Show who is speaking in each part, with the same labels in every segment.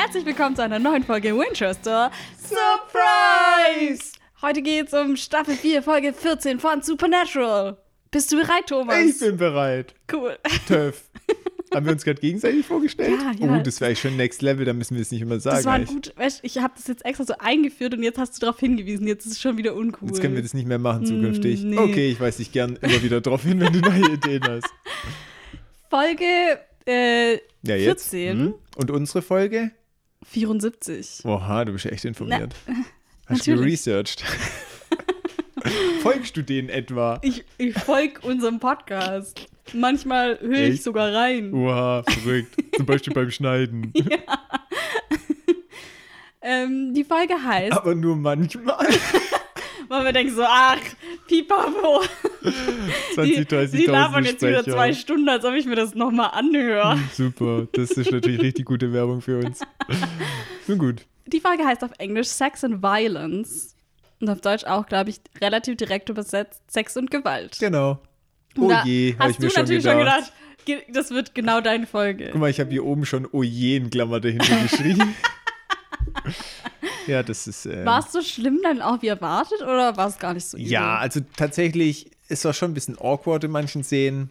Speaker 1: Herzlich willkommen zu einer neuen Folge Winchester Surprise! Heute geht's um Staffel 4, Folge 14 von Supernatural. Bist du bereit, Thomas?
Speaker 2: Ich bin bereit.
Speaker 1: Cool.
Speaker 2: Töff. Haben wir uns gerade gegenseitig vorgestellt?
Speaker 1: Ja.
Speaker 2: Oh, das wäre eigentlich schon Next Level, da müssen wir es nicht immer sagen.
Speaker 1: Das war gut. Weißt, ich habe das jetzt extra so eingeführt und jetzt hast du darauf hingewiesen. Jetzt ist es schon wieder uncool.
Speaker 2: Jetzt können wir das nicht mehr machen zukünftig.
Speaker 1: Nee.
Speaker 2: Okay, ich weise dich gern immer wieder drauf hin, wenn du neue Ideen hast.
Speaker 1: Folge 14.
Speaker 2: Und unsere Folge?
Speaker 1: 74.
Speaker 2: Oha, du bist ja echt informiert. Hast
Speaker 1: natürlich.
Speaker 2: du researched? Folgst du denen etwa?
Speaker 1: Ich folge unserem Podcast. Manchmal höre ich
Speaker 2: Echt?
Speaker 1: sogar rein.
Speaker 2: Oha, verrückt. Zum Beispiel beim Schneiden.
Speaker 1: Die Folge heißt,
Speaker 2: Aber nur manchmal.
Speaker 1: weil wir denken so, ach, pipapo.
Speaker 2: 20, 30.000
Speaker 1: Die labern jetzt wieder
Speaker 2: Sprecher.
Speaker 1: 2 Stunden, als ob ich mir das nochmal anhöre.
Speaker 2: Super, das ist natürlich richtig gute Werbung für uns. Nun gut.
Speaker 1: Die Folge heißt auf Englisch Sex and Violence. Und auf Deutsch auch, glaube ich, relativ direkt übersetzt Sex und Gewalt.
Speaker 2: Genau.
Speaker 1: Und
Speaker 2: Oh
Speaker 1: da
Speaker 2: je, habe ich
Speaker 1: hast
Speaker 2: mir
Speaker 1: du
Speaker 2: schon
Speaker 1: natürlich
Speaker 2: gedacht.
Speaker 1: schon gedacht, das wird genau deine Folge.
Speaker 2: Guck mal, ich habe hier oben schon oh je in Klammer dahinter geschrieben. Ja, das ist...
Speaker 1: War es so schlimm dann auch wie erwartet oder war es gar nicht so übel?
Speaker 2: Ja, also tatsächlich, es war schon ein bisschen awkward in manchen Szenen.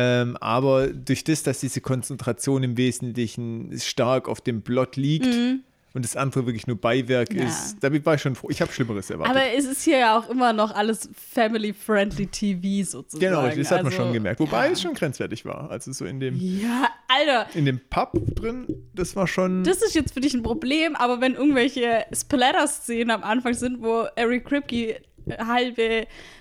Speaker 2: Aber durch das, dass diese Konzentration im Wesentlichen stark auf dem Plot liegt und das andere wirklich nur Beiwerk
Speaker 1: Ja.
Speaker 2: ist, damit war ich schon froh. Ich habe Schlimmeres erwartet.
Speaker 1: Aber es ist hier ja auch immer noch alles family-friendly TV sozusagen.
Speaker 2: Genau, das hat man
Speaker 1: Also,
Speaker 2: schon gemerkt. Wobei
Speaker 1: ja.
Speaker 2: es schon grenzwertig war. Also so in dem
Speaker 1: Ja, Alter,
Speaker 2: Pub drin, das war schon...
Speaker 1: das ist jetzt für dich ein Problem, aber wenn irgendwelche Splatter-Szenen am Anfang sind, wo Eric Kripke halbe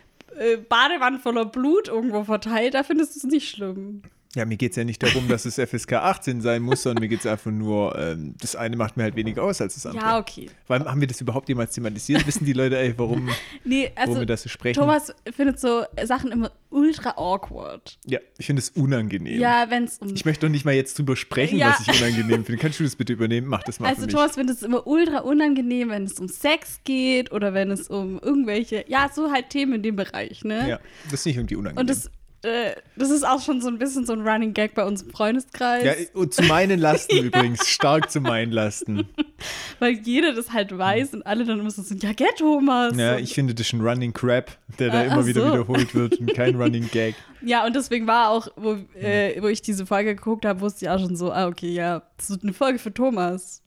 Speaker 1: Badewanne voller Blut irgendwo verteilt, da findest du es nicht schlimm.
Speaker 2: Ja, mir geht es ja nicht darum, dass es FSK 18 sein muss, sondern mir geht es einfach nur, das eine macht mir halt weniger aus als das andere.
Speaker 1: Ja, okay.
Speaker 2: Weil, haben wir das überhaupt jemals thematisiert? Wissen die Leute, ey, warum
Speaker 1: Nee, also
Speaker 2: wir das so sprechen?
Speaker 1: Thomas findet so Sachen immer ultra awkward.
Speaker 2: Ja, ich finde es unangenehm.
Speaker 1: Ja, wenn es um...
Speaker 2: Ich möchte doch nicht mal jetzt drüber sprechen,
Speaker 1: Ja.
Speaker 2: was ich unangenehm finde. Kannst du das bitte übernehmen? Mach das mal
Speaker 1: Also
Speaker 2: für mich.
Speaker 1: Thomas findet es immer ultra unangenehm, wenn es um Sex geht oder wenn es um irgendwelche, ja, so halt Themen in dem Bereich, ne?
Speaker 2: Ja, das ist nicht irgendwie unangenehm.
Speaker 1: Und das ist auch schon so ein bisschen so ein Running Gag bei uns im Freundeskreis,
Speaker 2: ja, und zu meinen Lasten übrigens, stark zu meinen Lasten.
Speaker 1: weil jeder das halt weiß und alle dann immer so sind, ja, gell, Thomas?
Speaker 2: Ja,
Speaker 1: Und-
Speaker 2: ich finde das schon Running Crap, der da
Speaker 1: Ach
Speaker 2: immer wieder
Speaker 1: so.
Speaker 2: wiederholt wird und kein Running Gag.
Speaker 1: Ja, und deswegen war auch, wo ich diese Folge geguckt habe, wusste ich auch schon so, okay, ja, das wird eine Folge für Thomas.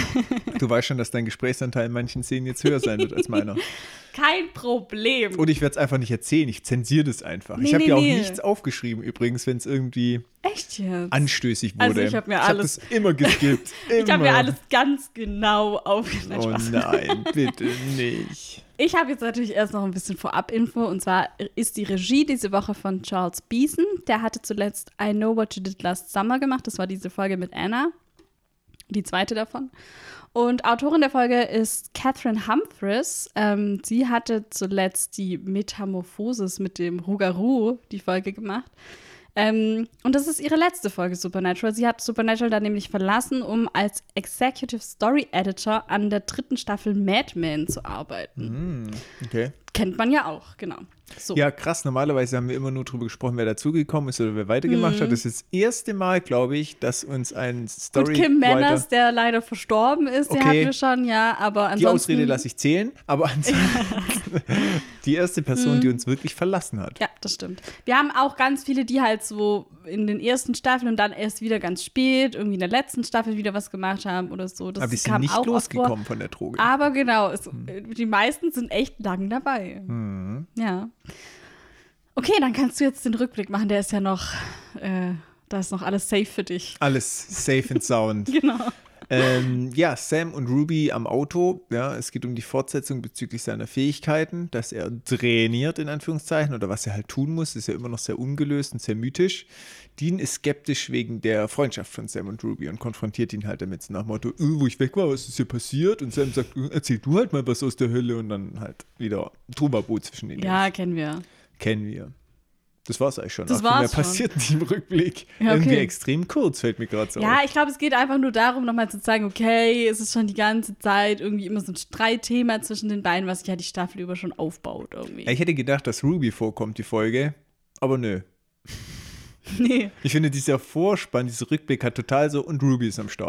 Speaker 2: Du weißt schon, dass dein Gesprächsanteil in manchen Szenen jetzt höher sein wird als meiner.
Speaker 1: Kein Problem.
Speaker 2: Und ich werde es einfach nicht erzählen, ich zensiere das einfach.
Speaker 1: Nee,
Speaker 2: ich habe
Speaker 1: nee,
Speaker 2: ja auch
Speaker 1: nee.
Speaker 2: nichts aufgeschrieben übrigens, wenn es irgendwie
Speaker 1: Echt jetzt?
Speaker 2: anstößig wurde.
Speaker 1: Also ich habe mir alles-
Speaker 2: das immer geskippt.
Speaker 1: Ich habe mir
Speaker 2: immer.
Speaker 1: alles ganz genau aufgeschrieben.
Speaker 2: Oh nein, bitte nicht.
Speaker 1: Ich habe jetzt natürlich erst noch ein bisschen Vorab-Info. Und zwar ist die Regie diese Woche von Charles Beeson. Der hatte zuletzt I Know What You Did Last Summer gemacht. Das war diese Folge mit Anna. Die zweite davon. Und Autorin der Folge ist Catherine Humphries. Sie hatte zuletzt die Metamorphosis mit dem Rougarou, die Folge gemacht. Und das ist ihre letzte Folge Supernatural. Sie hat Supernatural dann nämlich verlassen, um als Executive Story Editor an der 3. Staffel Mad Men zu arbeiten.
Speaker 2: Okay.
Speaker 1: Kennt man ja auch, genau. So.
Speaker 2: Ja, krass. Normalerweise haben wir immer nur drüber gesprochen, wer dazugekommen ist oder wer weitergemacht hat. Das ist das erste Mal, glaube ich, dass uns ein Story
Speaker 1: Gut, Kim Manners, der leider verstorben ist, den
Speaker 2: Okay.
Speaker 1: hatten wir schon, ja, aber ansonsten...
Speaker 2: Die Ausrede lasse ich zählen, aber ansonsten die erste Person, die uns wirklich verlassen hat.
Speaker 1: Ja, das stimmt. Wir haben auch ganz viele, die halt so in den ersten Staffeln und dann erst wieder ganz spät, irgendwie in der letzten Staffel wieder was gemacht haben oder so. Das
Speaker 2: Aber die sind
Speaker 1: kam
Speaker 2: nicht
Speaker 1: auch oft vor.
Speaker 2: losgekommen von der Droge.
Speaker 1: Aber genau, die meisten sind echt lang dabei. Ja. Okay, dann kannst du jetzt den Rückblick machen. Der ist ja noch, da ist noch alles safe für dich.
Speaker 2: Alles safe and sound.
Speaker 1: Genau.
Speaker 2: Ja, Sam und Ruby am Auto. Ja, es geht um die Fortsetzung bezüglich seiner Fähigkeiten, dass er trainiert, in Anführungszeichen, oder was er halt tun muss, ist ja immer noch sehr ungelöst und sehr mythisch. Dean ist skeptisch wegen der Freundschaft von Sam und Ruby und konfrontiert ihn halt damit so nach dem Motto, wo ich weg war, was ist hier passiert? Und Sam sagt, erzähl du halt mal was aus der Hölle und dann halt wieder Trubabo zwischen den
Speaker 1: Ja, kennen wir.
Speaker 2: Kennen wir. Das war's eigentlich schon.
Speaker 1: Das
Speaker 2: Auch viel mehr
Speaker 1: war's schon.
Speaker 2: passiert nicht im Rückblick.
Speaker 1: Ja, okay.
Speaker 2: Irgendwie extrem kurz, fällt mir gerade so auf.
Speaker 1: Ja, ich glaube, es geht einfach nur darum, nochmal zu zeigen, okay, es ist schon die ganze Zeit irgendwie immer so ein Streitthema zwischen den beiden, was sich ja die Staffel über schon aufbaut irgendwie.
Speaker 2: Ja, ich hätte gedacht, dass Ruby vorkommt, die Folge, aber nö.
Speaker 1: Nee.
Speaker 2: Ich finde, dieser Vorspann, dieser Rückblick hat total so, und Ruby ist am Start.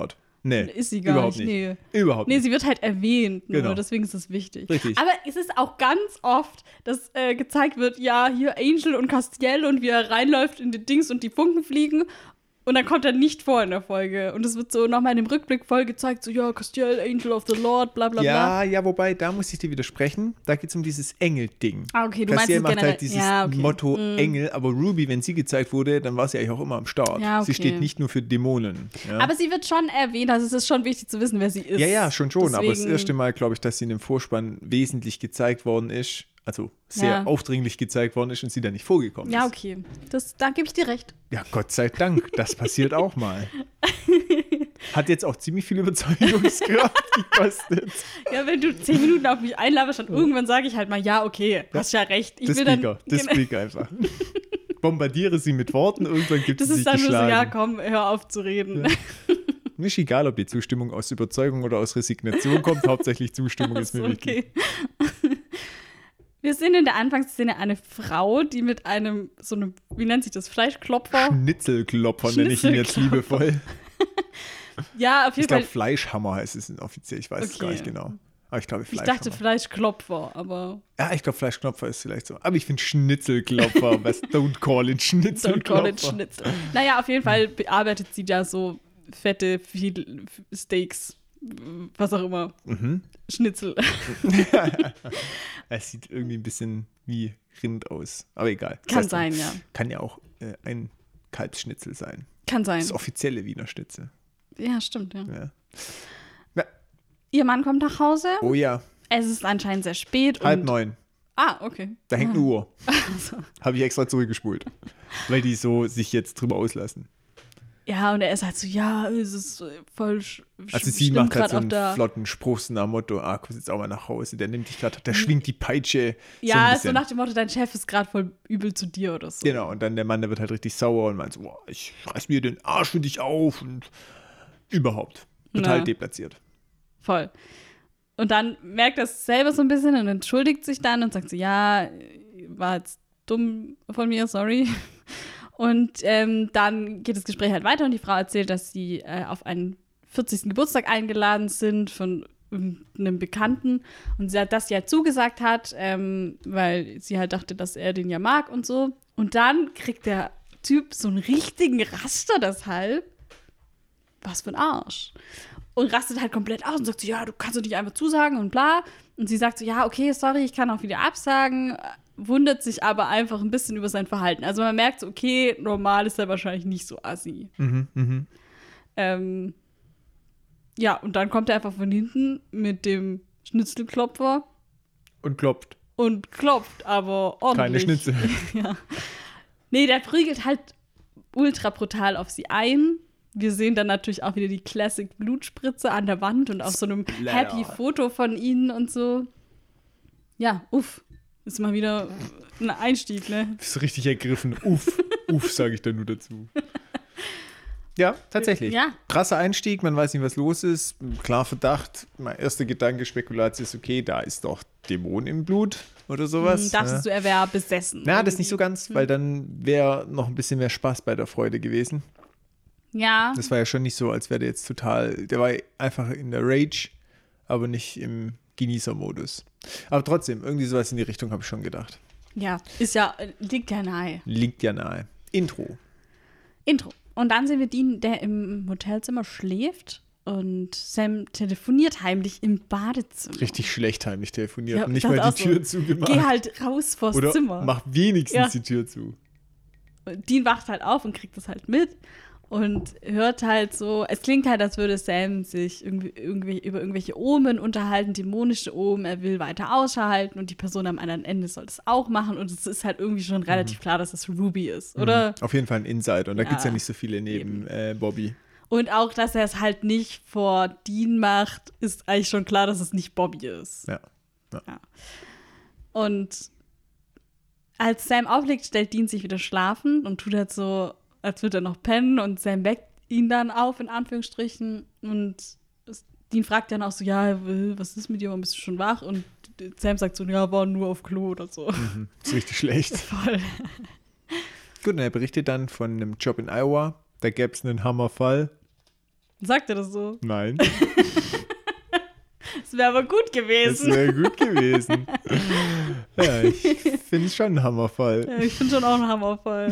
Speaker 2: Nee,
Speaker 1: ist sie gar
Speaker 2: überhaupt
Speaker 1: nicht.
Speaker 2: nicht.
Speaker 1: Nee.
Speaker 2: Überhaupt
Speaker 1: Nee,
Speaker 2: nicht.
Speaker 1: sie wird halt erwähnt, nur,
Speaker 2: Genau.
Speaker 1: deswegen ist es wichtig.
Speaker 2: Richtig.
Speaker 1: Aber es ist auch ganz oft, dass gezeigt wird, ja, hier Angel und Castiel und wie er reinläuft in die Dings und die Funken fliegen. Und dann kommt er nicht vor in der Folge. Und es wird so nochmal in dem Rückblick voll gezeigt, so, ja, Castiel, Angel of the Lord, bla bla bla.
Speaker 2: Ja, wobei, da muss ich dir widersprechen. Da geht es um dieses Engel-Ding.
Speaker 1: Ah, okay, du meinst
Speaker 2: Castiel
Speaker 1: es
Speaker 2: macht
Speaker 1: generell.
Speaker 2: halt dieses
Speaker 1: Ja, okay.
Speaker 2: Motto Engel, aber Ruby, wenn sie gezeigt wurde, dann war sie eigentlich auch immer am Start.
Speaker 1: Ja, okay.
Speaker 2: Sie steht nicht nur für Dämonen. Ja?
Speaker 1: Aber sie wird schon erwähnt, also es ist schon wichtig zu wissen, wer sie ist.
Speaker 2: Ja, schon.
Speaker 1: Deswegen,
Speaker 2: Aber das erste Mal, glaube ich, dass sie in dem Vorspann wesentlich gezeigt worden ist, also sehr aufdringlich gezeigt worden ist und sie da nicht vorgekommen ist.
Speaker 1: Ja, okay. Da gebe ich dir recht.
Speaker 2: Ja, Gott sei Dank, das passiert auch mal. Hat jetzt auch ziemlich viel Überzeugungskraft gekostet.
Speaker 1: Ja, wenn du 10 Minuten auf mich einlaberst, dann irgendwann sage ich halt mal, ja, okay, hast ja recht. Ich
Speaker 2: das
Speaker 1: will dann,
Speaker 2: Speaker einfach. Bombardiere sie mit Worten, irgendwann gibt
Speaker 1: das
Speaker 2: sie
Speaker 1: ist
Speaker 2: sich
Speaker 1: dann nur so,
Speaker 2: geschlagen.
Speaker 1: ja, komm, hör auf zu reden.
Speaker 2: Ja. Mir ist egal, ob die Zustimmung aus Überzeugung oder aus Resignation kommt. Hauptsächlich Zustimmung ist mir wichtig.
Speaker 1: Okay. Wir sehen in der Anfangsszene eine Frau, die mit einem, so einem, wie nennt sich das, Fleischklopfer?
Speaker 2: Schnitzelklopfer nenne ich ihn jetzt liebevoll.
Speaker 1: Ja, auf jeden
Speaker 2: Ich glaube,
Speaker 1: Fall.
Speaker 2: Fleischhammer heißt es offiziell. Ich weiß es gar
Speaker 1: Okay.
Speaker 2: nicht genau. Aber ich glaube,
Speaker 1: Ich
Speaker 2: Fleischhammer.
Speaker 1: dachte Fleischklopfer, aber
Speaker 2: Ja, ich glaube, Fleischklopfer ist vielleicht so. Aber ich finde Schnitzelklopfer, don't call it Schnitzelklopfer.
Speaker 1: Don't call it Schnitzel. Naja, auf jeden Fall bearbeitet sie da so fette Steaks, was auch immer. Schnitzel.
Speaker 2: Es sieht irgendwie ein bisschen wie Rind aus. Aber egal. Das
Speaker 1: Kann
Speaker 2: heißt,
Speaker 1: sein, ja.
Speaker 2: Kann ja auch ein Kalbsschnitzel sein.
Speaker 1: Kann sein.
Speaker 2: Das offizielle Wiener Schnitzel.
Speaker 1: Ja, stimmt, ja.
Speaker 2: Ja.
Speaker 1: Ihr Mann kommt nach Hause.
Speaker 2: Oh ja,
Speaker 1: Es ist anscheinend sehr spät.
Speaker 2: 8:30.
Speaker 1: Ah, okay.
Speaker 2: Da hängt eine Uhr. Habe ich extra zurückgespult. Weil die so sich jetzt drüber auslassen.
Speaker 1: Ja, und er ist halt so, ja, es ist voll
Speaker 2: Also sie macht halt so einen flotten Spruch so nach dem Motto, komm jetzt auch mal nach Hause, der nimmt dich gerade, der schwingt die Peitsche.
Speaker 1: Ja,
Speaker 2: so
Speaker 1: so nach dem Motto, dein Chef ist gerade voll übel zu dir oder so.
Speaker 2: Genau, und dann der Mann, der wird halt richtig sauer und meint so, boah, ich reiß mir den Arsch für dich auf und überhaupt. Total deplatziert.
Speaker 1: Voll. Und dann merkt er es selber so ein bisschen und entschuldigt sich dann und sagt so, ja, war jetzt dumm von mir, sorry. Und dann geht das Gespräch halt weiter und die Frau erzählt, dass sie auf einen 40. Geburtstag eingeladen sind von irgendeinem Bekannten und dass sie halt zugesagt hat, weil sie halt dachte, dass er den ja mag und so. Und dann kriegt der Typ so einen richtigen Raster deshalb. Was für ein Arsch. Und rastet halt komplett aus und sagt so, ja, du kannst doch nicht einfach zusagen und bla. Und sie sagt so, ja, okay, sorry, ich kann auch wieder absagen. Wundert sich aber einfach ein bisschen über sein Verhalten. Also man merkt so, okay, normal ist er wahrscheinlich nicht so assi. Ja, und dann kommt er einfach von hinten mit dem Schnitzelklopfer.
Speaker 2: Und klopft.
Speaker 1: Und klopft, aber ordentlich.
Speaker 2: Keine Schnitzel.
Speaker 1: Ja. Nee, der prügelt halt ultra brutal auf sie ein. Wir sehen dann natürlich auch wieder die Classic Blutspritze an der Wand und auch so einem happy Foto von ihnen und so. Ja, ist mal wieder ein Einstieg, ne?
Speaker 2: Bist richtig ergriffen. Uff, sage ich da nur dazu. Ja, tatsächlich.
Speaker 1: Ja.
Speaker 2: Krasser Einstieg, man weiß nicht, was los ist. Klar Verdacht. Mein erster Gedanke, Spekulation ist, okay, da ist doch Dämon im Blut oder sowas.
Speaker 1: Dachtest du, er wäre besessen?
Speaker 2: Na, das nicht so ganz, weil dann wäre noch ein bisschen mehr Spaß bei der Freude gewesen.
Speaker 1: Ja.
Speaker 2: Das war ja schon nicht so, als wäre der jetzt der war einfach in der Rage, aber nicht im Genießermodus. Aber trotzdem, irgendwie sowas in die Richtung habe ich schon gedacht.
Speaker 1: Ja, liegt ja nahe.
Speaker 2: Liegt ja nahe. Intro.
Speaker 1: Und dann sehen wir Dean, der im Hotelzimmer schläft und Sam telefoniert heimlich im Badezimmer.
Speaker 2: Richtig schlecht heimlich telefoniert
Speaker 1: Ja,
Speaker 2: und nicht
Speaker 1: das
Speaker 2: mal
Speaker 1: auch
Speaker 2: die Tür
Speaker 1: so.
Speaker 2: zugemacht.
Speaker 1: Geh halt raus vors
Speaker 2: Oder
Speaker 1: Zimmer.
Speaker 2: mach wenigstens die Tür zu.
Speaker 1: Dean wacht halt auf und kriegt das halt mit und hört halt so, es klingt halt, als würde Sam sich irgendwie über irgendwelche Omen unterhalten, dämonische Omen, er will weiter Ausschau halten und die Person am anderen Ende soll das auch machen und es ist halt irgendwie schon relativ klar, dass es Ruby ist, oder?
Speaker 2: Auf jeden Fall ein Insider und da
Speaker 1: Ja,
Speaker 2: gibt es ja nicht so viele neben Bobby.
Speaker 1: Und auch, dass er es halt nicht vor Dean macht, ist eigentlich schon klar, dass es nicht Bobby ist.
Speaker 2: Ja.
Speaker 1: Und als Sam auflegt, stellt Dean sich wieder schlafen und tut halt so, als würde er noch pennen und Sam weckt ihn dann auf, in Anführungsstrichen. Und Dean fragt dann auch so, ja, was ist mit dir, warum bist du schon wach? Und Sam sagt so, ja, war nur auf Klo oder so.
Speaker 2: Ist richtig schlecht.
Speaker 1: Voll.
Speaker 2: Gut, und er berichtet dann von einem Job in Iowa. Da gäbe es einen Hammerfall.
Speaker 1: Sagt er das so?
Speaker 2: Nein.
Speaker 1: Das wäre aber gut gewesen.
Speaker 2: Das wäre gut gewesen. Ja, ich finde es schon ein Hammerfall.
Speaker 1: Ja, ich finde schon auch ein Hammerfall.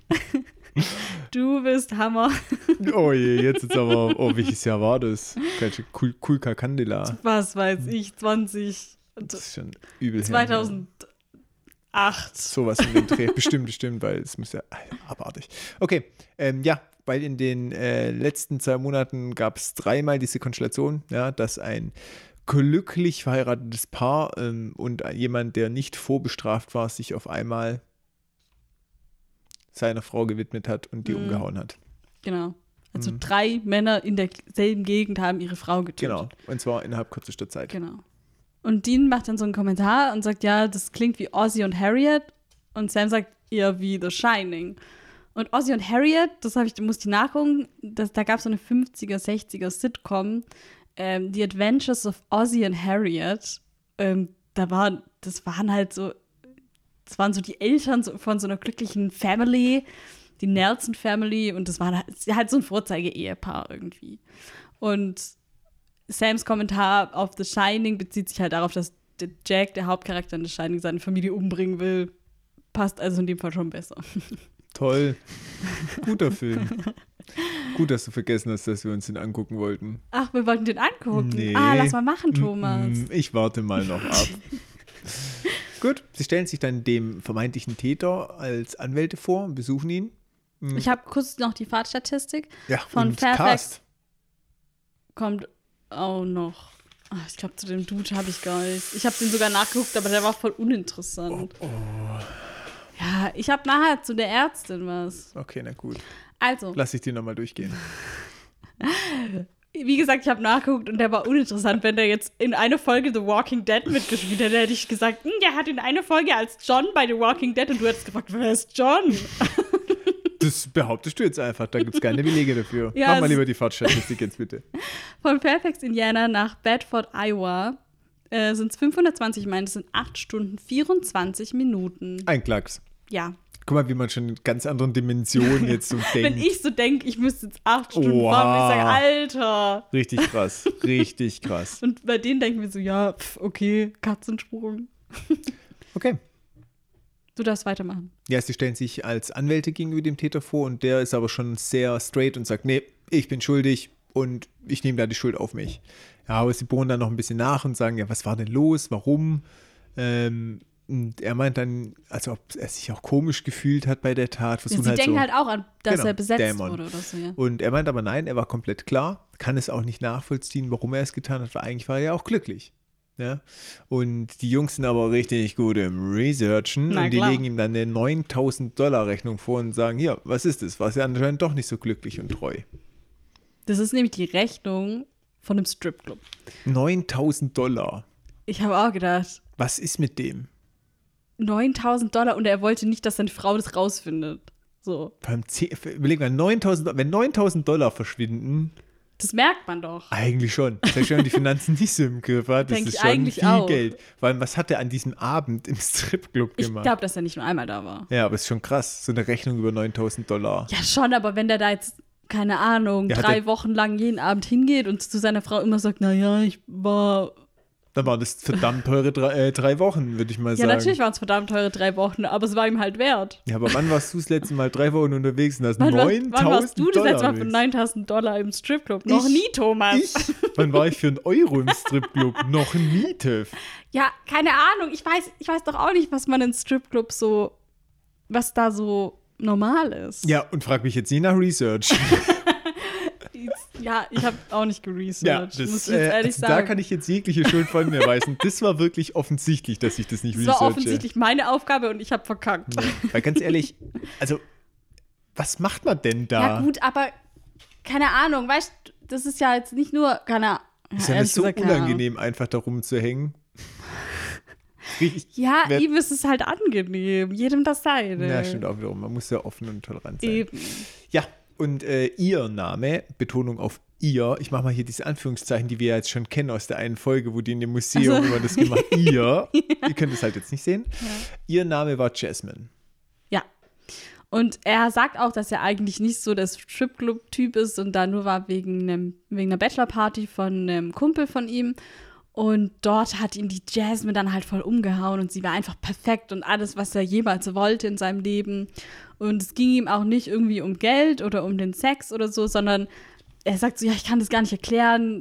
Speaker 1: Du bist Hammer.
Speaker 2: Oh je, jetzt aber, welches Jahr war das? Kulka Candela.
Speaker 1: Was weiß ich, 20.
Speaker 2: Das ist schon übel.
Speaker 1: 2008.
Speaker 2: Sowas in dem Dreh. Bestimmt, weil es muss ja abartig. Okay, weil in den letzten 2 Monaten gab es 3-mal diese Konstellation, ja, dass ein glücklich verheiratetes Paar und jemand, der nicht vorbestraft war, sich auf einmal seiner Frau gewidmet hat und die umgehauen hat.
Speaker 1: Genau. Also 3 Männer in derselben Gegend haben ihre Frau getötet.
Speaker 2: Genau, und zwar innerhalb kürzester Zeit.
Speaker 1: Genau. Und Dean macht dann so einen Kommentar und sagt, ja, das klingt wie Ozzy und Harriet. Und Sam sagt eher wie The Shining. Und Ozzy und Harriet, musste ich nachgucken, da gab es so eine 50er, 60er Sitcom, The Adventures of Ozzy and Harriet. Das waren so die Eltern von so einer glücklichen Family, die Nelson Family, und das war halt so ein Vorzeige-Ehepaar irgendwie. Und Sams Kommentar auf The Shining bezieht sich halt darauf, dass Jack, der Hauptcharakter in The Shining, seine Familie umbringen will. Passt also in dem Fall schon besser.
Speaker 2: Toll. Guter Film. Gut, dass du vergessen hast, dass wir uns den angucken wollten.
Speaker 1: Ach, wir wollten den angucken.
Speaker 2: Nee.
Speaker 1: Lass mal machen, Thomas.
Speaker 2: Ich warte mal noch ab. Gut, sie stellen sich dann dem vermeintlichen Täter als Anwälte vor und besuchen ihn.
Speaker 1: Ich habe kurz noch die Fahrtstatistik.
Speaker 2: Ja,
Speaker 1: von
Speaker 2: und
Speaker 1: Fairfax
Speaker 2: Cast.
Speaker 1: Kommt auch noch. Ach, ich glaube, zu dem Dude habe ich gar nichts. Ich habe den sogar nachgeguckt, aber der war voll uninteressant.
Speaker 2: Oh.
Speaker 1: Ja, ich habe nachher zu der Ärztin was.
Speaker 2: Okay, na gut.
Speaker 1: Also.
Speaker 2: Lass ich den nochmal durchgehen.
Speaker 1: Wie gesagt, ich habe nachgeguckt und der war uninteressant. Wenn der jetzt in eine Folge The Walking Dead mitgespielt hätte, hätte ich gesagt, der hat in eine Folge als John bei The Walking Dead, und du hättest gefragt, wer ist John?
Speaker 2: Das behauptest du jetzt einfach, da gibt es keine Belege dafür.
Speaker 1: Ja,
Speaker 2: Mach mal lieber die Fahrtstatistik jetzt bitte.
Speaker 1: Von Fairfax, Indiana nach Bedford, Iowa sind es 520 Meilen, das sind 8 Stunden 24 Minuten.
Speaker 2: Ein Klacks.
Speaker 1: Ja.
Speaker 2: Guck mal, wie man schon in ganz anderen Dimensionen jetzt so denkt.
Speaker 1: Wenn ich so denke, ich müsste jetzt 8 Stunden fahren, würde ich sagen, Alter.
Speaker 2: Richtig krass, richtig krass.
Speaker 1: Und bei denen denken wir so, ja, okay, Katzensprung.
Speaker 2: Okay.
Speaker 1: Du darfst weitermachen.
Speaker 2: Ja, sie stellen sich als Anwälte gegenüber dem Täter vor, und der ist aber schon sehr straight und sagt, nee, ich bin schuldig und ich nehme da die Schuld auf mich. Ja, aber sie bohren dann noch ein bisschen nach und sagen, ja, was war denn los, warum? Und er meint dann, als ob er sich auch komisch gefühlt hat bei der Tat.
Speaker 1: Sie denken halt auch an, dass er besetzt wurde oder so. Ja.
Speaker 2: Und er meint aber, nein, er war komplett klar, kann es auch nicht nachvollziehen, warum er es getan hat, weil eigentlich war er ja auch glücklich. Ja? Und die Jungs sind aber richtig gut im Researchen.
Speaker 1: Na,
Speaker 2: und die
Speaker 1: klar.
Speaker 2: legen ihm dann eine $9.000 vor und sagen, hier, was ist das? War ja anscheinend doch nicht so glücklich und treu.
Speaker 1: Das ist nämlich die Rechnung von einem Stripclub.
Speaker 2: $9.000.
Speaker 1: Ich habe auch gedacht,
Speaker 2: Was ist mit dem?
Speaker 1: $9.000, und er wollte nicht, dass seine Frau das rausfindet. So.
Speaker 2: Überleg mal, $9.000, wenn $9.000 verschwinden,
Speaker 1: Das merkt man doch.
Speaker 2: eigentlich schon. Das heißt, wenn man die Finanzen nicht so im Griff hat, das
Speaker 1: Denk
Speaker 2: ist
Speaker 1: ich
Speaker 2: schon
Speaker 1: eigentlich
Speaker 2: viel
Speaker 1: auch.
Speaker 2: Geld. Vor allem, was hat er an diesem Abend im Stripclub
Speaker 1: Ich
Speaker 2: gemacht?
Speaker 1: glaube, dass er nicht nur einmal da war.
Speaker 2: Ja, aber es ist schon krass, so eine Rechnung über $9.000.
Speaker 1: Ja, schon, aber wenn der da jetzt, keine Ahnung,
Speaker 2: Ja,
Speaker 1: 3 Wochen lang jeden Abend hingeht und zu seiner Frau immer sagt, naja, ich war.
Speaker 2: Dann waren das verdammt teure 3 Wochen, würde ich mal
Speaker 1: Ja,
Speaker 2: sagen.
Speaker 1: natürlich waren es verdammt teure 3 Wochen, aber es war ihm halt wert.
Speaker 2: Ja, aber wann warst du das letzte Mal 3 Wochen unterwegs und hast
Speaker 1: Wann
Speaker 2: $9.000
Speaker 1: warst du das letzte Mal für
Speaker 2: wenigstens?
Speaker 1: $9.000 im Stripclub? Noch nie, Thomas.
Speaker 2: Wann war ich für einen Euro im Stripclub? Noch nie, Tiff.
Speaker 1: Ja, keine Ahnung. Ich weiß doch auch nicht, was man in Stripclub so, was da so normal ist.
Speaker 2: Ja, und frag mich jetzt nie nach Research.
Speaker 1: Ja, ich habe auch nicht geresearched,
Speaker 2: Ja, das,
Speaker 1: muss ich jetzt ehrlich
Speaker 2: da
Speaker 1: sagen.
Speaker 2: kann ich jetzt jegliche Schuld von mir weisen. Das war wirklich offensichtlich, dass ich das nicht
Speaker 1: Das
Speaker 2: researche.
Speaker 1: war offensichtlich meine Aufgabe und ich habe verkackt.
Speaker 2: Weil ganz ehrlich, also, was macht man denn da?
Speaker 1: Ja gut, aber keine Ahnung, weißt du, das ist ja jetzt nicht nur, keine Ahnung.
Speaker 2: Ist ja so unangenehm, einfach da rumzuhängen.
Speaker 1: Ja, ihm ist es halt angenehm. Jedem das seine.
Speaker 2: Ja, stimmt auch wiederum. Man muss ja offen und tolerant sein.
Speaker 1: Eben.
Speaker 2: Ja, und ihr Name, Betonung auf ihr, ich mache mal hier diese Anführungszeichen, die wir ja jetzt schon kennen aus der einen Folge, wo die in dem Museum immer das gemacht haben. Ihr könnt es halt jetzt nicht sehen.
Speaker 1: Ja.
Speaker 2: Ihr Name war Jasmine.
Speaker 1: Ja. Und er sagt auch, dass er eigentlich nicht so der Stripclub-Typ ist und da nur war wegen einer Bachelorparty von einem Kumpel von ihm. Und dort hat ihn die Jasmine dann halt voll umgehauen und sie war einfach perfekt und alles, was er jemals wollte in seinem Leben. Und es ging ihm auch nicht irgendwie um Geld oder um den Sex oder so, sondern er sagt so, ja, ich kann das gar nicht erklären.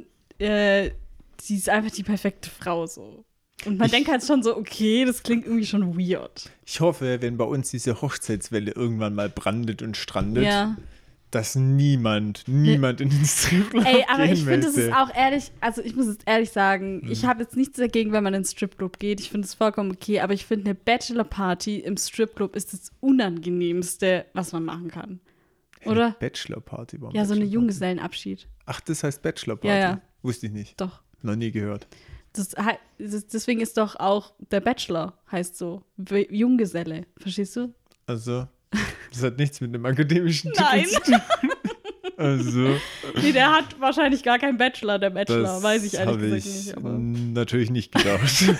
Speaker 1: Sie ist einfach die perfekte Frau so. Und man denkt halt schon so, okay, das klingt irgendwie schon weird.
Speaker 2: Ich hoffe, wenn bei uns diese Hochzeitswelle irgendwann mal brandet und strandet,
Speaker 1: Ja.
Speaker 2: dass niemand in den Stripclub
Speaker 1: Ey, aber
Speaker 2: gehen
Speaker 1: ich finde, es
Speaker 2: möchte.
Speaker 1: ist auch ehrlich, also ich muss jetzt ehrlich sagen, ich habe jetzt nichts dagegen, wenn man in den Stripclub geht. Ich finde es vollkommen okay, aber ich finde, eine Bachelorparty im Stripclub ist das Unangenehmste, was man machen kann. Oder?
Speaker 2: Bachelorparty. Warum
Speaker 1: Ja, so eine
Speaker 2: Bachelorparty?
Speaker 1: Junggesellenabschied.
Speaker 2: Ach, das heißt Bachelorparty?
Speaker 1: Ja, ja.
Speaker 2: Wusste ich nicht.
Speaker 1: Doch.
Speaker 2: Noch nie gehört.
Speaker 1: Deswegen ist doch auch der Bachelor, heißt so, Junggeselle. Verstehst du?
Speaker 2: Also, das hat nichts mit einem akademischen
Speaker 1: Nein.
Speaker 2: Titel zu tun. Also,
Speaker 1: Nee, der hat wahrscheinlich gar keinen Bachelor, der Bachelor.
Speaker 2: das
Speaker 1: Weiß ich ehrlich
Speaker 2: habe
Speaker 1: gesagt
Speaker 2: ich
Speaker 1: nicht. Aber
Speaker 2: natürlich nicht gedacht.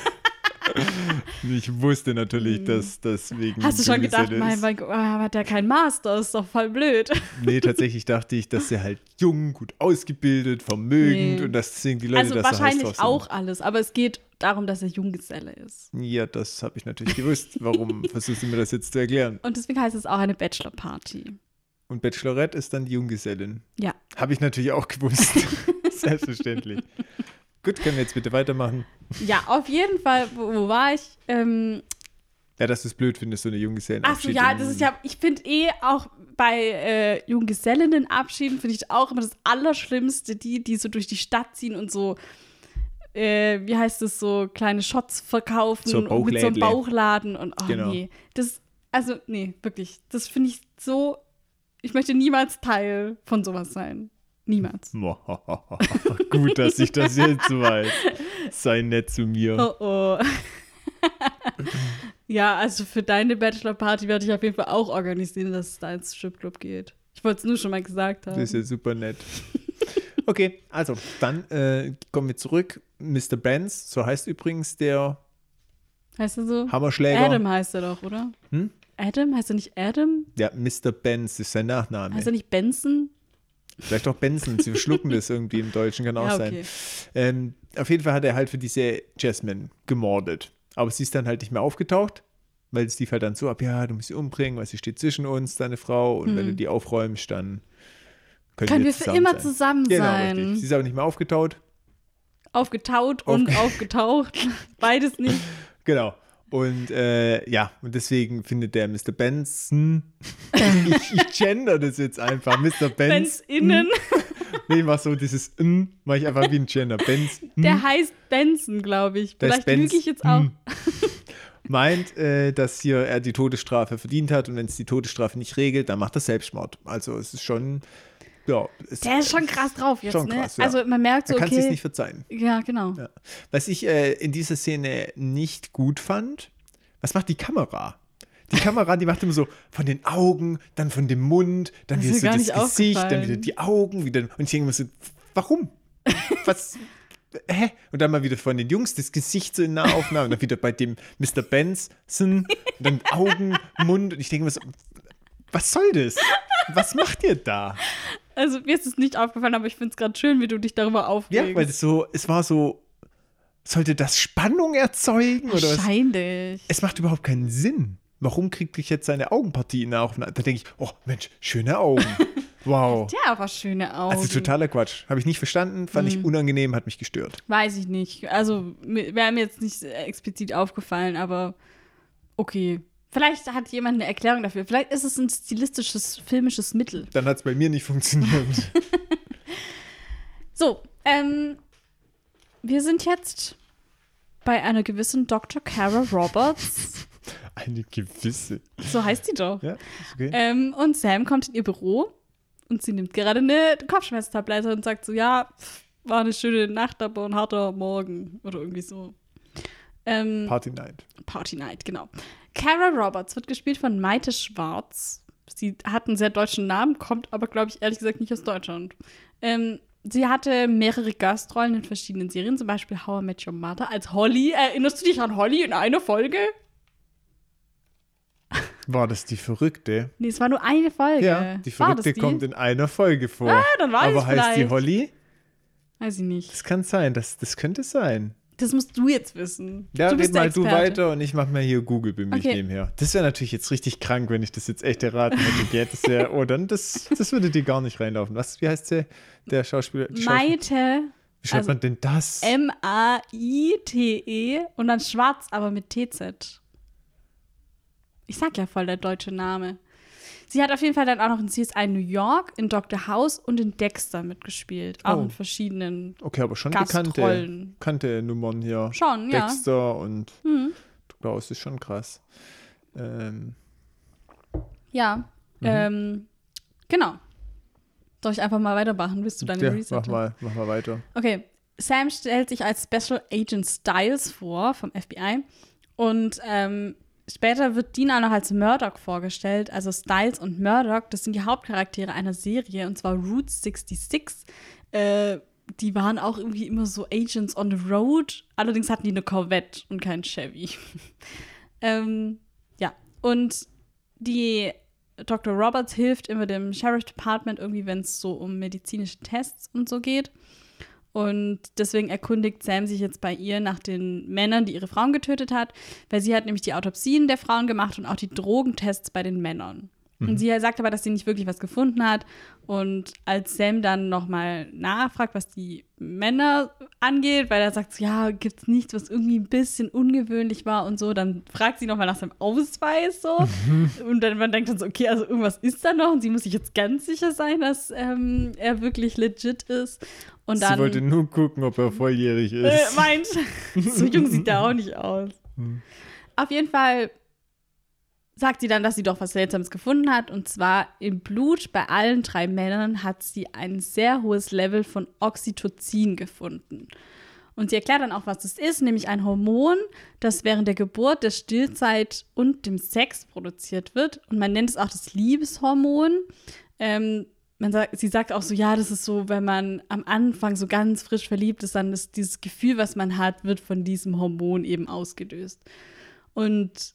Speaker 2: Ich wusste natürlich, dass das wegen
Speaker 1: hast du schon gedacht,
Speaker 2: Junggeselle ist.
Speaker 1: mein Gott, hat der keinen Master? Ist doch voll blöd.
Speaker 2: Nee, tatsächlich dachte ich, dass er halt jung, gut ausgebildet, vermögend
Speaker 1: Nee.
Speaker 2: und das deswegen die Leute
Speaker 1: Also
Speaker 2: das so heiß
Speaker 1: wahrscheinlich
Speaker 2: drauf sind.
Speaker 1: auch alles, aber es geht darum, dass er Junggeselle ist.
Speaker 2: Ja, das habe ich natürlich gewusst. Warum versuchst du mir das jetzt zu erklären?
Speaker 1: Und deswegen heißt es auch eine Bachelor-Party.
Speaker 2: Und Bachelorette ist dann die Junggesellin.
Speaker 1: Ja.
Speaker 2: Habe ich natürlich auch gewusst. Selbstverständlich. Gut, können wir jetzt bitte weitermachen?
Speaker 1: Ja, auf jeden Fall, wo war ich?
Speaker 2: Ja, dass du es blöd findest, so eine Junggesellenabschied.
Speaker 1: Achso, ja, das ist ja, ich finde auch bei Junggesellinnenabschieden finde ich auch immer das Allerschlimmste, die so durch die Stadt ziehen und so, wie heißt es, so kleine Shots verkaufen
Speaker 2: So
Speaker 1: und mit so einem
Speaker 2: Bauchlädle.
Speaker 1: Bauchladen und
Speaker 2: Genau.
Speaker 1: nee. Wirklich, das finde ich so, ich möchte niemals Teil von sowas sein. Niemals.
Speaker 2: Gut, dass ich das jetzt weiß. Sei nett zu mir.
Speaker 1: Oh oh. Ja, also für deine Bachelor-Party werde ich auf jeden Fall auch organisieren, dass es da ins Stripclub geht. Ich wollte es nur schon mal gesagt haben.
Speaker 2: Das ist ja super nett. Okay, also dann kommen wir zurück. Mr. Benz, so heißt übrigens der
Speaker 1: Heißt er so?
Speaker 2: Hammerschläger.
Speaker 1: Adam heißt er doch, oder?
Speaker 2: Hm?
Speaker 1: Adam? Heißt er nicht Adam?
Speaker 2: Ja, Mr. Benz ist sein Nachname.
Speaker 1: Heißt er nicht Benson?
Speaker 2: Vielleicht auch Benson, sie verschlucken das irgendwie im Deutschen, kann auch
Speaker 1: Ja,
Speaker 2: sein.
Speaker 1: okay.
Speaker 2: Auf jeden Fall hat er halt für diese Jasmine gemordet. Aber sie ist dann halt nicht mehr aufgetaucht, weil es lief halt dann so ab, ja, du musst sie umbringen, weil sie steht zwischen uns, deine Frau, und wenn du die aufräumst, dann
Speaker 1: Können wir für immer zusammen
Speaker 2: Genau,
Speaker 1: sein.
Speaker 2: richtig. Sie ist aber nicht mehr aufgetaut.
Speaker 1: Aufgetaut und aufgetaucht. Beides nicht.
Speaker 2: Genau. Und und deswegen findet der Mr. Benson, ich gender das jetzt einfach, Mr. Benz.
Speaker 1: Benz innen.
Speaker 2: Nee, ich mach so dieses mach ich einfach wie ein Gender. Benz.
Speaker 1: Der heißt Benson, glaube ich.
Speaker 2: Der ist
Speaker 1: Vielleicht lüge ich jetzt auch.
Speaker 2: Meint, dass hier er die Todesstrafe verdient hat und wenn es die Todesstrafe nicht regelt, dann macht er Selbstmord. Also es ist schon, ja.
Speaker 1: Der ist schon krass drauf jetzt,
Speaker 2: schon
Speaker 1: ne?
Speaker 2: krass, ja.
Speaker 1: Also man merkt so,
Speaker 2: Er kann es
Speaker 1: okay.
Speaker 2: nicht verzeihen.
Speaker 1: Ja, genau.
Speaker 2: Ja. Was ich in dieser Szene nicht gut fand, was macht die Kamera? Die Kamera, die macht immer so von den Augen, dann von dem Mund, dann
Speaker 1: Das
Speaker 2: wieder
Speaker 1: ist
Speaker 2: so
Speaker 1: mir gar
Speaker 2: das
Speaker 1: nicht
Speaker 2: Gesicht, dann
Speaker 1: aufgefallen.
Speaker 2: wieder die Augen, wieder. Und ich denke mir so, warum? Was? Hä? Und dann mal wieder von den Jungs das Gesicht so in Nahaufnahme, dann wieder bei dem Mr. Benson, dann Augen, Mund. Und ich denke mir so, was soll das? Was macht ihr da?
Speaker 1: Also mir ist es nicht aufgefallen, aber ich finde es gerade schön, wie du dich darüber aufregst.
Speaker 2: Ja, weil es war so, sollte das Spannung erzeugen? Oder was?
Speaker 1: Wahrscheinlich.
Speaker 2: Es macht überhaupt keinen Sinn. Warum kriegt ich jetzt seine Augenpartie in Nahaufnahme? Da denke ich, oh Mensch, schöne Augen. Wow.
Speaker 1: Der hat aber schöne Augen.
Speaker 2: Also totaler Quatsch. Habe ich nicht verstanden, fand ich unangenehm, hat mich gestört.
Speaker 1: Weiß ich nicht. Also wäre mir jetzt nicht explizit aufgefallen, aber okay. Vielleicht hat jemand eine Erklärung dafür. Vielleicht ist es ein stilistisches, filmisches Mittel.
Speaker 2: Dann hat es bei mir nicht funktioniert.
Speaker 1: So, wir sind jetzt bei einer gewissen Dr. Kara Roberts.
Speaker 2: Eine gewisse.
Speaker 1: So heißt sie doch.
Speaker 2: Ja, ist okay.
Speaker 1: Und Sam kommt in ihr Büro und sie nimmt gerade eine Kopfschmerztablette und sagt so, ja, war eine schöne Nacht, aber ein harter Morgen oder irgendwie so.
Speaker 2: Party Night.
Speaker 1: Party Night, genau. Kara Roberts wird gespielt von Maite Schwarz. Sie hat einen sehr deutschen Namen, kommt aber, glaube ich, ehrlich gesagt nicht aus Deutschland. Sie hatte mehrere Gastrollen in verschiedenen Serien, zum Beispiel How I Met Your Mother als Holly. Erinnerst du dich an Holly in einer Folge?
Speaker 2: War das die Verrückte?
Speaker 1: Nee, es war nur eine Folge.
Speaker 2: Ja, die
Speaker 1: War
Speaker 2: Verrückte
Speaker 1: das
Speaker 2: kommt in einer Folge vor.
Speaker 1: Ah, dann weiß
Speaker 2: Aber
Speaker 1: ich
Speaker 2: heißt die
Speaker 1: vielleicht.
Speaker 2: Holly?
Speaker 1: Weiß ich nicht.
Speaker 2: Das kann sein, das könnte sein.
Speaker 1: Das musst du jetzt wissen.
Speaker 2: Ja,
Speaker 1: du bist
Speaker 2: red
Speaker 1: der
Speaker 2: mal du
Speaker 1: Experte.
Speaker 2: weiter und ich mache mal hier Google bei mich
Speaker 1: Okay.
Speaker 2: nebenher. Das wäre natürlich jetzt richtig krank, wenn ich das jetzt echt erraten hätte. Gell? Das wäre, das würde dir gar nicht reinlaufen. Wie heißt der Schauspieler?
Speaker 1: Maite,
Speaker 2: Wie schreibt
Speaker 1: also
Speaker 2: man denn das?
Speaker 1: Maite und dann schwarz, aber mit TZ. Ich sag ja voll der deutsche Name. Sie hat auf jeden Fall dann auch noch in CSI New York, in Dr. House und in Dexter mitgespielt. Auch
Speaker 2: Oh.
Speaker 1: in verschiedenen
Speaker 2: Okay, aber schon
Speaker 1: Gastrollen.
Speaker 2: bekannte Nummern hier.
Speaker 1: Schon, ja.
Speaker 2: Dexter und
Speaker 1: Mhm.
Speaker 2: Dr. House ist schon krass.
Speaker 1: Ja, genau. Soll ich einfach mal weitermachen? Bist du dann
Speaker 2: Ja,
Speaker 1: im Research?
Speaker 2: mach mal weiter.
Speaker 1: Okay, Sam stellt sich als Special Agent Styles vor vom FBI und später wird Dean auch noch als Murdoch vorgestellt. Also Styles und Murdoch, das sind die Hauptcharaktere einer Serie und zwar Route 66. Die waren auch irgendwie immer so Agents on the Road. Allerdings hatten die eine Corvette und kein Chevy. Ja, und die Dr. Roberts hilft immer dem Sheriff Department irgendwie, wenn es so um medizinische Tests und so geht. Und deswegen erkundigt Sam sich jetzt bei ihr nach den Männern, die ihre Frauen getötet hat, weil sie hat nämlich die Autopsien der Frauen gemacht und auch die Drogentests bei den Männern. Und sie sagt aber, dass sie nicht wirklich was gefunden hat. Und als Sam dann nochmal nachfragt, was die Männer angeht, weil er sagt, ja, gibt's nichts, was irgendwie ein bisschen ungewöhnlich war und so, dann fragt sie nochmal nach seinem Ausweis so. Und dann man denkt dann so, okay, also irgendwas ist da noch und sie muss sich jetzt ganz sicher sein, dass er wirklich legit ist. Und dann
Speaker 2: Sie wollte nur gucken, ob er volljährig ist.
Speaker 1: meint, so jung sieht der auch nicht aus. Auf jeden Fall sagt sie dann, dass sie doch was Seltsames gefunden hat. Und zwar im Blut bei allen 3 Männern hat sie ein sehr hohes Level von Oxytocin gefunden. Und sie erklärt dann auch, was das ist, nämlich ein Hormon, das während der Geburt, der Stillzeit und dem Sex produziert wird. Und man nennt es auch das Liebeshormon. Sie sagt auch so, ja, das ist so, wenn man am Anfang so ganz frisch verliebt ist, dann ist dieses Gefühl, was man hat, wird von diesem Hormon eben ausgelöst. Und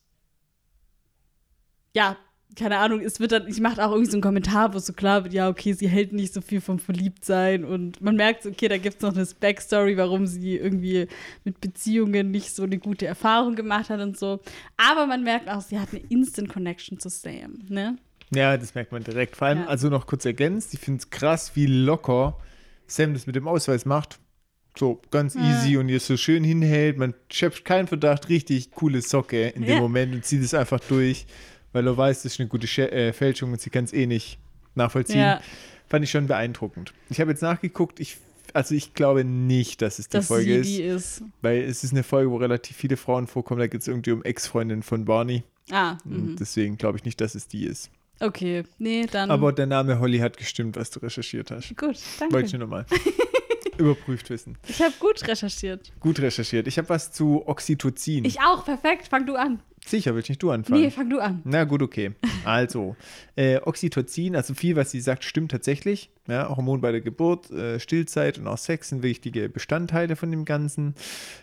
Speaker 1: ja, keine Ahnung, sie macht auch irgendwie so einen Kommentar, wo es so klar wird, ja, okay, sie hält nicht so viel vom Verliebtsein und man merkt so, okay, da gibt es noch eine Backstory, warum sie irgendwie mit Beziehungen nicht so eine gute Erfahrung gemacht hat und so. Aber man merkt auch, sie hat eine Instant Connection zu Sam, ne?
Speaker 2: Ja, das merkt man direkt. Vor allem,
Speaker 1: Ja.
Speaker 2: also noch kurz ergänzt, ich finde es krass, wie locker Sam das mit dem Ausweis macht. So ganz easy und ihr so schön hinhält. Man schöpft keinen Verdacht, richtig coole Socke in dem Moment und zieht es einfach durch, weil er weiß, das ist eine gute Fälschung und sie kann es eh nicht nachvollziehen.
Speaker 1: Ja.
Speaker 2: Fand ich schon beeindruckend. Ich habe jetzt nachgeguckt, ich glaube nicht, dass es die Folge ist.
Speaker 1: Die ist.
Speaker 2: Weil es ist eine Folge, wo relativ viele Frauen vorkommen. Da geht es irgendwie um Ex-Freundin von Barney.
Speaker 1: Ah,
Speaker 2: Und deswegen glaube ich nicht, dass es die ist.
Speaker 1: okay. Nee, dann.
Speaker 2: Aber der Name Holly hat gestimmt, was du recherchiert hast.
Speaker 1: gut, danke.
Speaker 2: Wollte ich nur nochmal überprüft wissen.
Speaker 1: Ich habe gut recherchiert.
Speaker 2: Gut recherchiert. Ich habe was zu Oxytocin.
Speaker 1: Ich auch, perfekt. Fang du an.
Speaker 2: Sicher, willst nicht du anfangen?
Speaker 1: Nee, fang du an.
Speaker 2: Na gut, okay. Also, Oxytocin, also viel, was sie sagt, stimmt tatsächlich. Ja, Hormon bei der Geburt, Stillzeit und auch Sex sind wichtige Bestandteile von dem Ganzen,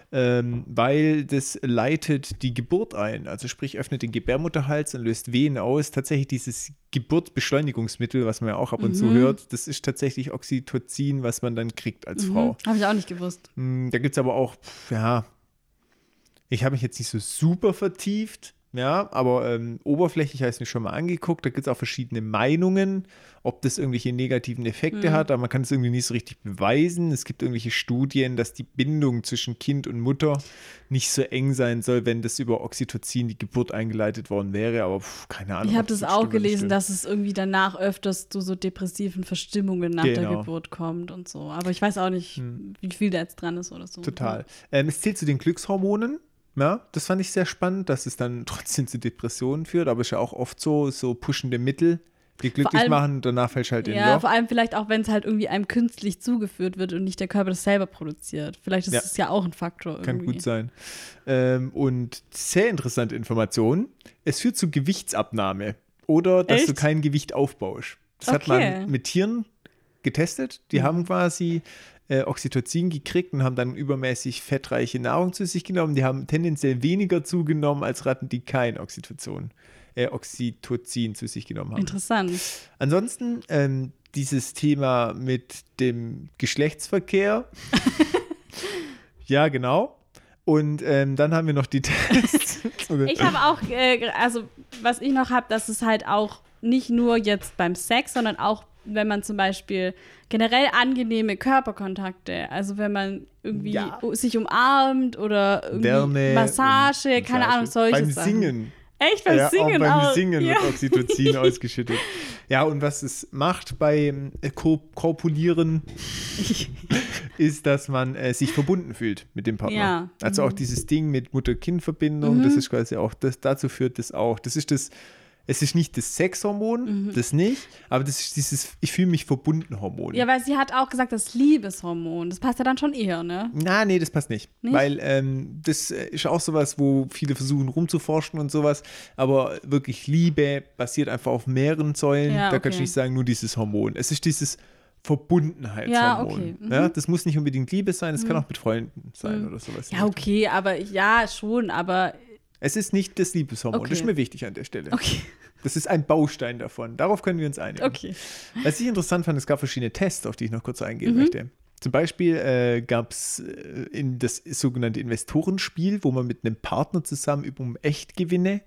Speaker 2: weil das leitet die Geburt ein. Also sprich, öffnet den Gebärmutterhals und löst Wehen aus. Tatsächlich dieses Geburtsbeschleunigungsmittel, was man ja auch ab und zu hört, das ist tatsächlich Oxytocin, was man dann kriegt als Frau.
Speaker 1: Habe ich auch nicht gewusst.
Speaker 2: Da gibt es aber auch, ja, ich habe mich jetzt nicht so super vertieft, ja, aber oberflächlich habe ich es mir schon mal angeguckt. Da gibt es auch verschiedene Meinungen, ob das irgendwelche negativen Effekte hat, aber man kann es irgendwie nicht so richtig beweisen. Es gibt irgendwelche Studien, dass die Bindung zwischen Kind und Mutter nicht so eng sein soll, wenn das über Oxytocin die Geburt eingeleitet worden wäre, aber keine Ahnung.
Speaker 1: Ich habe
Speaker 2: ob
Speaker 1: das
Speaker 2: stimmt
Speaker 1: auch
Speaker 2: oder nicht
Speaker 1: gelesen,
Speaker 2: stimmt.
Speaker 1: dass es irgendwie danach öfters zu so depressiven Verstimmungen nach der
Speaker 2: Genau.
Speaker 1: Geburt kommt und so. Aber ich weiß auch nicht, wie viel da jetzt dran ist oder so.
Speaker 2: Total. Es zählt zu den Glückshormonen. Ja, das fand ich sehr spannend, dass es dann trotzdem zu Depressionen führt, aber ist ja auch oft so pushende Mittel, die glücklich
Speaker 1: allem-
Speaker 2: machen und danach fällst du halt in ein
Speaker 1: Ja,
Speaker 2: Loch.
Speaker 1: vor allem vielleicht auch, wenn es halt irgendwie einem künstlich zugeführt wird und nicht der Körper das selber produziert. Vielleicht ist
Speaker 2: Ja.
Speaker 1: es ja auch ein Faktor irgendwie.
Speaker 2: Kann gut sein. Und sehr interessante Information. Es führt zu Gewichtsabnahme oder dass du
Speaker 1: Echt?
Speaker 2: kein Gewicht aufbaust. Das hat
Speaker 1: Okay.
Speaker 2: man mit Tieren getestet. Die haben quasi Oxytocin gekriegt und haben dann übermäßig fettreiche Nahrung zu sich genommen. Die haben tendenziell weniger zugenommen als Ratten, die kein Oxytocin Oxytocin zu sich genommen haben.
Speaker 1: Interessant.
Speaker 2: Ansonsten dieses Thema mit dem Geschlechtsverkehr. Ja, genau. Und dann haben wir noch die Tests.
Speaker 1: Ich habe auch, also was ich noch habe, dass es halt auch nicht nur jetzt beim Sex, sondern auch, wenn man zum Beispiel generell angenehme Körperkontakte, also wenn man irgendwie sich umarmt oder irgendwie
Speaker 2: Wärme,
Speaker 1: Massage, keine Ahnung, solche
Speaker 2: beim
Speaker 1: Sachen.
Speaker 2: Singen.
Speaker 1: Echt? Beim Singen
Speaker 2: auch?
Speaker 1: auch?
Speaker 2: Beim Singen wird Oxytocin ausgeschüttet. Ja, und was es macht beim Korpulieren, ist, dass man sich verbunden fühlt mit dem Partner.
Speaker 1: Ja.
Speaker 2: Also auch dieses Ding mit Mutter-Kind-Verbindung, das ist quasi auch, dazu führt das auch. Es ist nicht das Sexhormon, das nicht, aber das ist dieses ich fühle mich verbunden Hormon.
Speaker 1: Ja, weil sie hat auch gesagt, das Liebeshormon, das passt ja dann schon eher, ne?
Speaker 2: Nee, das passt nicht. Weil das ist auch sowas, wo viele versuchen rumzuforschen und sowas, aber wirklich Liebe basiert einfach auf mehreren Säulen.
Speaker 1: Ja,
Speaker 2: Da kannst du nicht sagen, nur dieses Hormon. Es ist dieses Verbundenheitshormon.
Speaker 1: Ja, okay.
Speaker 2: Ja, das muss nicht unbedingt Liebe sein, es kann auch mit Freunden sein oder sowas.
Speaker 1: Ja, okay, aber ja, schon, aber
Speaker 2: Es ist nicht das Liebeshormon, das ist mir wichtig an der Stelle.
Speaker 1: okay.
Speaker 2: Das ist ein Baustein davon. Darauf können wir uns einigen.
Speaker 1: Okay.
Speaker 2: Was ich interessant fand, es gab verschiedene Tests, auf die ich noch kurz eingehen möchte. Zum Beispiel gab es in das sogenannte Investorenspiel, wo man mit einem Partner zusammen um Echtgewinne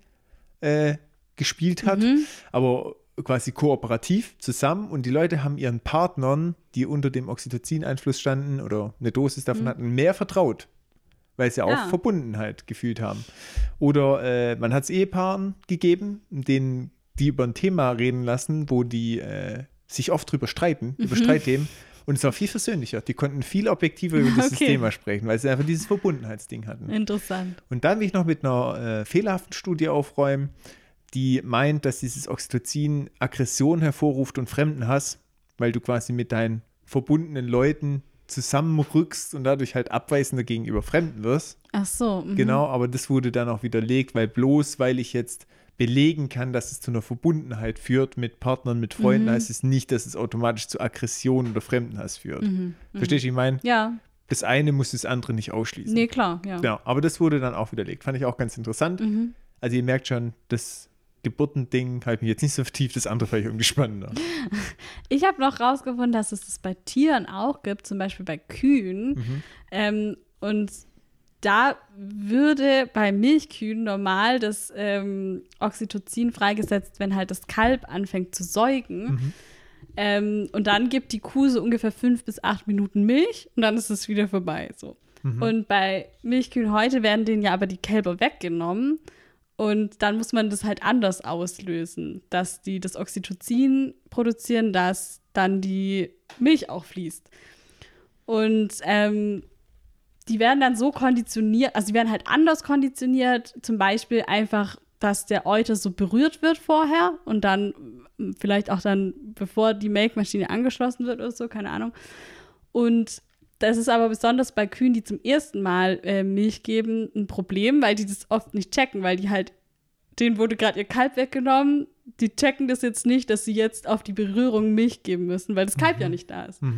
Speaker 2: gespielt hat, aber quasi kooperativ zusammen. Und die Leute haben ihren Partnern, die unter dem Oxytocin-Einfluss standen oder eine Dosis davon hatten, mehr vertraut, weil sie auch Verbundenheit gefühlt haben. Oder man hat es Ehepaaren gegeben, denen die über ein Thema reden lassen, wo die sich oft drüber streiten, über Streitthemen. Und es war viel versöhnlicher. Die konnten viel objektiver über dieses Thema sprechen, weil sie einfach dieses Verbundenheitsding hatten.
Speaker 1: Interessant.
Speaker 2: Und dann will ich noch mit einer fehlerhaften Studie aufräumen, die meint, dass dieses Oxytocin Aggression hervorruft und Fremdenhass, weil du quasi mit deinen verbundenen Leuten zusammenrückst und dadurch halt abweisender gegenüber Fremden wirst.
Speaker 1: Ach so.
Speaker 2: Genau, aber das wurde dann auch widerlegt, weil ich jetzt belegen kann, dass es zu einer Verbundenheit führt mit Partnern, mit Freunden, heißt es nicht, dass es automatisch zu Aggression oder Fremdenhass führt. Verstehst du, ich meine?
Speaker 1: Ja.
Speaker 2: Das eine muss das andere nicht ausschließen.
Speaker 1: Nee, klar, ja.
Speaker 2: Genau, aber das wurde dann auch widerlegt. Fand ich auch ganz interessant. Also ihr merkt schon, das Geburtending habe ich mich jetzt nicht so vertieft, das andere fand ich irgendwie spannender.
Speaker 1: Ich habe noch rausgefunden, dass es das bei Tieren auch gibt, zum Beispiel bei Kühen. Und da würde bei Milchkühen normal das Oxytocin freigesetzt, wenn halt das Kalb anfängt zu säugen. Und dann gibt die Kuh so ungefähr 5 bis 8 Minuten Milch und dann ist es wieder vorbei. So. Und bei Milchkühen heute werden denen ja aber die Kälber weggenommen. Und dann muss man das halt anders auslösen, dass die das Oxytocin produzieren, dass dann die Milch auch fließt. Und die werden dann so konditioniert, also die werden halt anders konditioniert, zum Beispiel einfach, dass der Euter so berührt wird vorher und dann vielleicht auch dann, bevor die Melkmaschine angeschlossen wird oder so, keine Ahnung. Und das ist aber besonders bei Kühen, die zum ersten Mal Milch geben, ein Problem, weil die das oft nicht checken, weil die halt, denen wurde gerade ihr Kalb weggenommen, die checken das jetzt nicht, dass sie jetzt auf die Berührung Milch geben müssen, weil das Kalb ja nicht da ist.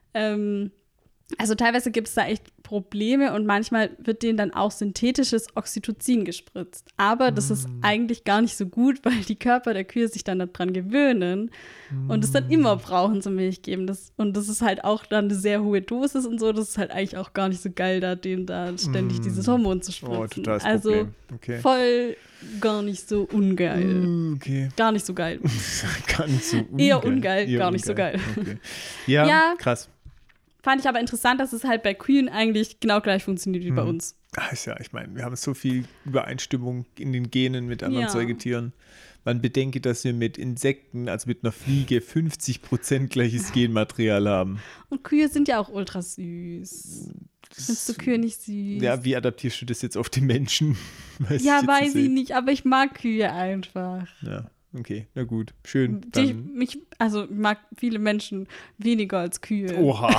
Speaker 1: Also teilweise gibt es da echt Probleme und manchmal wird denen dann auch synthetisches Oxytocin gespritzt. Aber das ist eigentlich gar nicht so gut, weil die Körper der Kühe sich dann daran gewöhnen und es dann immer brauchen zum Milchgeben. Und das ist halt auch dann eine sehr hohe Dosis und so. Das ist halt eigentlich auch gar nicht so geil, denen da ständig dieses Hormon zu spritzen.
Speaker 2: Oh, totales
Speaker 1: also
Speaker 2: Problem.
Speaker 1: voll gar nicht so ungeil.
Speaker 2: Okay.
Speaker 1: Gar nicht so geil.
Speaker 2: Gar nicht so ungeil.
Speaker 1: Eher ungeil, gar nicht so geil.
Speaker 2: Okay. Ja, krass.
Speaker 1: Fand ich aber interessant, dass es halt bei Kühen eigentlich genau gleich funktioniert wie bei uns.
Speaker 2: Ja, ich meine, wir haben so viel Übereinstimmung in den Genen mit anderen Säugetieren. Man bedenke, dass wir mit Insekten, also mit einer Fliege, 50% gleiches Genmaterial haben.
Speaker 1: Und Kühe sind ja auch ultra süß. Findest du Kühe nicht süß?
Speaker 2: Ja, wie adaptierst du das jetzt auf die Menschen?
Speaker 1: Weiß ich nicht, aber ich mag Kühe einfach.
Speaker 2: Ja. Okay, na gut, schön.
Speaker 1: Ich mag viele Menschen weniger als Kühe.
Speaker 2: Oha.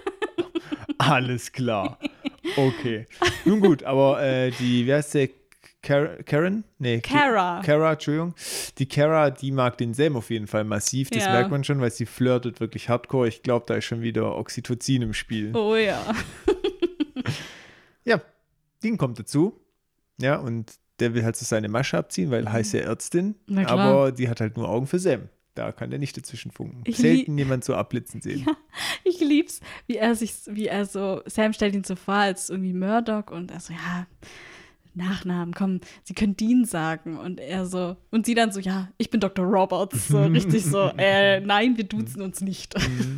Speaker 2: Alles klar. Okay. Nun gut, aber wie heißt der? Karen? Nee.
Speaker 1: Cara,
Speaker 2: Entschuldigung. Die Cara, die mag den Sam auf jeden Fall massiv. Das merkt man schon, weil sie flirtet wirklich hardcore. Ich glaube, da ist schon wieder Oxytocin im Spiel.
Speaker 1: Oh ja.
Speaker 2: Ja, Ding kommt dazu. Ja, und der will halt so seine Masche abziehen, weil heiße Ärztin,
Speaker 1: Na klar.
Speaker 2: aber die hat halt nur Augen für Sam. Da kann der nicht dazwischen funken.
Speaker 1: Ich
Speaker 2: Selten jemand so abblitzen sehen.
Speaker 1: Ja, ich lieb's, Sam stellt ihn so vor als irgendwie Murdoch und er so, ja, Nachnamen, komm, Sie können Dean sagen. Und er so, und sie dann so, ja, ich bin Dr. Roberts. So richtig so, nein, wir duzen uns nicht.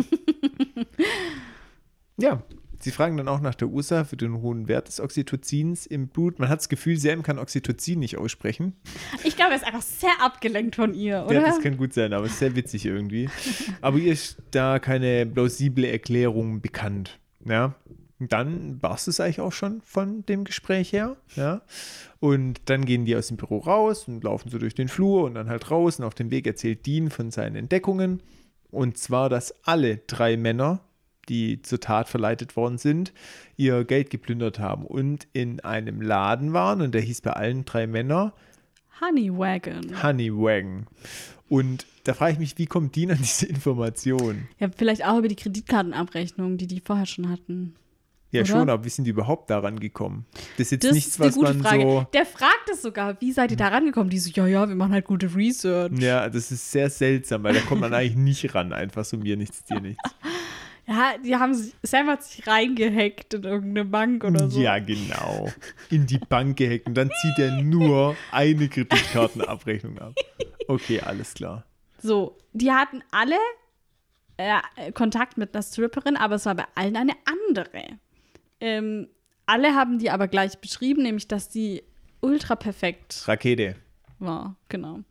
Speaker 2: Ja, sie fragen dann auch nach der Ursache für den hohen Wert des Oxytocins im Blut. Man hat das Gefühl, Sam kann Oxytocin nicht aussprechen.
Speaker 1: Ich glaube, er ist einfach sehr abgelenkt von ihr, oder?
Speaker 2: Ja, das kann gut sein, aber es ist sehr witzig irgendwie. Aber ihr ist da keine plausible Erklärung bekannt. Ja, und dann war es eigentlich auch schon von dem Gespräch her. Ja, und dann gehen die aus dem Büro raus und laufen so durch den Flur und dann halt raus. Und auf dem Weg erzählt Dean von seinen Entdeckungen. Und zwar, dass alle 3 Männer, die zur Tat verleitet worden sind, ihr Geld geplündert haben und in einem Laden waren. Und der hieß bei allen 3 Männern Honeywagon. Und da frage ich mich, wie kommt Dean an diese Information?
Speaker 1: Ja, vielleicht auch über die Kreditkartenabrechnung, die vorher schon hatten.
Speaker 2: Ja,
Speaker 1: oder?
Speaker 2: schon, aber wie sind die überhaupt da rangekommen? Das ist jetzt
Speaker 1: Das
Speaker 2: nichts,
Speaker 1: ist eine
Speaker 2: was
Speaker 1: gute
Speaker 2: man
Speaker 1: Frage.
Speaker 2: so.
Speaker 1: Der fragt es sogar, wie seid ihr da rangekommen? Die so, ja, wir machen halt gute Research.
Speaker 2: Ja, das ist sehr seltsam, weil da kommt man eigentlich nicht ran. Einfach so mir nichts, dir nichts.
Speaker 1: Ja, Sam hat sich reingehackt in irgendeine Bank oder so.
Speaker 2: Ja, genau. In die Bank gehackt und dann zieht er nur eine Kreditkartenabrechnung ab. Okay, alles klar.
Speaker 1: So, die hatten alle Kontakt mit einer Stripperin, aber es war bei allen eine andere. Alle haben die aber gleich beschrieben, nämlich, dass die ultra perfekt
Speaker 2: Rakete.
Speaker 1: war, genau.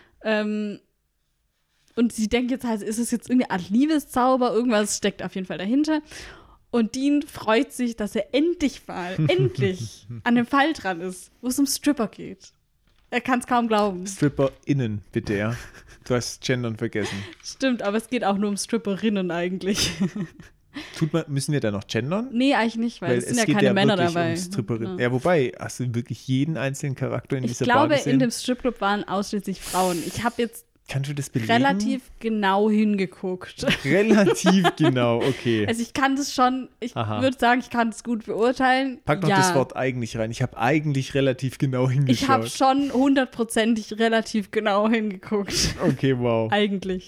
Speaker 1: Und sie denkt jetzt halt, ist es jetzt irgendwie eine Art Liebeszauber, irgendwas steckt auf jeden Fall dahinter. Und Dean freut sich, dass er endlich an dem Fall dran ist, wo es um Stripper geht. Er kann es kaum glauben.
Speaker 2: StripperInnen, bitte, ja. Du hast Gendern vergessen.
Speaker 1: Stimmt, aber es geht auch nur um Stripperinnen eigentlich.
Speaker 2: Müssen wir da noch gendern?
Speaker 1: Nee, eigentlich nicht, weil es sind ja keine Männer dabei.
Speaker 2: Um Stripperinnen. Ja, wobei, hast du wirklich jeden einzelnen Charakter in dieser Bar gesehen?
Speaker 1: Ich glaube, in dem Stripclub waren ausschließlich Frauen. Ich habe jetzt
Speaker 2: Kannst du das belegen?
Speaker 1: relativ genau hingeguckt.
Speaker 2: Relativ genau, okay.
Speaker 1: Also ich kann das schon, ich würde sagen, ich kann das gut beurteilen.
Speaker 2: Pack noch das Wort eigentlich rein. Ich habe eigentlich relativ genau hingeschaut.
Speaker 1: Ich habe schon 100%ig relativ genau hingeguckt.
Speaker 2: Okay, wow.
Speaker 1: Eigentlich.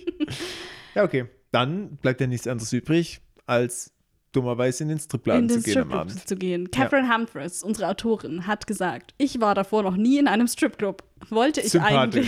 Speaker 2: Ja, okay. Dann bleibt ja nichts anderes übrig, als dummerweise in den Stripladen zu gehen am Abend.
Speaker 1: Catherine Humphreys, unsere Autorin, hat gesagt, ich war davor noch nie in einem Stripclub. Wollte ich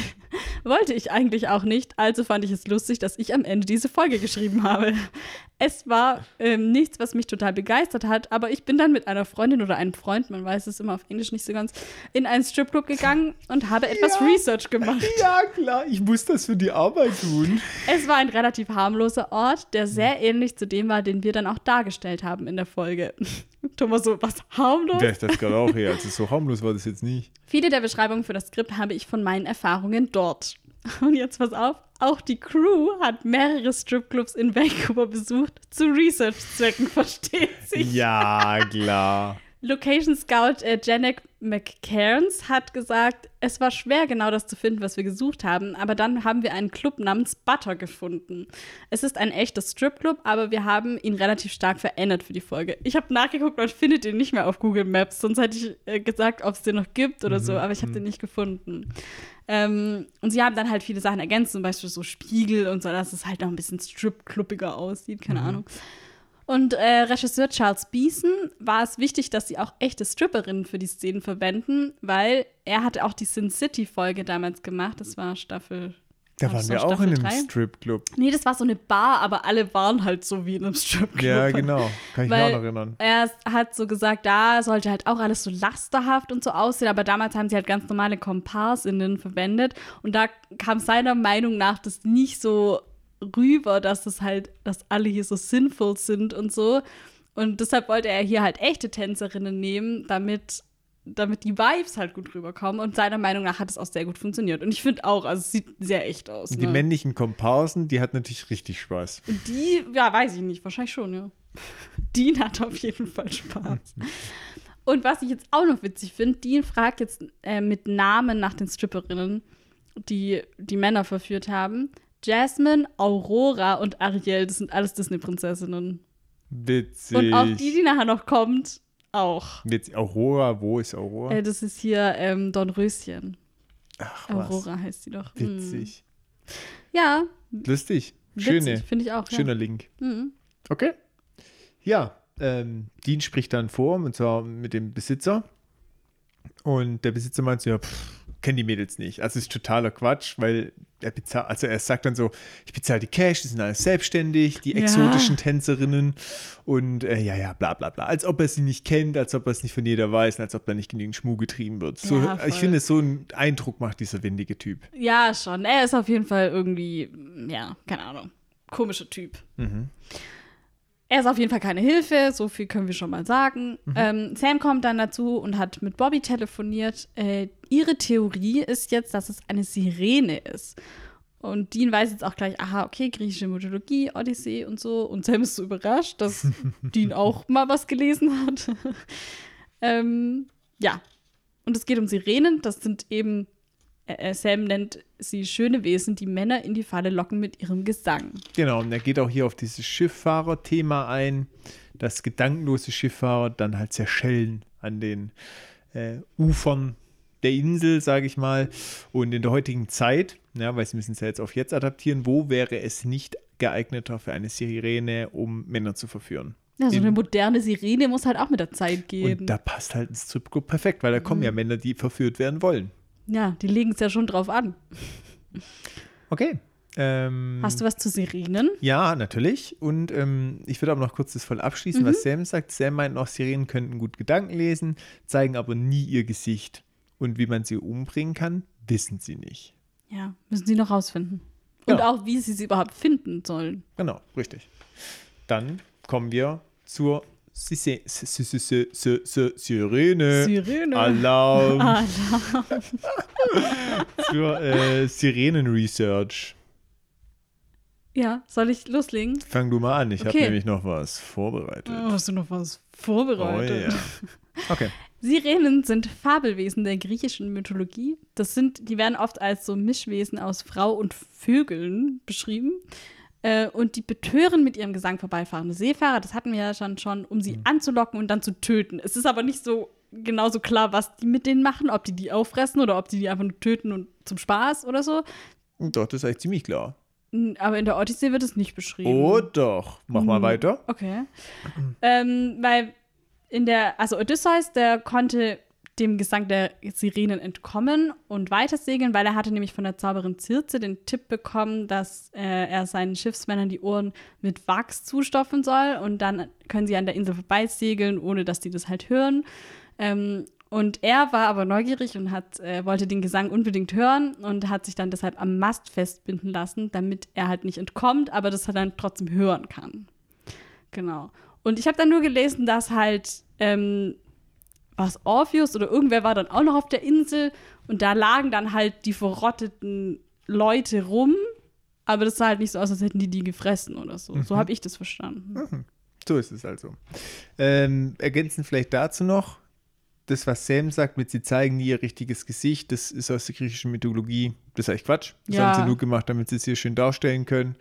Speaker 1: eigentlich auch nicht, also fand ich es lustig, dass ich am Ende diese Folge geschrieben habe. Es war nichts, was mich total begeistert hat, aber ich bin dann mit einer Freundin oder einem Freund, man weiß es immer auf Englisch nicht so ganz, in einen Stripclub gegangen und habe etwas Research gemacht.
Speaker 2: Ja, klar, ich muss das für die Arbeit tun.
Speaker 1: Es war ein relativ harmloser Ort, der sehr ähnlich zu dem war, den wir dann auch dargestellt haben in der Folge. Thomas so, was harmlos?
Speaker 2: Ja, ich dachte gerade auch, also so harmlos war das jetzt nicht.
Speaker 1: Viele der Beschreibungen für das Skript habe ich von meinen Erfahrungen dort. Und jetzt pass auf, auch die Crew hat mehrere Stripclubs in Vancouver besucht, zu Research-Zwecken, versteht sich.
Speaker 2: Ja, klar.
Speaker 1: Location Scout Janek McCairns hat gesagt, es war schwer, genau das zu finden, was wir gesucht haben, aber dann haben wir einen Club namens Butter gefunden. Es ist ein echter Stripclub, aber wir haben ihn relativ stark verändert für die Folge. Ich habe nachgeguckt und finde den nicht mehr auf Google Maps, sonst hätte ich gesagt, ob es den noch gibt oder so, aber ich habe den nicht gefunden. Und sie haben dann halt viele Sachen ergänzt, zum Beispiel so Spiegel und so, dass es halt noch ein bisschen stripclubiger aussieht, keine Ahnung. Und Regisseur Charles Beeson war es wichtig, dass sie auch echte Stripperinnen für die Szenen verwenden, weil er hatte auch die Sin City-Folge damals gemacht. Das war Staffel.
Speaker 2: Da waren wir auch in einem Stripclub.
Speaker 1: Nee, das war so eine Bar, aber alle waren halt so wie in einem Stripclub.
Speaker 2: Ja, genau. Kann ich mich auch noch erinnern.
Speaker 1: Er hat so gesagt, da sollte halt auch alles so lasterhaft und so aussehen, aber damals haben sie halt ganz normale Komparsinnen verwendet und da kam seiner Meinung nach das nicht so rüber, dass alle hier so sinnvoll sind und so. Und deshalb wollte er hier halt echte Tänzerinnen nehmen, damit die Vibes halt gut rüberkommen. Und seiner Meinung nach hat es auch sehr gut funktioniert. Und ich finde auch, also es sieht sehr echt aus.
Speaker 2: Die männlichen Komparsen, die hat natürlich richtig Spaß.
Speaker 1: Und die, ja, weiß ich nicht, wahrscheinlich schon, ja. Dean hat auf jeden Fall Spaß. Und was ich jetzt auch noch witzig finde, Dean fragt jetzt mit Namen nach den Stripperinnen, die Männer verführt haben. Jasmine, Aurora und Ariel, das sind alles Disney-Prinzessinnen.
Speaker 2: Witzig.
Speaker 1: Und auch die nachher noch kommt, auch.
Speaker 2: Jetzt Aurora, wo ist Aurora?
Speaker 1: Das ist hier Dornröschen.
Speaker 2: Ach,
Speaker 1: Aurora heißt sie doch.
Speaker 2: Witzig.
Speaker 1: Ja.
Speaker 2: Lustig.
Speaker 1: Witzig, finde ich auch.
Speaker 2: Schöner Link.
Speaker 1: Mhm.
Speaker 2: Okay. Ja, Dean spricht dann vor, und zwar mit dem Besitzer. Und der Besitzer meint so, ja, kennen die Mädels nicht. Also ist totaler Quatsch, weil er sagt dann so, ich bezahle die Cash, die sind alle selbstständig, die exotischen Tänzerinnen und bla bla bla. Als ob er sie nicht kennt, als ob er es nicht von jeder weiß und als ob da nicht genügend Schmuh getrieben wird. So,
Speaker 1: Ja,
Speaker 2: ich finde, so einen Eindruck macht dieser windige Typ.
Speaker 1: Ja, schon. Er ist auf jeden Fall irgendwie, ja, keine Ahnung, komischer Typ.
Speaker 2: Mhm.
Speaker 1: Er ist auf jeden Fall keine Hilfe, so viel können wir schon mal sagen. Sam kommt dann dazu und hat mit Bobby telefoniert. Ihre Theorie ist jetzt, dass es eine Sirene ist. Und Dean weiß jetzt auch gleich, aha, okay, griechische Mythologie, Odyssee und so. Und Sam ist so überrascht, dass Dean auch mal was gelesen hat. Ja, und es geht um Sirenen. Das sind eben, Sam nennt sie schöne Wesen, die Männer in die Falle locken mit ihrem Gesang.
Speaker 2: Genau, und er geht auch hier auf dieses Schifffahrer-Thema ein, dass gedankenlose Schifffahrer dann halt zerschellen an den Ufern der Insel, sage ich mal. Und in der heutigen Zeit, ja, weil sie müssen es ja jetzt auf jetzt adaptieren, wo wäre es nicht geeigneter für eine Sirene, um Männer zu verführen?
Speaker 1: Ja, so eine moderne Sirene muss halt auch mit der Zeit gehen.
Speaker 2: Und da passt halt ein Stripclub perfekt, weil da kommen ja Männer, die verführt werden wollen.
Speaker 1: Ja, die legen es ja schon drauf an.
Speaker 2: Okay.
Speaker 1: Hast du was zu Sirenen?
Speaker 2: Ja, natürlich. Und ich würde aber noch kurz das voll abschließen, was Sam sagt. Sam meint noch, Sirenen könnten gut Gedanken lesen, zeigen aber nie ihr Gesicht. Und wie man sie umbringen kann, wissen sie nicht.
Speaker 1: Ja, müssen sie noch rausfinden. Und
Speaker 2: Genau.
Speaker 1: auch, wie sie überhaupt finden sollen.
Speaker 2: Genau, richtig. Dann kommen wir zur Sirene.
Speaker 1: Sirene.
Speaker 2: Alarm.
Speaker 1: Alarm.
Speaker 2: Zur Sirenen-Research.
Speaker 1: Ja, soll ich loslegen?
Speaker 2: Fang du mal an, ich habe
Speaker 1: Okay.
Speaker 2: nämlich noch was vorbereitet.
Speaker 1: Oh, hast du noch was vorbereitet?
Speaker 2: Oh, ja. Okay.
Speaker 1: Sirenen sind Fabelwesen der griechischen Mythologie. Die werden oft als so Mischwesen aus Frau und Vögeln beschrieben. Und die betören mit ihrem Gesang vorbeifahrende Seefahrer. Das hatten wir ja schon, um sie anzulocken und dann zu töten. Es ist aber nicht so genauso klar, was die mit denen machen, ob die auffressen oder ob die einfach nur töten und zum Spaß oder so.
Speaker 2: Doch, das ist eigentlich ziemlich klar.
Speaker 1: Aber in der Odyssee wird es nicht beschrieben.
Speaker 2: Oh doch. Mach mal weiter.
Speaker 1: Okay. Weil also Odysseus, der konnte dem Gesang der Sirenen entkommen und weitersegeln, weil er hatte nämlich von der Zauberin Circe den Tipp bekommen, dass er seinen Schiffsmännern die Ohren mit Wachs zustopfen soll und dann können sie an der Insel vorbeisegeln, ohne dass die das halt hören. Und er war aber neugierig und wollte den Gesang unbedingt hören und hat sich dann deshalb am Mast festbinden lassen, damit er halt nicht entkommt, aber das dann trotzdem hören kann. Genau. Und ich habe dann nur gelesen, dass halt was Orpheus oder irgendwer war dann auch noch auf der Insel und da lagen dann halt die verrotteten Leute rum, aber das sah halt nicht so aus, als hätten die gefressen oder so. So habe ich das verstanden.
Speaker 2: So ist es also. Ergänzend vielleicht dazu noch, das, was Sam sagt, mit sie zeigen nie ihr richtiges Gesicht, das ist aus der griechischen Mythologie, das ist eigentlich Quatsch. Das
Speaker 1: Ja.
Speaker 2: haben sie nur gemacht, damit sie es hier schön darstellen können.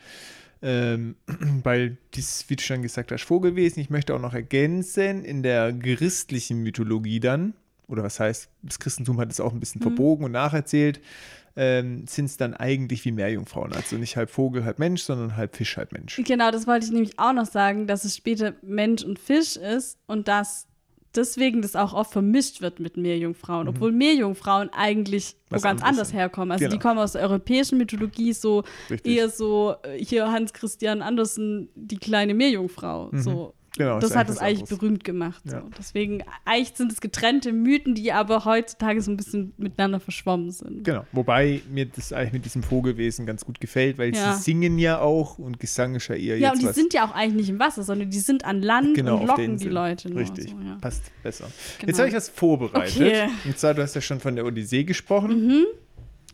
Speaker 2: Weil dies, wie du schon gesagt hast, Vogelwesen. Ich möchte auch noch ergänzen, in der christlichen Mythologie dann, oder was heißt, das Christentum hat es auch ein bisschen verbogen und nacherzählt, sind es dann eigentlich wie Meerjungfrauen. Also nicht halb Vogel, halb Mensch, sondern halb Fisch, halb Mensch.
Speaker 1: Genau, das wollte ich nämlich auch noch sagen, dass es später Mensch und Fisch ist und dass deswegen das auch oft vermischt wird mit Meerjungfrauen, obwohl Meerjungfrauen eigentlich
Speaker 2: Was
Speaker 1: wo ganz
Speaker 2: anderes
Speaker 1: anders
Speaker 2: sind.
Speaker 1: herkommen. Also
Speaker 2: Genau.
Speaker 1: die kommen aus der europäischen Mythologie, so
Speaker 2: Richtig.
Speaker 1: eher so hier Hans Christian Andersen, die kleine Meerjungfrau. So.
Speaker 2: Genau,
Speaker 1: Das
Speaker 2: ist
Speaker 1: hat es
Speaker 2: was
Speaker 1: eigentlich
Speaker 2: anderes.
Speaker 1: berühmt gemacht.
Speaker 2: Ja.
Speaker 1: So. Deswegen, eigentlich sind es getrennte Mythen, die aber heutzutage so ein bisschen miteinander verschwommen sind.
Speaker 2: Genau, wobei mir das eigentlich mit diesem Vogelwesen ganz gut gefällt, weil
Speaker 1: Ja.
Speaker 2: sie singen ja auch und Gesang ist ja eher
Speaker 1: Ja,
Speaker 2: jetzt
Speaker 1: und die
Speaker 2: was.
Speaker 1: sind ja auch eigentlich nicht im Wasser, sondern die sind an Land
Speaker 2: Genau,
Speaker 1: und
Speaker 2: auf der
Speaker 1: locken die
Speaker 2: Insel.
Speaker 1: Leute nur.
Speaker 2: Richtig,
Speaker 1: So, ja.
Speaker 2: passt besser.
Speaker 1: Genau.
Speaker 2: Jetzt habe ich was vorbereitet.
Speaker 1: Okay.
Speaker 2: Und zwar, du hast ja schon von der Odyssee gesprochen.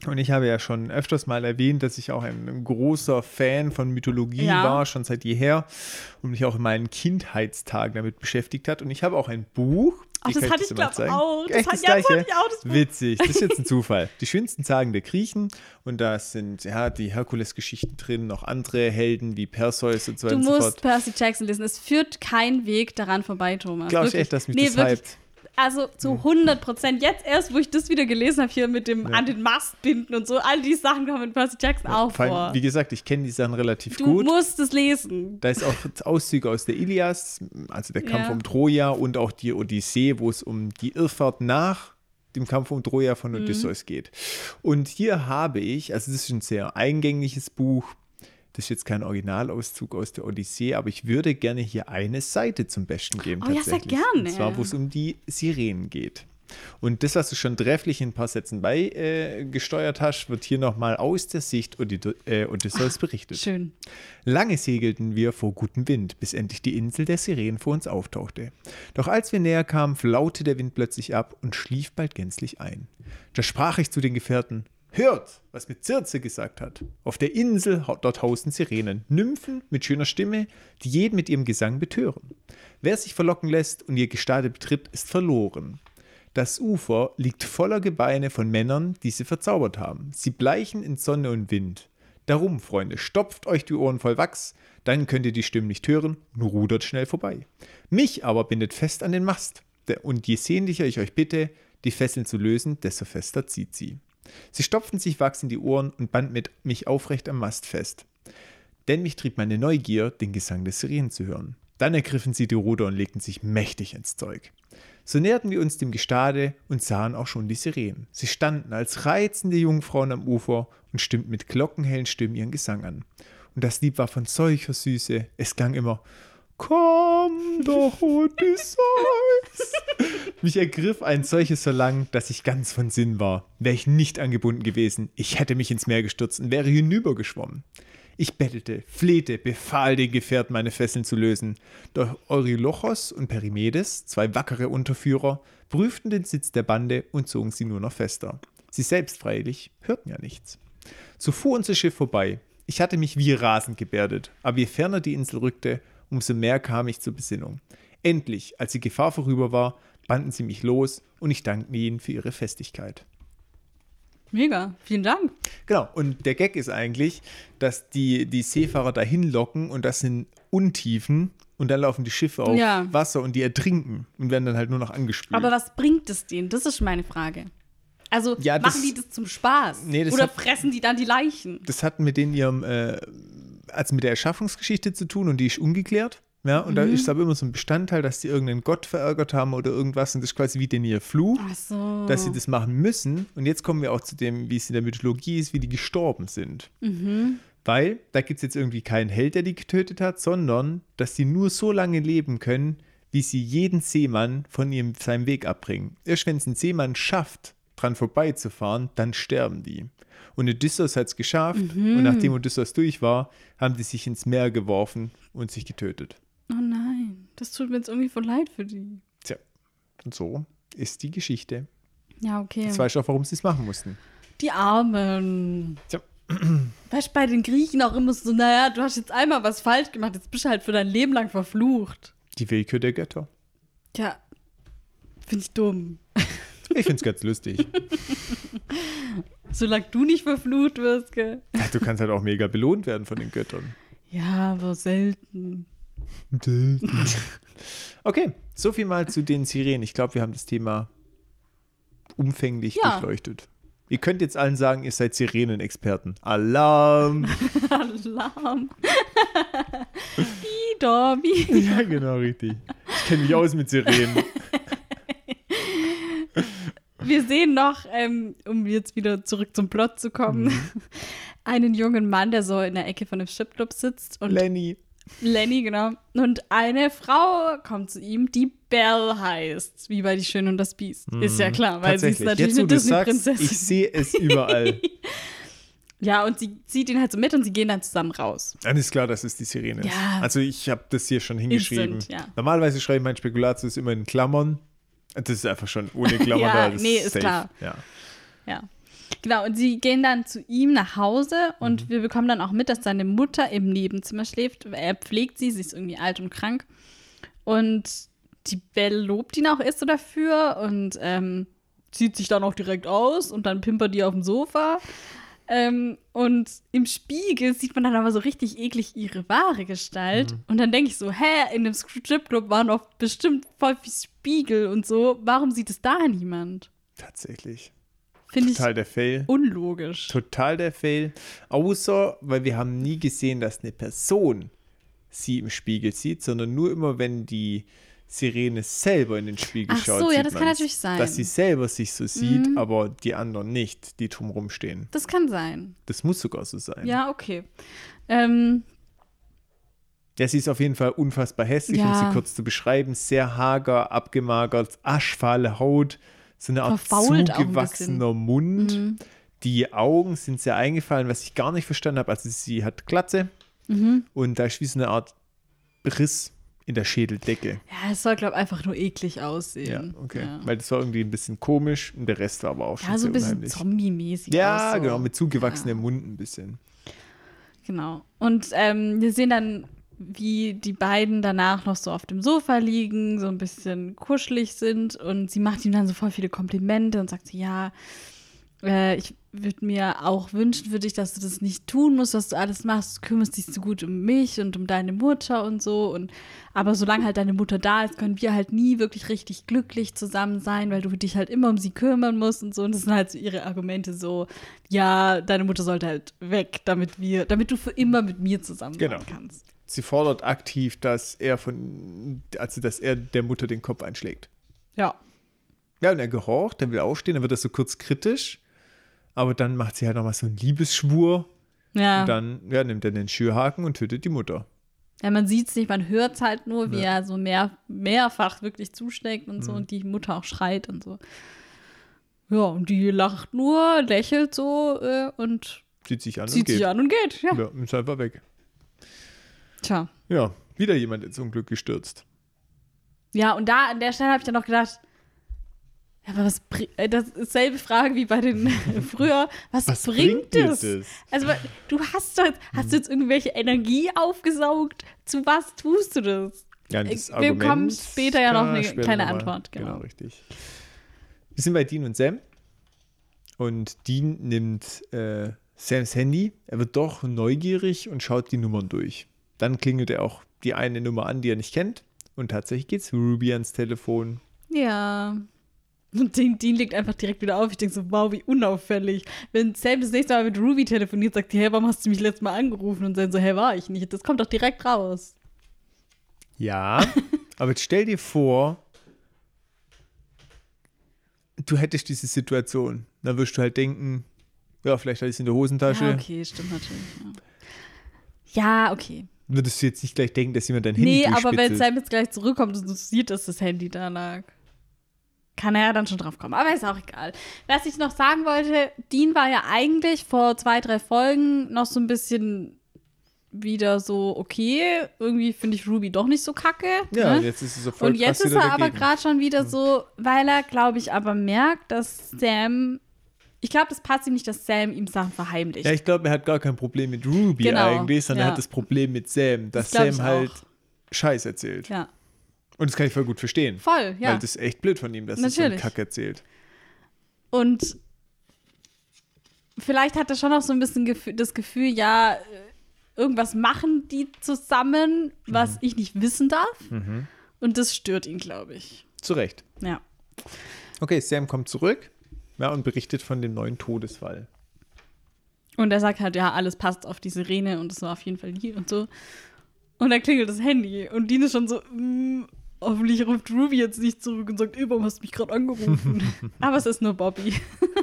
Speaker 2: Und ich habe ja schon öfters mal erwähnt, dass ich auch ein großer Fan von Mythologie war, schon seit jeher. Und mich auch in meinen Kindheitstagen damit beschäftigt hat. Und ich habe auch ein Buch.
Speaker 1: Ach, das hatte ich, glaube ich, auch.
Speaker 2: Das hatte ich auch, das Buch. Witzig, das ist jetzt ein Zufall. Die schönsten Sagen der Griechen. Und da sind die Herkules-Geschichten drin, noch andere Helden wie Perseus und so weiter und so fort.
Speaker 1: Du musst Percy Jackson lesen. Es führt kein Weg daran vorbei, Thomas.
Speaker 2: Glaube ich echt, dass mich das hypt.
Speaker 1: Also zu 100%. Jetzt erst, wo ich das wieder gelesen habe, hier mit dem an den Mast binden und so, all die Sachen kommen in Percy Jackson auch vor.
Speaker 2: Wie gesagt, ich kenne die Sachen relativ gut.
Speaker 1: Du musst es lesen.
Speaker 2: Da ist auch Auszüge aus der Ilias, also der Kampf um Troja und auch die Odyssee, wo es um die Irrfahrt nach dem Kampf um Troja von Odysseus geht. Und hier habe ich, also das ist ein sehr eingängliches Buch, das ist jetzt kein Originalauszug aus der Odyssee, aber ich würde gerne hier eine Seite zum Besten geben.
Speaker 1: Oh ja, sehr gerne.
Speaker 2: Und zwar, wo es um die Sirenen geht. Und das, was du schon trefflich in ein paar Sätzen beigesteuert hast, wird hier nochmal aus der Sicht Odysseus berichtet.
Speaker 1: Schön.
Speaker 2: Lange segelten wir vor gutem Wind, bis endlich die Insel der Sirenen vor uns auftauchte. Doch als wir näher kamen, flaute der Wind plötzlich ab und schlief bald gänzlich ein. Da sprach ich zu den Gefährten: Hört, was mir Circe gesagt hat. Auf der Insel dort hausen Sirenen, Nymphen mit schöner Stimme, die jeden mit ihrem Gesang betören. Wer sich verlocken lässt und ihr Gestade betritt, ist verloren. Das Ufer liegt voller Gebeine von Männern, die sie verzaubert haben. Sie bleichen in Sonne und Wind. Darum, Freunde, stopft euch die Ohren voll Wachs, dann könnt ihr die Stimmen nicht hören und rudert schnell vorbei. Mich aber bindet fest an den Mast. Und je sehnlicher ich euch bitte, die Fesseln zu lösen, desto fester zieht sie. Sie stopften sich Wachs in die Ohren und banden mich aufrecht am Mast fest. Denn mich trieb meine Neugier, den Gesang der Sirenen zu hören. Dann ergriffen sie die Ruder und legten sich mächtig ins Zeug. So näherten wir uns dem Gestade und sahen auch schon die Sirenen. Sie standen als reizende Jungfrauen am Ufer und stimmten mit glockenhellen Stimmen ihren Gesang an. Und das Lied war von solcher Süße. Es klang immer: Komm doch, Odysseus! Mich ergriff ein solches Verlangen, dass ich ganz von Sinn war. Wäre ich nicht angebunden gewesen, ich hätte mich ins Meer gestürzt und wäre hinübergeschwommen. Ich bettelte, flehte, befahl den Gefährten, meine Fesseln zu lösen. Doch Eurylochos und Perimedes, zwei wackere Unterführer, prüften den Sitz der Bande und zogen sie nur noch fester. Sie selbst freilich hörten ja nichts. So fuhr unser Schiff vorbei. Ich hatte mich wie rasend gebärdet, aber je ferner die Insel rückte, umso mehr kam ich zur Besinnung. Endlich, als die Gefahr vorüber war, banden sie mich los und ich dankte ihnen für ihre Festigkeit.
Speaker 1: Mega, vielen Dank.
Speaker 2: Genau, und der Gag ist eigentlich, dass die Seefahrer dahin locken und das sind Untiefen und dann laufen die Schiffe auf Wasser und die ertrinken und werden dann halt nur noch angespült.
Speaker 1: Aber was bringt es denen? Das ist meine Frage. Also machen die das zum Spaß? Nee, oder fressen die dann die Leichen?
Speaker 2: Das hat mit ihrem mit der Erschaffungsgeschichte zu tun und die ist ungeklärt. Ja, und da ist aber immer so ein Bestandteil, dass die irgendeinen Gott verärgert haben oder irgendwas und das ist quasi wie denn ihr Fluch, dass sie das machen müssen. Und jetzt kommen wir auch zu dem, wie es in der Mythologie ist, wie die gestorben sind. Weil da gibt es jetzt irgendwie keinen Held, der die getötet hat, sondern dass die nur so lange leben können, wie sie jeden Seemann von seinem Weg abbringen. Erst wenn es ein Seemann schafft, dran vorbeizufahren, dann sterben die. Und Odysseus hat es geschafft und nachdem Odysseus durch war, haben die sich ins Meer geworfen und sich getötet.
Speaker 1: Oh nein, das tut mir jetzt irgendwie voll leid für die.
Speaker 2: Tja, und so ist die Geschichte.
Speaker 1: Ja, okay.
Speaker 2: Jetzt weißt du auch, warum sie es machen mussten.
Speaker 1: Die Armen.
Speaker 2: Tja.
Speaker 1: Weißt du, bei den Griechen auch immer so, naja, du hast jetzt einmal was falsch gemacht, jetzt bist du halt für dein Leben lang verflucht.
Speaker 2: Die Willkür der Götter.
Speaker 1: Ja, finde ich dumm.
Speaker 2: Ich finde es ganz lustig.
Speaker 1: Solange du nicht verflucht wirst, gell?
Speaker 2: Ja, du kannst halt auch mega belohnt werden von den Göttern.
Speaker 1: Ja, aber selten.
Speaker 2: Okay, so viel mal zu den Sirenen. Ich glaube, wir haben das Thema umfänglich durchleuchtet. Ihr könnt jetzt allen sagen, ihr seid Sirenen-Experten. Alarm!
Speaker 1: Alarm! Dorbi.
Speaker 2: Ja, genau, richtig. Ich kenne mich aus mit Sirenen.
Speaker 1: Wir sehen noch, um jetzt wieder zurück zum Plot zu kommen, einen jungen Mann, der so in der Ecke von einem Stripclub sitzt. Und Lenny, genau. Und eine Frau kommt zu ihm, die Belle heißt, wie bei Die Schöne und das Biest. Ist ja klar, weil sie ist natürlich eine Disney-Prinzessin.
Speaker 2: Ich sehe es überall.
Speaker 1: Ja, und sie zieht ihn halt so mit und sie gehen dann zusammen raus.
Speaker 2: Dann ist klar, dass es die Sirene ist.
Speaker 1: Ja.
Speaker 2: Also ich habe das hier schon hingeschrieben.
Speaker 1: Instant, ja.
Speaker 2: Normalerweise schreibe ich mein Spekulatius immer in Klammern. Das ist einfach schon ohne Klammern.
Speaker 1: Ja,
Speaker 2: da.
Speaker 1: nee, ist
Speaker 2: safe.
Speaker 1: klar.
Speaker 2: Ja.
Speaker 1: Genau, und sie gehen dann zu ihm nach Hause und wir bekommen dann auch mit, dass seine Mutter im Nebenzimmer schläft. Er pflegt sie ist irgendwie alt und krank. Und die Belle lobt ihn auch erst so dafür und zieht sich dann auch direkt aus und dann pimpert die auf dem Sofa. Und im Spiegel sieht man dann aber so richtig eklig ihre wahre Gestalt. Und dann denke ich so, in dem Stripclub waren doch bestimmt voll viel Spiegel und so. Warum sieht es da niemand?
Speaker 2: Tatsächlich.
Speaker 1: Finde ich
Speaker 2: Total der Fail.
Speaker 1: unlogisch.
Speaker 2: Total der Fail. Außer, weil wir haben nie gesehen, dass eine Person sie im Spiegel sieht, sondern nur immer, wenn die Sirene selber in den Spiegel
Speaker 1: Ach
Speaker 2: schaut.
Speaker 1: so, ja,
Speaker 2: sieht
Speaker 1: das kann
Speaker 2: man's.
Speaker 1: natürlich sein.
Speaker 2: Dass sie selber sich so sieht, aber die anderen nicht, die drumherum stehen.
Speaker 1: Das kann sein.
Speaker 2: Das muss sogar so sein.
Speaker 1: Ja, okay.
Speaker 2: Ja, sie ist auf jeden Fall unfassbar hässlich, um
Speaker 1: Ja.
Speaker 2: sie kurz zu beschreiben. Sehr hager, abgemagert, aschfahle Haut, so eine Art
Speaker 1: Verfault auch ein
Speaker 2: zugewachsener Mund. Die Augen sind sehr eingefallen, was ich gar nicht verstanden habe. Also sie hat Glatze und da ist wie so eine Art Riss in der Schädeldecke.
Speaker 1: Ja, es soll, glaube ich, einfach nur eklig aussehen.
Speaker 2: Ja, okay.
Speaker 1: Ja,
Speaker 2: Weil das war irgendwie ein bisschen komisch und der Rest war aber auch schon
Speaker 1: ja so
Speaker 2: sehr
Speaker 1: ein bisschen
Speaker 2: unheimlich.
Speaker 1: Zombie-mäßig.
Speaker 2: Ja,
Speaker 1: aus, so.
Speaker 2: genau, mit zugewachsenem Mund ein bisschen.
Speaker 1: Genau. Und wir sehen dann, wie die beiden danach noch so auf dem Sofa liegen, so ein bisschen kuschelig sind. Und sie macht ihm dann so voll viele Komplimente und sagt so, ja, ich würde mir auch wünschen für dich, dass du das nicht tun musst, was du alles machst. Du kümmerst dich so gut um mich und um deine Mutter und so. Aber solange halt deine Mutter da ist, können wir halt nie wirklich richtig glücklich zusammen sein, weil du dich halt immer um sie kümmern musst und so. Und das sind halt so ihre Argumente so, ja, deine Mutter sollte halt weg, damit du für immer mit mir zusammen sein kannst.
Speaker 2: Sie fordert aktiv, dass er der Mutter den Kopf einschlägt.
Speaker 1: Ja.
Speaker 2: Ja, und er gehorcht, er will aufstehen, dann wird er so kurz kritisch, aber dann macht sie halt nochmal so einen Liebesschwur
Speaker 1: Ja.
Speaker 2: und dann nimmt er den Schürhaken und tötet die Mutter.
Speaker 1: Ja, man sieht es nicht, man hört es halt nur, wie er so mehrfach wirklich zuschlägt und so und die Mutter auch schreit und so. Ja, und die lacht nur, lächelt so und
Speaker 2: Zieht sich an
Speaker 1: zieht sich an und geht. Ja.
Speaker 2: Ja, ist einfach weg.
Speaker 1: Tja.
Speaker 2: Ja, wieder jemand ins Unglück gestürzt.
Speaker 1: Ja, und da an der Stelle habe ich dann noch gedacht, ja, aber das ist selbe Frage wie bei den früher. Was bringt
Speaker 2: dir
Speaker 1: es?
Speaker 2: das?
Speaker 1: Also, du hast du jetzt irgendwelche Energie aufgesaugt? Zu was tust du das?
Speaker 2: Ja, und das
Speaker 1: Wir
Speaker 2: Argument
Speaker 1: bekommen später ja noch eine
Speaker 2: später
Speaker 1: kleine
Speaker 2: nochmal.
Speaker 1: Antwort. Genau.
Speaker 2: Richtig. Wir sind bei Dean und Sam. Und Dean nimmt Sams Handy. Er wird doch neugierig und schaut die Nummern durch. Dann klingelt er auch die eine Nummer an, die er nicht kennt. Und tatsächlich geht's Ruby ans Telefon.
Speaker 1: Ja. Und Dean legt einfach direkt wieder auf. Ich denke so, wow, wie unauffällig. Wenn Sam das nächste Mal mit Ruby telefoniert, sagt die, hey, warum hast du mich letztes Mal angerufen? Und dann so, hey, war ich nicht. Das kommt doch direkt raus.
Speaker 2: Ja, aber jetzt stell dir vor, du hättest diese Situation. Dann wirst du halt denken, ja, vielleicht hatte ich es in der Hosentasche.
Speaker 1: Ja, okay, stimmt natürlich. Ja, okay.
Speaker 2: Würdest du jetzt nicht gleich denken, dass jemand dein Handy
Speaker 1: Nee, aber wenn
Speaker 2: durchspitzelt?
Speaker 1: Sam jetzt gleich zurückkommt und du siehst, dass das Handy da lag, kann er ja dann schon drauf kommen. Aber ist auch egal. Was ich noch sagen wollte, Dean war ja eigentlich vor 2, 3 Folgen noch so ein bisschen wieder so, okay, irgendwie finde ich Ruby doch nicht so kacke.
Speaker 2: Ja,
Speaker 1: ne?
Speaker 2: und jetzt ist es so voll
Speaker 1: Und jetzt
Speaker 2: krass
Speaker 1: ist
Speaker 2: wieder
Speaker 1: er aber
Speaker 2: dagegen.
Speaker 1: gerade schon wieder so, weil er, glaube ich, aber merkt, dass Sam, ich glaube, das passt ihm nicht, dass Sam ihm Sachen verheimlicht.
Speaker 2: Ja, ich glaube, er hat gar kein Problem mit Ruby
Speaker 1: Genau,
Speaker 2: eigentlich, sondern
Speaker 1: ja.
Speaker 2: er hat das Problem mit Sam, dass
Speaker 1: Das glaub ich
Speaker 2: Sam halt
Speaker 1: auch.
Speaker 2: Scheiß erzählt.
Speaker 1: Ja,
Speaker 2: Und das kann ich voll gut verstehen.
Speaker 1: voll, ja.
Speaker 2: Weil das ist echt blöd von ihm, dass er so einen
Speaker 1: Natürlich.
Speaker 2: Kack erzählt.
Speaker 1: Und vielleicht hat er schon auch so ein bisschen das Gefühl, ja, irgendwas machen die zusammen, was ich nicht wissen darf. Und das stört ihn, glaube ich.
Speaker 2: Zu Recht.
Speaker 1: Ja.
Speaker 2: Okay, Sam kommt zurück und berichtet von dem neuen Todesfall.
Speaker 1: Und er sagt halt, ja, alles passt auf die Sirene und es war auf jeden Fall die und so. Und dann klingelt das Handy und Dean ist schon so, hoffentlich ruft Ruby jetzt nicht zurück und sagt, warum hast du mich gerade angerufen? Aber es ist nur Bobby.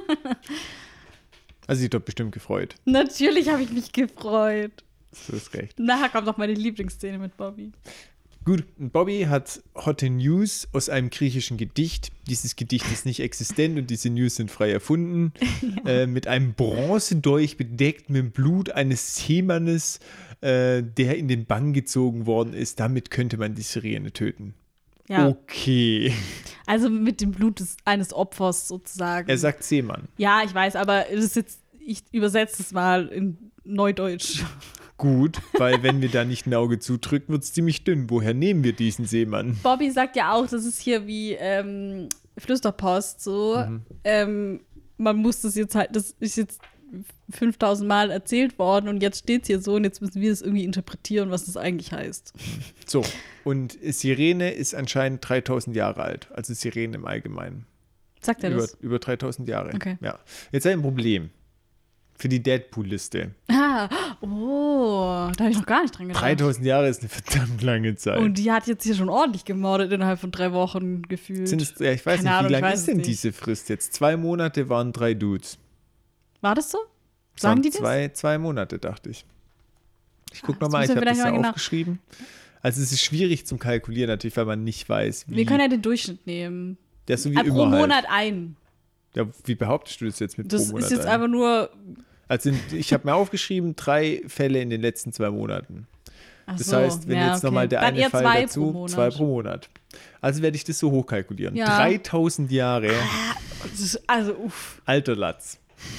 Speaker 2: Also sie hat doch bestimmt gefreut.
Speaker 1: Natürlich habe ich mich gefreut.
Speaker 2: Du hast recht.
Speaker 1: Nachher kommt noch meine Lieblingsszene mit Bobby.
Speaker 2: Gut, und Bobby hat Hotte News aus einem griechischen Gedicht. Dieses Gedicht ist nicht existent und diese News sind frei erfunden. Mit einem Bronzedolch bedeckt mit dem Blut eines Seemannes, der in den Bann gezogen worden ist. Damit könnte man die Sirene töten.
Speaker 1: Ja.
Speaker 2: Okay.
Speaker 1: Also mit dem Blut eines Opfers sozusagen.
Speaker 2: Er sagt Seemann.
Speaker 1: Ja, ich weiß, aber das ist jetzt, ich übersetze es mal in Neudeutsch.
Speaker 2: Gut, weil wenn wir da nicht ein Auge zudrücken, wird es ziemlich dünn. Woher nehmen wir diesen Seemann?
Speaker 1: Bobby sagt ja auch, das ist hier wie Flüsterpost so. Man muss das jetzt halt, das ist jetzt 5000 Mal erzählt worden und jetzt steht es hier so und jetzt müssen wir es irgendwie interpretieren, was das eigentlich heißt.
Speaker 2: So, und Sirene ist anscheinend 3000 Jahre alt. Also Sirene im Allgemeinen.
Speaker 1: Sagt er das?
Speaker 2: Über 3000 Jahre.
Speaker 1: Okay.
Speaker 2: Ja. Jetzt ein Problem. Für die Deadpool-Liste.
Speaker 1: Da habe ich noch gar nicht dran gedacht.
Speaker 2: 3000 Jahre ist eine verdammt lange Zeit.
Speaker 1: Und die hat jetzt hier schon ordentlich gemordet innerhalb von 3 Wochen gefühlt.
Speaker 2: Ja, ich weiß
Speaker 1: Keine
Speaker 2: nicht,
Speaker 1: Ahnung,
Speaker 2: wie
Speaker 1: ich
Speaker 2: lang
Speaker 1: weiß
Speaker 2: ist denn
Speaker 1: es nicht.
Speaker 2: diese Frist jetzt? 2 Monate waren 3 Dudes.
Speaker 1: War das so? Sagen die das?
Speaker 2: 2 Monate, dachte ich. Ich gucke
Speaker 1: Das
Speaker 2: nochmal, ich
Speaker 1: müssen
Speaker 2: habe
Speaker 1: wir
Speaker 2: das ja
Speaker 1: vielleicht mal genau-
Speaker 2: aufgeschrieben. Also es ist schwierig zum Kalkulieren natürlich, weil man nicht weiß, wie.
Speaker 1: Wir können ja den Durchschnitt nehmen.
Speaker 2: Der ist so wie
Speaker 1: Pro
Speaker 2: immer
Speaker 1: Monat
Speaker 2: halt.
Speaker 1: ein.
Speaker 2: Ja, wie behauptest du das jetzt mit
Speaker 1: Das
Speaker 2: pro Monat
Speaker 1: ist jetzt
Speaker 2: ein?
Speaker 1: einfach nur.
Speaker 2: Also ich habe mir aufgeschrieben, 3 Fälle in den letzten 2 Monaten.
Speaker 1: Ach
Speaker 2: Das
Speaker 1: so,
Speaker 2: heißt, wenn
Speaker 1: ja,
Speaker 2: jetzt
Speaker 1: okay.
Speaker 2: nochmal der
Speaker 1: Dann
Speaker 2: eine
Speaker 1: eher
Speaker 2: Fall
Speaker 1: 2
Speaker 2: dazu,
Speaker 1: pro Monat.
Speaker 2: 2 pro Monat. Also werde ich das so hochkalkulieren.
Speaker 1: Ja.
Speaker 2: 3000 Jahre,
Speaker 1: Das ist, also, uff.
Speaker 2: alter Latz.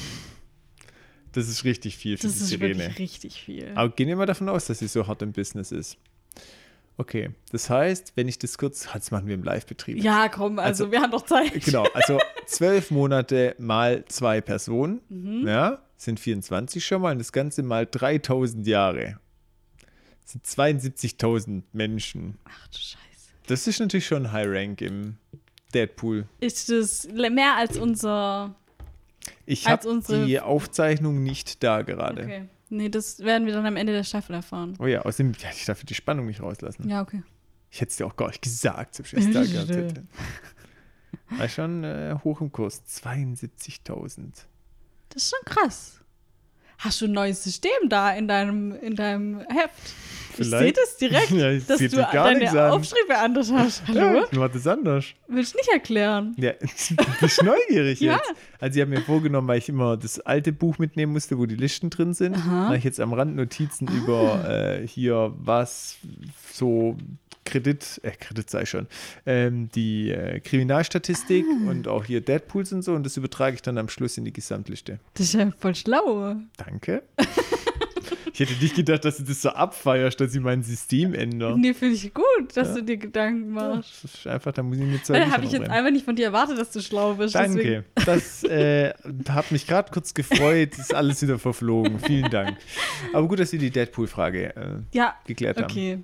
Speaker 2: Das ist richtig viel für
Speaker 1: Das
Speaker 2: die
Speaker 1: ist
Speaker 2: Sirene.
Speaker 1: wirklich richtig viel.
Speaker 2: Aber gehen wir mal davon aus, dass sie so hart im Business ist. Okay, das heißt, wenn ich das kurz, das machen wir im Live-Betrieb.
Speaker 1: Ja, komm, also wir haben doch Zeit.
Speaker 2: Genau, also 12 Monate mal 2 Personen,
Speaker 1: Mhm.
Speaker 2: ja, sind 24 schon mal und das Ganze mal 3000 Jahre. Das sind 72.000 Menschen.
Speaker 1: Ach du Scheiße.
Speaker 2: Das ist natürlich schon High Rank im Deadpool.
Speaker 1: Ist das mehr als unser.
Speaker 2: Ich
Speaker 1: Als
Speaker 2: habe
Speaker 1: unsere-
Speaker 2: die Aufzeichnung nicht da gerade.
Speaker 1: Okay. Nee, das werden wir dann am Ende der Staffel erfahren.
Speaker 2: Oh ja, außerdem, ja, ich darf die Spannung nicht rauslassen.
Speaker 1: Ja, okay.
Speaker 2: Ich hätte es dir auch gar nicht gesagt, selbst wenn ich es da gehabt hätte. War schon hoch im Kurs. 72.000.
Speaker 1: Das ist schon krass. Hast du ein neues System da in deinem Heft? Ich sehe
Speaker 2: Vielleicht.
Speaker 1: das direkt,
Speaker 2: Ja, ich
Speaker 1: dass
Speaker 2: seh
Speaker 1: du
Speaker 2: dir gar nichts
Speaker 1: deine
Speaker 2: an.
Speaker 1: Aufschriebe anders hast. Hallo?
Speaker 2: Ja, ich mache das anders.
Speaker 1: Willst du nicht erklären?
Speaker 2: Ja, du bist neugierig
Speaker 1: Ja.
Speaker 2: jetzt. Also ich habe mir vorgenommen, weil ich immer das alte Buch mitnehmen musste, wo die Listen drin sind, mache ich jetzt am Rand Notizen über hier was so Kredit sei schon, die Kriminalstatistik und auch hier Deadpools und so und das übertrage ich dann am Schluss in die Gesamtliste.
Speaker 1: Das ist ja voll schlau.
Speaker 2: Danke. Ich hätte nicht gedacht, dass du das so abfeierst, dass ich mein System ändere.
Speaker 1: Nee, finde ich gut, dass du dir Gedanken machst.
Speaker 2: Das ist einfach, da muss ich mir Zeit
Speaker 1: Habe ich jetzt einfach nicht von dir erwartet, dass du schlau bist.
Speaker 2: Danke. Das hat mich gerade kurz gefreut. Ist alles wieder verflogen. Vielen Dank. Aber gut, dass wir die Deadpool-Frage
Speaker 1: Ja,
Speaker 2: geklärt haben.
Speaker 1: okay.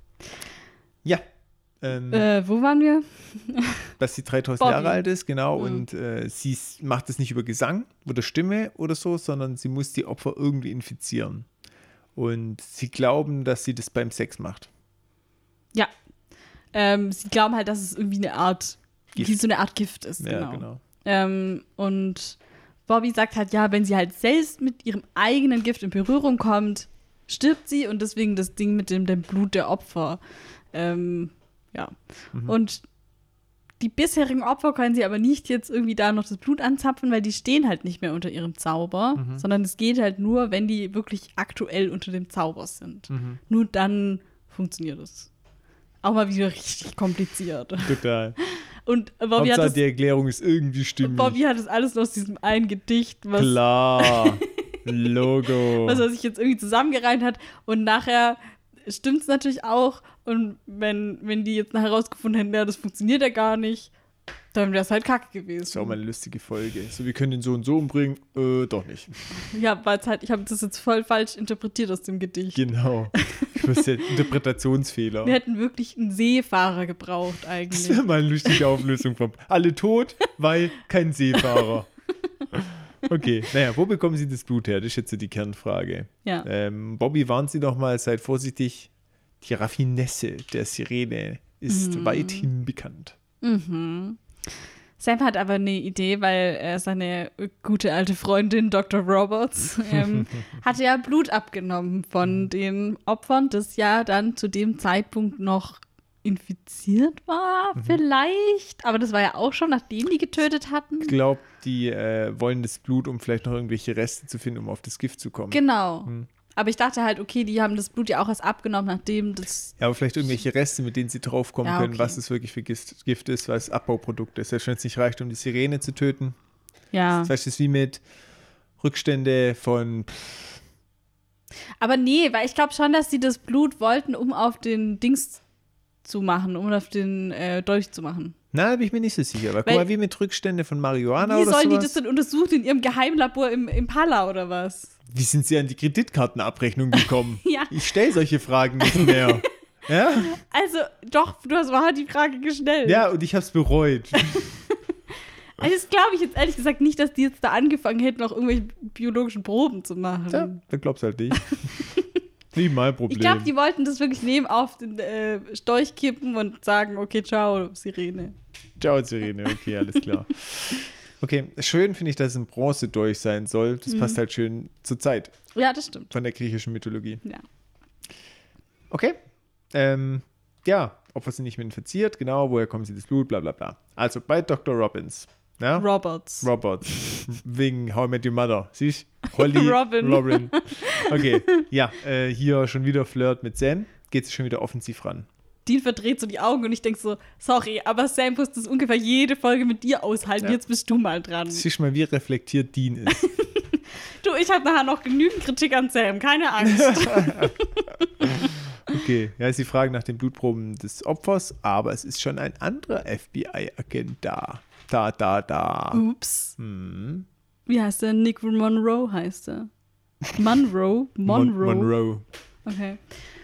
Speaker 2: Ja.
Speaker 1: Wo waren wir?
Speaker 2: Dass sie 3000
Speaker 1: Bobby.
Speaker 2: Jahre alt ist, genau. Und sie macht es nicht über Gesang oder Stimme oder so, sondern sie muss die Opfer irgendwie infizieren. Und sie glauben, dass sie das beim Sex macht.
Speaker 1: Ja. Sie glauben halt, dass es irgendwie eine Art,
Speaker 2: Gift.
Speaker 1: wie so eine Art Gift ist.
Speaker 2: Ja, genau.
Speaker 1: Und Bobby sagt halt, ja, wenn sie halt selbst mit ihrem eigenen Gift in Berührung kommt, stirbt sie und deswegen das Ding mit dem Blut der Opfer. Ja. Und die bisherigen Opfer können sie aber nicht jetzt irgendwie da noch das Blut anzapfen, weil die stehen halt nicht mehr unter ihrem Zauber, sondern es geht halt nur, wenn die wirklich aktuell unter dem Zauber sind. Nur dann funktioniert es. Auch mal wieder richtig kompliziert.
Speaker 2: Total.
Speaker 1: Und Bobby
Speaker 2: Hauptsache,
Speaker 1: hat
Speaker 2: die Erklärung ist irgendwie stimmig.
Speaker 1: das alles nur aus diesem einen Gedicht, was
Speaker 2: Klar. Logo.
Speaker 1: er sich jetzt irgendwie zusammengereimt hat. Und nachher stimmt es natürlich auch. Und wenn die jetzt nachher herausgefunden hätten, ja, das funktioniert ja gar nicht, dann wäre es halt kacke gewesen.
Speaker 2: Das ist auch mal eine lustige Folge. So, wir können den so und so umbringen. Doch nicht.
Speaker 1: Ja, weil halt, ich habe das jetzt voll falsch interpretiert aus dem Gedicht.
Speaker 2: Genau. Das ist ja Interpretationsfehler.
Speaker 1: Wir hätten wirklich einen Seefahrer gebraucht
Speaker 2: Das
Speaker 1: eigentlich.
Speaker 2: wäre mal eine lustige Auflösung vom alle tot, weil kein Seefahrer. Okay, naja, wo bekommen Sie das Blut her? Das ist jetzt so die Kernfrage.
Speaker 1: Ja.
Speaker 2: Bobby warnt Sie doch mal, seid vorsichtig. Die Raffinesse der Sirene ist weithin bekannt.
Speaker 1: Sam hat aber eine Idee, weil seine gute alte Freundin Dr. Roberts hatte ja Blut abgenommen von den Opfern, das ja dann zu dem Zeitpunkt noch infiziert war, vielleicht. Aber das war ja auch schon, nachdem die getötet hatten.
Speaker 2: Ich glaube, die wollen das Blut, um vielleicht noch irgendwelche Reste zu finden, um auf das Gift zu kommen.
Speaker 1: Genau. Aber ich dachte halt, okay, die haben das Blut ja auch erst abgenommen, nachdem das...
Speaker 2: Ja, aber vielleicht irgendwelche Reste, mit denen sie draufkommen
Speaker 1: Ja,
Speaker 2: können,
Speaker 1: okay.
Speaker 2: was es wirklich für Gift ist, weil es Abbauprodukt ist. Selbst wenn es nicht reicht, um die Sirene zu töten.
Speaker 1: Ja.
Speaker 2: Das heißt, es ist wie mit Rückstände von...
Speaker 1: Aber nee, weil ich glaube schon, dass sie das Blut wollten, um auf den Dings zu machen, um auf den Dolch zu machen.
Speaker 2: Na, da bin ich mir nicht so sicher. Aber guck mal, wie mit Rückstände von Marihuana
Speaker 1: Wie
Speaker 2: oder
Speaker 1: sollen die
Speaker 2: sowas.
Speaker 1: das denn untersuchen in ihrem Geheimlabor im Impala oder was?
Speaker 2: Wie sind sie an die Kreditkartenabrechnung gekommen?
Speaker 1: Ja.
Speaker 2: Ich stelle solche Fragen nicht mehr. Ja?
Speaker 1: Also, doch, du hast vorher die Frage gestellt.
Speaker 2: Ja, und ich habe es bereut.
Speaker 1: Also, das glaube ich jetzt ehrlich gesagt nicht, dass die jetzt da angefangen hätten, noch irgendwelche biologischen Proben zu machen.
Speaker 2: Ja, dann glaubst du halt nicht. Nicht mein Problem.
Speaker 1: Ich glaube, die wollten das wirklich nehmen, auf den Storch kippen und sagen, okay, ciao, Sirene.
Speaker 2: Ciao, Sirene. Okay, alles klar. Okay, schön finde ich, dass es ein Bronzedolch sein soll. Das passt halt schön zur Zeit
Speaker 1: Ja, das stimmt.
Speaker 2: von der griechischen Mythologie.
Speaker 1: Ja.
Speaker 2: Okay. Ja, Opfer sind nicht mit verziert, genau, woher kommen sie das Blut, bla bla bla. Also bei Dr. Robbins. Ja?
Speaker 1: Roberts.
Speaker 2: Wegen How I Met Your Mother. Siehst du? Holly
Speaker 1: Robin.
Speaker 2: Okay, ja, hier schon wieder Flirt mit Sam. Geht sie schon wieder offensiv ran.
Speaker 1: Dean verdreht so die Augen und ich denke so, sorry, aber Sam muss das ungefähr jede Folge mit dir aushalten.
Speaker 2: Ja.
Speaker 1: Jetzt bist du mal dran.
Speaker 2: Siehst du mal, wie reflektiert Dean ist.
Speaker 1: Du, ich habe nachher noch genügend Kritik an Sam, keine Angst.
Speaker 2: Okay, ja, sie fragen nach den Blutproben des Opfers, aber es ist schon ein anderer FBI-Agent da. Da.
Speaker 1: Ups.
Speaker 2: Hm.
Speaker 1: Wie heißt der? Nick Monroe heißt er. Monroe?
Speaker 2: Monroe.
Speaker 1: Okay.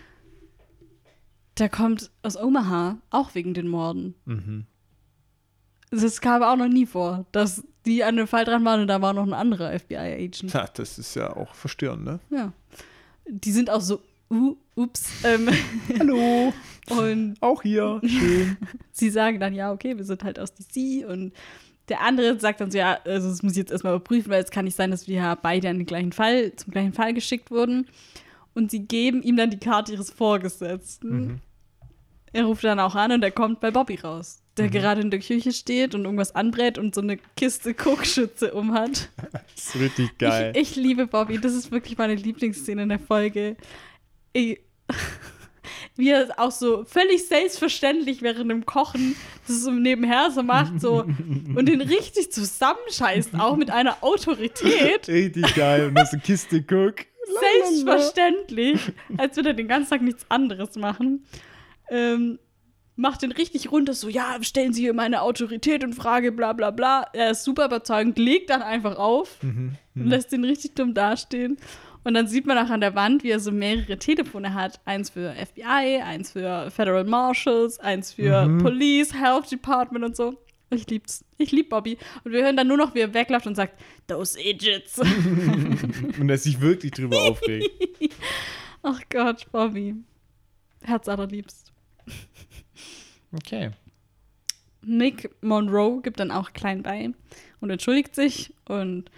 Speaker 1: Der kommt aus Omaha, auch wegen den Morden.
Speaker 2: Mhm.
Speaker 1: Das kam auch noch nie vor, dass die an dem Fall dran waren und da war noch ein anderer FBI-Agent.
Speaker 2: Ja, das ist ja auch verstörend, ne?
Speaker 1: Ja. Die sind auch so, ups.
Speaker 2: Hallo,
Speaker 1: Und
Speaker 2: auch hier, schön.
Speaker 1: sie sagen dann, ja, okay, wir sind halt aus DC. Und der andere sagt dann so, ja, also das muss ich jetzt erstmal überprüfen, weil es kann nicht sein, dass wir ja beide an den gleichen Fall, zum gleichen Fall geschickt wurden. Und sie geben ihm dann die Karte ihres Vorgesetzten.
Speaker 2: Mhm.
Speaker 1: Er ruft dann auch an und er kommt bei Bobby raus, der gerade in der Küche steht und irgendwas anbrät und so eine Kiste Kokschütze umhat.
Speaker 2: Das ist richtig geil.
Speaker 1: Ich liebe Bobby, das ist wirklich meine Lieblingsszene in der Folge. Wie er auch so völlig selbstverständlich während dem Kochen das so nebenher so macht so und den richtig zusammenscheißt, auch mit einer Autorität.
Speaker 2: Richtig geil. Und das ist eine Kiste Cook.
Speaker 1: Selbstverständlich, als würde er den ganzen Tag nichts anderes machen. Macht den richtig runter, so, ja, stellen Sie hier meine Autorität in Frage, bla bla bla. Er ist super überzeugend, legt dann einfach auf und lässt den richtig dumm dastehen. Und dann sieht man auch an der Wand, wie er so mehrere Telefone hat. Eins für FBI, eins für Federal Marshals, eins für Police, Health Department und so. Ich lieb's. Ich lieb Bobby. Und wir hören dann nur noch, wie er wegläuft und sagt, those idiots.
Speaker 2: Und er sich wirklich drüber aufregt.
Speaker 1: Ach Gott, Bobby. Herz allerliebst.
Speaker 2: Okay.
Speaker 1: Nick Monroe gibt dann auch klein bei und entschuldigt sich und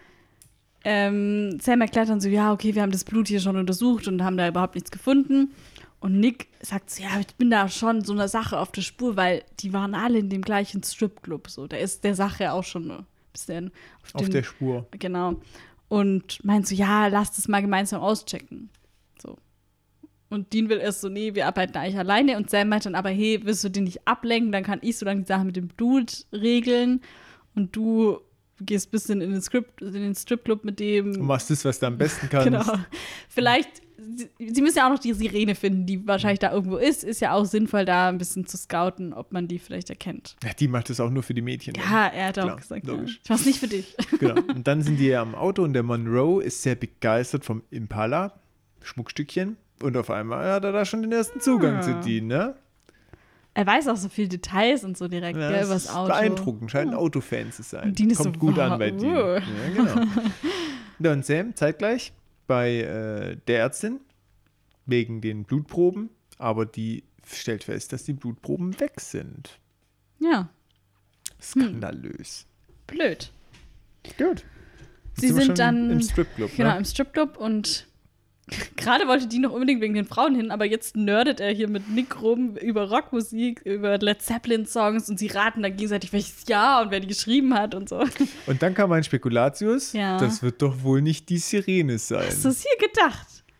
Speaker 1: Sam erklärt dann so, ja, okay, wir haben das Blut hier schon untersucht und haben da überhaupt nichts gefunden. Und Nick sagt so, ja, ich bin da schon so einer Sache auf der Spur, weil die waren alle in dem gleichen Stripclub. So, der ist der Sache auch schon ein bisschen
Speaker 2: auf der Spur.
Speaker 1: Genau. Und meint so, ja, lass das mal gemeinsam auschecken. So. Und Dean will erst so, nee, wir arbeiten eigentlich alleine. Und Sam meint dann aber, hey, willst du den nicht ablenken? Dann kann ich so lange die Sache mit dem Blut regeln. Und du gehst ein bisschen in den Stripclub mit dem.
Speaker 2: Und machst das, was du am besten kannst.
Speaker 1: Genau. Vielleicht, sie müssen ja auch noch die Sirene finden, die wahrscheinlich da irgendwo ist. Ist ja auch sinnvoll, da ein bisschen zu scouten, ob man die vielleicht erkennt.
Speaker 2: Ja, die macht das auch nur für die Mädchen.
Speaker 1: Ja, er hat
Speaker 2: Klar,
Speaker 1: auch gesagt,
Speaker 2: logisch.
Speaker 1: ja. Ich mach's nicht für dich.
Speaker 2: Genau. Und dann sind die ja am Auto und der Monroe ist sehr begeistert vom Impala, Schmuckstückchen. Und auf einmal hat er da schon den ersten Zugang zu Dean, ne?
Speaker 1: Er weiß auch so viele Details und so direkt,
Speaker 2: Ja,
Speaker 1: gell,
Speaker 2: das
Speaker 1: übers
Speaker 2: ist
Speaker 1: Auto.
Speaker 2: beeindruckend, scheint ein Autofan zu sein.
Speaker 1: Und Dean ist
Speaker 2: Kommt
Speaker 1: so,
Speaker 2: gut
Speaker 1: wow,
Speaker 2: an bei Dean. Ja, genau. Ja, und Sam zeitgleich bei der Ärztin wegen den Blutproben, aber die stellt fest, dass die Blutproben weg sind.
Speaker 1: Ja,
Speaker 2: Skandalös.
Speaker 1: blöd.
Speaker 2: Gut.
Speaker 1: Sie
Speaker 2: wir
Speaker 1: sind
Speaker 2: schon
Speaker 1: dann
Speaker 2: im Stripclub,
Speaker 1: Genau,
Speaker 2: ne?
Speaker 1: im Stripclub und gerade wollte die noch unbedingt wegen den Frauen hin, aber jetzt nerdet er hier mit Nick rum über Rockmusik, über Led Zeppelin-Songs und sie raten dann gegenseitig, welches Jahr und wer die geschrieben hat und so.
Speaker 2: Und dann kam ein Spekulatius,
Speaker 1: Ja.
Speaker 2: das wird doch wohl nicht die Sirene sein.
Speaker 1: Hast du es hier gedacht?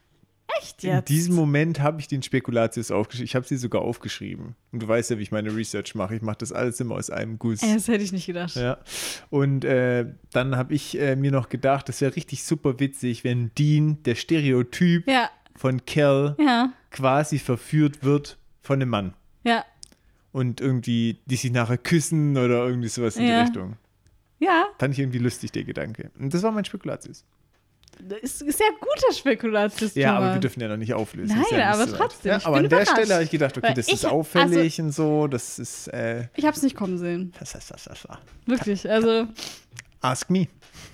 Speaker 1: Echt
Speaker 2: In
Speaker 1: jetzt?
Speaker 2: diesem Moment habe ich den Spekulatius aufgeschrieben. Ich habe sie sogar aufgeschrieben. Und du weißt ja, wie ich meine Research mache. Ich mache das alles immer aus einem Guss.
Speaker 1: Das hätte ich nicht gedacht.
Speaker 2: Ja. Und dann habe ich mir noch gedacht, das wäre richtig super witzig, wenn Dean, der Stereotyp
Speaker 1: Ja,
Speaker 2: von Cal,
Speaker 1: ja,
Speaker 2: quasi verführt wird von einem Mann.
Speaker 1: ja.
Speaker 2: Und irgendwie, die sich nachher küssen oder irgendwie sowas in die
Speaker 1: Ja.
Speaker 2: Richtung.
Speaker 1: Ja,
Speaker 2: Fand ich irgendwie lustig, der Gedanke. Und das war mein Spekulatius.
Speaker 1: das ist ja guter Spekulatius.
Speaker 2: Ja, aber
Speaker 1: Thomas.
Speaker 2: wir dürfen ja noch nicht auflösen.
Speaker 1: Nein,
Speaker 2: Ist ja nicht
Speaker 1: aber
Speaker 2: so weit.
Speaker 1: trotzdem,
Speaker 2: Ja,
Speaker 1: ich
Speaker 2: aber
Speaker 1: bin
Speaker 2: an der
Speaker 1: überrascht.
Speaker 2: Stelle habe ich gedacht, okay,
Speaker 1: Weil
Speaker 2: das
Speaker 1: ich-
Speaker 2: ist auffällig und so. Das ist,
Speaker 1: Ich habe es nicht kommen sehen.
Speaker 2: was.
Speaker 1: Wirklich. Also,
Speaker 2: Ask me.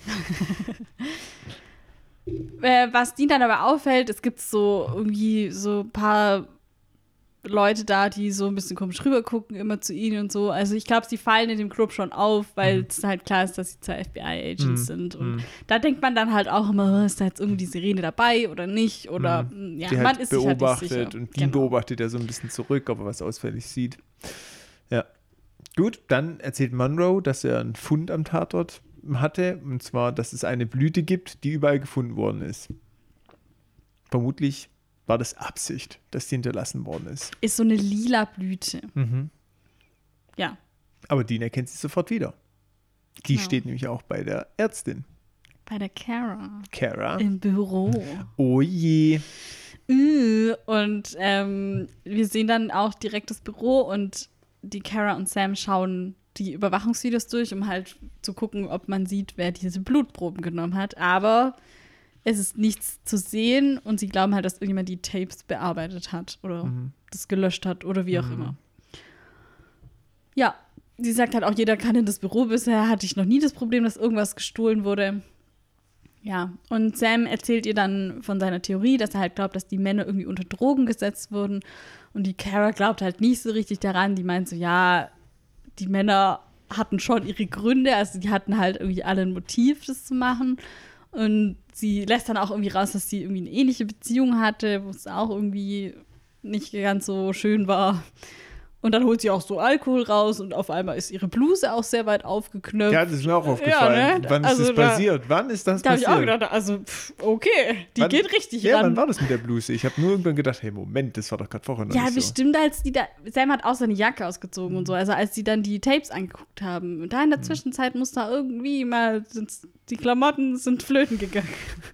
Speaker 1: was Dean dann aber auffällt, es gibt so irgendwie so ein paar Leute da, die so ein bisschen komisch rüber gucken, immer zu ihnen und so. Also ich glaube, sie fallen in dem Club schon auf, weil es halt klar ist, dass sie zwei FBI-Agents sind. Und da denkt man dann halt auch immer, ist da jetzt irgendwie die Sirene dabei oder nicht? Oder ja,
Speaker 2: Die
Speaker 1: man
Speaker 2: halt
Speaker 1: ist sich halt nicht
Speaker 2: beobachtet
Speaker 1: sicher.
Speaker 2: und Dean
Speaker 1: Genau.
Speaker 2: beobachtet ja so ein bisschen zurück, ob er was ausfällig sieht. Ja. Gut, dann erzählt Monroe, dass er einen Fund am Tatort hatte. Und zwar, dass es eine Blüte gibt, die überall gefunden worden ist. Vermutlich war das Absicht, dass die hinterlassen worden ist.
Speaker 1: Ist so eine lila Blüte. Ja.
Speaker 2: Aber Dean erkennt sie sofort wieder. Die
Speaker 1: Genau.
Speaker 2: steht nämlich auch bei der Ärztin.
Speaker 1: Bei der Kara.
Speaker 2: Kara.
Speaker 1: Im Büro.
Speaker 2: Oh je.
Speaker 1: Und wir sehen dann auch direkt das Büro und die Kara und Sam schauen die Überwachungsvideos durch, um halt zu gucken, ob man sieht, wer diese Blutproben genommen hat. Aber es ist nichts zu sehen und sie glauben halt, dass irgendjemand die Tapes bearbeitet hat oder das gelöscht hat oder wie auch immer. Ja, sie sagt halt auch, jeder kann in das Büro. Bisher hatte ich noch nie das Problem, dass irgendwas gestohlen wurde. Ja, und Sam erzählt ihr dann von seiner Theorie, dass er halt glaubt, dass die Männer irgendwie unter Drogen gesetzt wurden. Und die Kara glaubt halt nicht so richtig daran. Die meint so, ja, die Männer hatten schon ihre Gründe. Also die hatten halt irgendwie alle ein Motiv, das zu machen. Und sie lässt dann auch irgendwie raus, dass sie irgendwie eine ähnliche Beziehung hatte, wo es auch irgendwie nicht ganz so schön war. Und dann holt sie auch so Alkohol raus und auf einmal ist ihre Bluse auch sehr weit aufgeknöpft.
Speaker 2: Ja, das ist mir auch aufgefallen.
Speaker 1: ne?
Speaker 2: Wann ist
Speaker 1: Also
Speaker 2: das passiert? Wann ist das
Speaker 1: Da habe ich
Speaker 2: passiert?
Speaker 1: auch gedacht, also, okay, die
Speaker 2: Wann-
Speaker 1: geht richtig
Speaker 2: Ja,
Speaker 1: ran.
Speaker 2: wann war das mit der Bluse? Ich habe nur irgendwann gedacht, hey, Moment, das war doch gerade vorher noch
Speaker 1: Ja,
Speaker 2: nicht so.
Speaker 1: bestimmt, als die da. Sam hat auch seine Jacke ausgezogen und so, also als die dann die Tapes angeguckt haben. Und da in der Zwischenzeit muss da irgendwie mal. Die Klamotten sind flöten gegangen.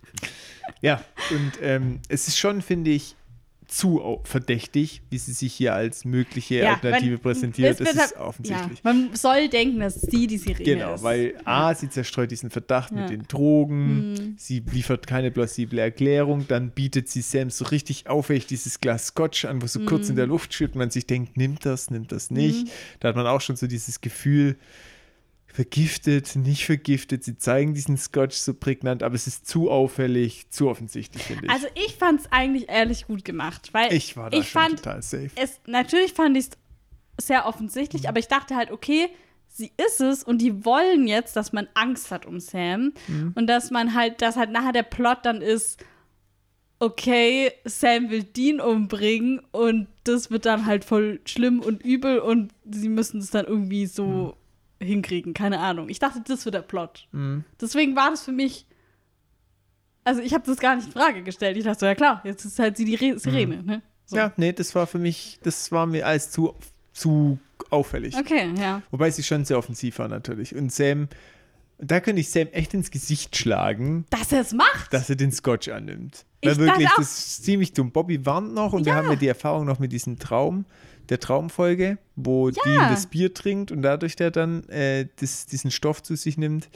Speaker 2: Ja, und es ist schon, finde ich, zu verdächtig, wie sie sich hier als mögliche Alternative präsentiert. Das ist offensichtlich.
Speaker 1: Ja, man soll denken, dass sie die Sirene
Speaker 2: Genau,
Speaker 1: ist.
Speaker 2: weil A, sie zerstreut diesen Verdacht mit den Drogen, sie liefert keine plausible Erklärung, dann bietet sie Sam so richtig aufwendig dieses Glas Scotch an, wo so kurz in der Luft schwebt und man sich denkt, nimmt das nicht. Da hat man auch schon so dieses Gefühl, vergiftet, nicht vergiftet, sie zeigen diesen Scotch so prägnant, aber es ist zu auffällig, zu offensichtlich, finde ich.
Speaker 1: Also ich fand es eigentlich ehrlich gut gemacht, weil
Speaker 2: ich war da schon total safe.
Speaker 1: Natürlich fand ich es sehr offensichtlich, aber ich dachte halt, okay, sie ist es und die wollen jetzt, dass man Angst hat um Sam und dass halt nachher der Plot dann ist, okay, Sam will Dean umbringen und das wird dann halt voll schlimm und übel und sie müssen es dann irgendwie so hinkriegen, keine Ahnung. Ich dachte, das wird der Plot. Deswegen war das für mich, also ich habe das gar nicht in Frage gestellt. Ich dachte so, ja klar, jetzt ist halt sie die Sirene, ne? So.
Speaker 2: Ja, nee, das war mir alles zu auffällig.
Speaker 1: Okay, ja.
Speaker 2: Wobei sie schon sehr offensiv war natürlich. Und Sam, da könnte ich Sam echt ins Gesicht schlagen,
Speaker 1: Dass er es macht?
Speaker 2: dass er den Scotch annimmt.
Speaker 1: Ich
Speaker 2: Weil wirklich,
Speaker 1: dachte auch-
Speaker 2: das ist ziemlich dumm. Bobby warnt noch und wir haben ja die Erfahrung noch mit diesem der Traumfolge, wo Dean das Bier trinkt und dadurch der dann diesen Stoff zu sich nimmt.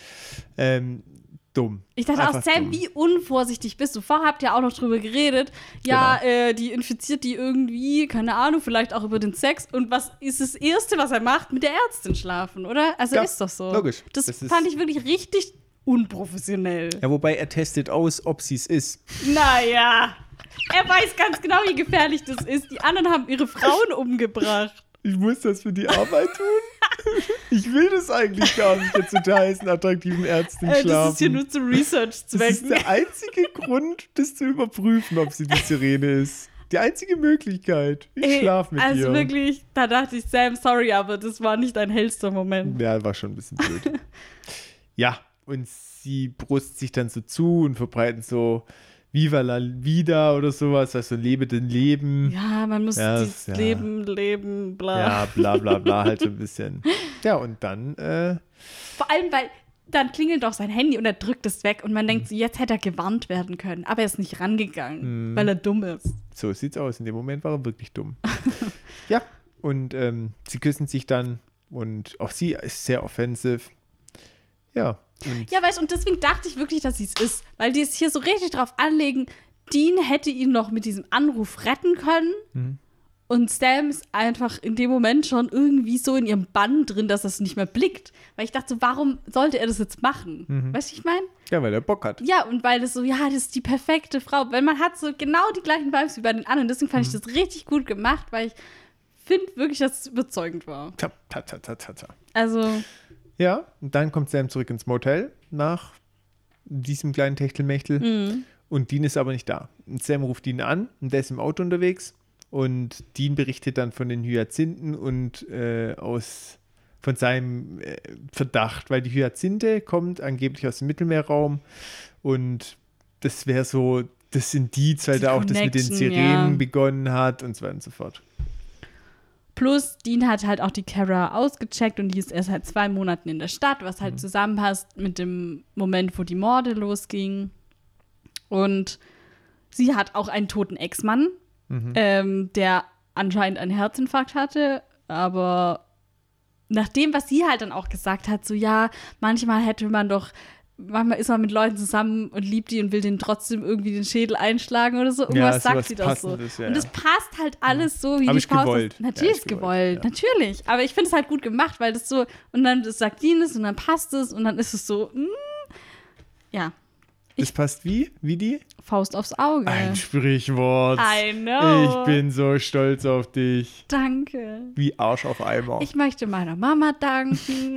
Speaker 2: Dumm.
Speaker 1: Ich dachte auch,
Speaker 2: Einfach
Speaker 1: Sam,
Speaker 2: dumm.
Speaker 1: wie unvorsichtig bist du? Vorher habt ihr auch noch drüber geredet. Ja, die infiziert die irgendwie, keine Ahnung, vielleicht auch über den Sex. Und was ist das Erste, was er macht? Mit der Ärztin schlafen, oder? Also
Speaker 2: Ja,
Speaker 1: ist doch so.
Speaker 2: logisch.
Speaker 1: Das
Speaker 2: Das ist-
Speaker 1: fand ich wirklich richtig unprofessionell.
Speaker 2: Ja, wobei er testet aus, ob sie es ist.
Speaker 1: Naja, er weiß ganz genau, wie gefährlich das ist. Die anderen haben ihre Frauen umgebracht.
Speaker 2: Ich muss das für die Arbeit tun. Ich will das eigentlich gar nicht, jetzt unter heißen, attraktiven Ärzten schlafen.
Speaker 1: Das ist hier nur zu
Speaker 2: Das ist
Speaker 1: Research-Zwecken.
Speaker 2: der einzige Grund, das zu überprüfen, ob sie die Sirene ist. Die einzige Möglichkeit. Ich schlafe mit
Speaker 1: Also
Speaker 2: ihr.
Speaker 1: wirklich, da dachte ich, Sam, sorry, aber das war nicht dein hellster Moment.
Speaker 2: Ja, war schon ein bisschen blöd. Ja, und sie brust sich dann so zu und verbreiten so Viva la Vida oder sowas, also lebe den Leben.
Speaker 1: Ja, man muss
Speaker 2: Ja,
Speaker 1: dieses
Speaker 2: ja.
Speaker 1: Leben, bla.
Speaker 2: Ja, bla bla bla, halt so ein bisschen. Ja, und dann,
Speaker 1: Vor allem, weil dann klingelt doch sein Handy und er drückt es weg und man denkt so, jetzt hätte er gewarnt werden können, aber er ist nicht rangegangen, weil er dumm ist.
Speaker 2: so sieht's aus. In dem Moment war er wirklich dumm. Ja, und sie küssen sich dann und auch sie ist sehr offensive. Ja. Und
Speaker 1: Ja, weißt du, und deswegen dachte ich wirklich, dass sie es ist, weil die es hier so richtig drauf anlegen, Dean hätte ihn noch mit diesem Anruf retten können und Sam ist einfach in dem Moment schon irgendwie so in ihrem Bann drin, dass er es nicht mehr blickt. Weil ich dachte so, warum sollte er das jetzt machen? Weißt du, ich meine?
Speaker 2: ja, weil er Bock hat.
Speaker 1: Ja, und weil das so, ja, das ist die perfekte Frau. Weil man hat so genau die gleichen Vibes wie bei den anderen. Deswegen fand ich das richtig gut gemacht, weil ich finde wirklich, dass es überzeugend war.
Speaker 2: Ta, ta, ta, ta, ta, ta.
Speaker 1: Also,
Speaker 2: Ja, und dann kommt Sam zurück ins Motel nach diesem kleinen Techtelmechtel. Und Dean ist aber nicht da. Und Sam ruft Dean an und der ist im Auto unterwegs. Und Dean berichtet dann von den Hyazinthen und von seinem Verdacht, weil die Hyazinthe kommt angeblich aus dem Mittelmeerraum und das wäre so das Indiz, weil
Speaker 1: Die
Speaker 2: da auch das mit den
Speaker 1: Connection,
Speaker 2: Sirenen
Speaker 1: ja.
Speaker 2: begonnen hat und so weiter und so fort.
Speaker 1: plus Dean hat halt auch die Kara ausgecheckt und die ist erst seit 2 Monaten in der Stadt, was halt zusammenpasst mit dem Moment, wo die Morde losgingen. Und sie hat auch einen toten Ex-Mann, der anscheinend einen Herzinfarkt hatte, aber nach dem, was sie halt dann auch gesagt hat, so ja, manchmal ist man mit Leuten zusammen und liebt die und will denen trotzdem irgendwie den Schädel einschlagen oder so. Irgendwas sagt
Speaker 2: sowas
Speaker 1: sie doch so.
Speaker 2: Passendes, ja,
Speaker 1: Und das
Speaker 2: ja.
Speaker 1: passt halt alles so, wie
Speaker 2: Hab
Speaker 1: die
Speaker 2: ich
Speaker 1: Faust.
Speaker 2: gewollt.
Speaker 1: Natürlich
Speaker 2: Ja,
Speaker 1: ist
Speaker 2: ist gewollt,
Speaker 1: gewollt, natürlich. Aber ich finde es halt gut gemacht, weil das so, und dann das sagt Dean es und dann passt es und dann ist es so, ja,
Speaker 2: Das passt wie? Wie die?
Speaker 1: Faust aufs Auge.
Speaker 2: Ein Sprichwort.
Speaker 1: I know.
Speaker 2: Ich bin so stolz auf dich.
Speaker 1: Danke.
Speaker 2: Wie Arsch auf Eimer.
Speaker 1: Ich möchte meiner Mama danken.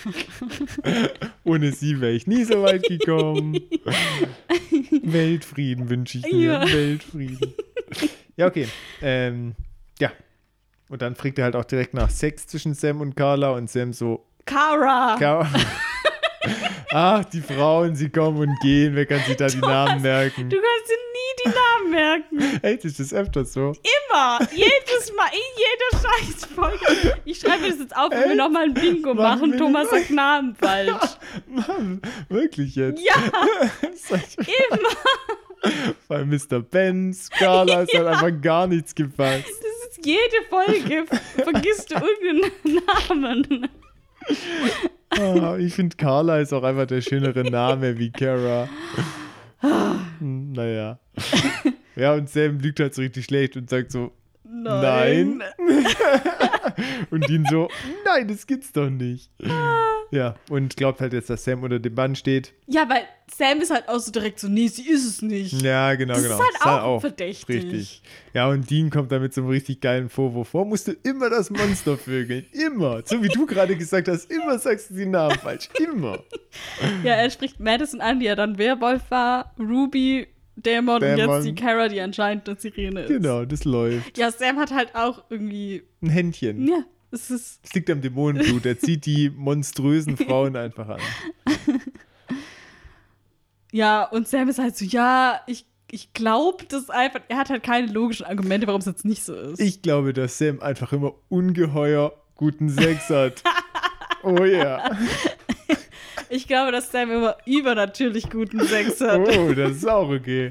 Speaker 2: Ohne sie wäre ich nie so weit gekommen. Weltfrieden wünsche ich mir.
Speaker 1: Ja.
Speaker 2: Weltfrieden. Ja, okay. Ja. Und dann fragt er halt auch direkt nach Sex zwischen Sam und Carla und Sam so,
Speaker 1: Cara.
Speaker 2: ach, die Frauen, sie kommen und gehen, wer kann sich da die Namen merken?
Speaker 1: Du kannst dir nie die Namen merken.
Speaker 2: Echt, ist das öfters so?
Speaker 1: Immer. Jedes Mal. In jeder Scheißfolge. Ich schreibe mir das jetzt auf, wenn wir nochmal ein Bingo
Speaker 2: Machen
Speaker 1: machen.
Speaker 2: wir
Speaker 1: Thomas
Speaker 2: das?
Speaker 1: sagt Namen falsch.
Speaker 2: Mann, wirklich jetzt?
Speaker 1: Ja,
Speaker 2: Sag ich-
Speaker 1: immer.
Speaker 2: Bei Mr. Benz, Carla ist halt einfach gar nichts gefasst.
Speaker 1: Das ist jede Folge. Vergisst du irgendeinen Namen.
Speaker 2: Ich finde, Carla ist auch einfach der schönere Name wie Kara. Naja. Ja, und Sam lügt halt so richtig schlecht und sagt so, nein. Und Dean so, nein, das gibt's doch nicht. Ja, und glaubt halt jetzt, dass Sam unter dem Bann steht.
Speaker 1: Ja, weil Sam ist halt auch so direkt so, nee, sie ist es nicht.
Speaker 2: Ja, genau,
Speaker 1: Das
Speaker 2: genau.
Speaker 1: ist halt auch verdächtig.
Speaker 2: Richtig. Ja, und Dean kommt da mit so einem richtig geilen Vorwurf vor. Musst du immer das Monster vögeln. Immer. So wie du gerade gesagt hast, immer sagst du den Namen falsch. Immer.
Speaker 1: Ja, er spricht Madison an, die ja dann Werwolf war, Ruby, Dämon und
Speaker 2: Dämon.
Speaker 1: jetzt die Kara, die anscheinend eine Sirene ist.
Speaker 2: Genau, das läuft.
Speaker 1: Ja, Sam hat halt auch irgendwie,
Speaker 2: Ein Händchen.
Speaker 1: ja, es ist,
Speaker 2: Es liegt am Dämonenblut. Er zieht die monströsen Frauen einfach an.
Speaker 1: ja, und Sam ist halt so, ja, ich glaube das einfach, er hat halt keine logischen Argumente, warum es jetzt nicht so ist.
Speaker 2: Ich glaube, dass Sam einfach immer ungeheuer guten Sex hat. Oh ja.
Speaker 1: Ich glaube, dass Sam immer übernatürlich guten Sex hat.
Speaker 2: Oh, das ist auch okay.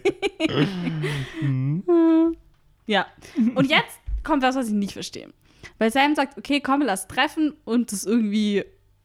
Speaker 1: Ja, und jetzt kommt was ich nicht verstehe. Weil Sam sagt, okay, komm, lass treffen und das irgendwie,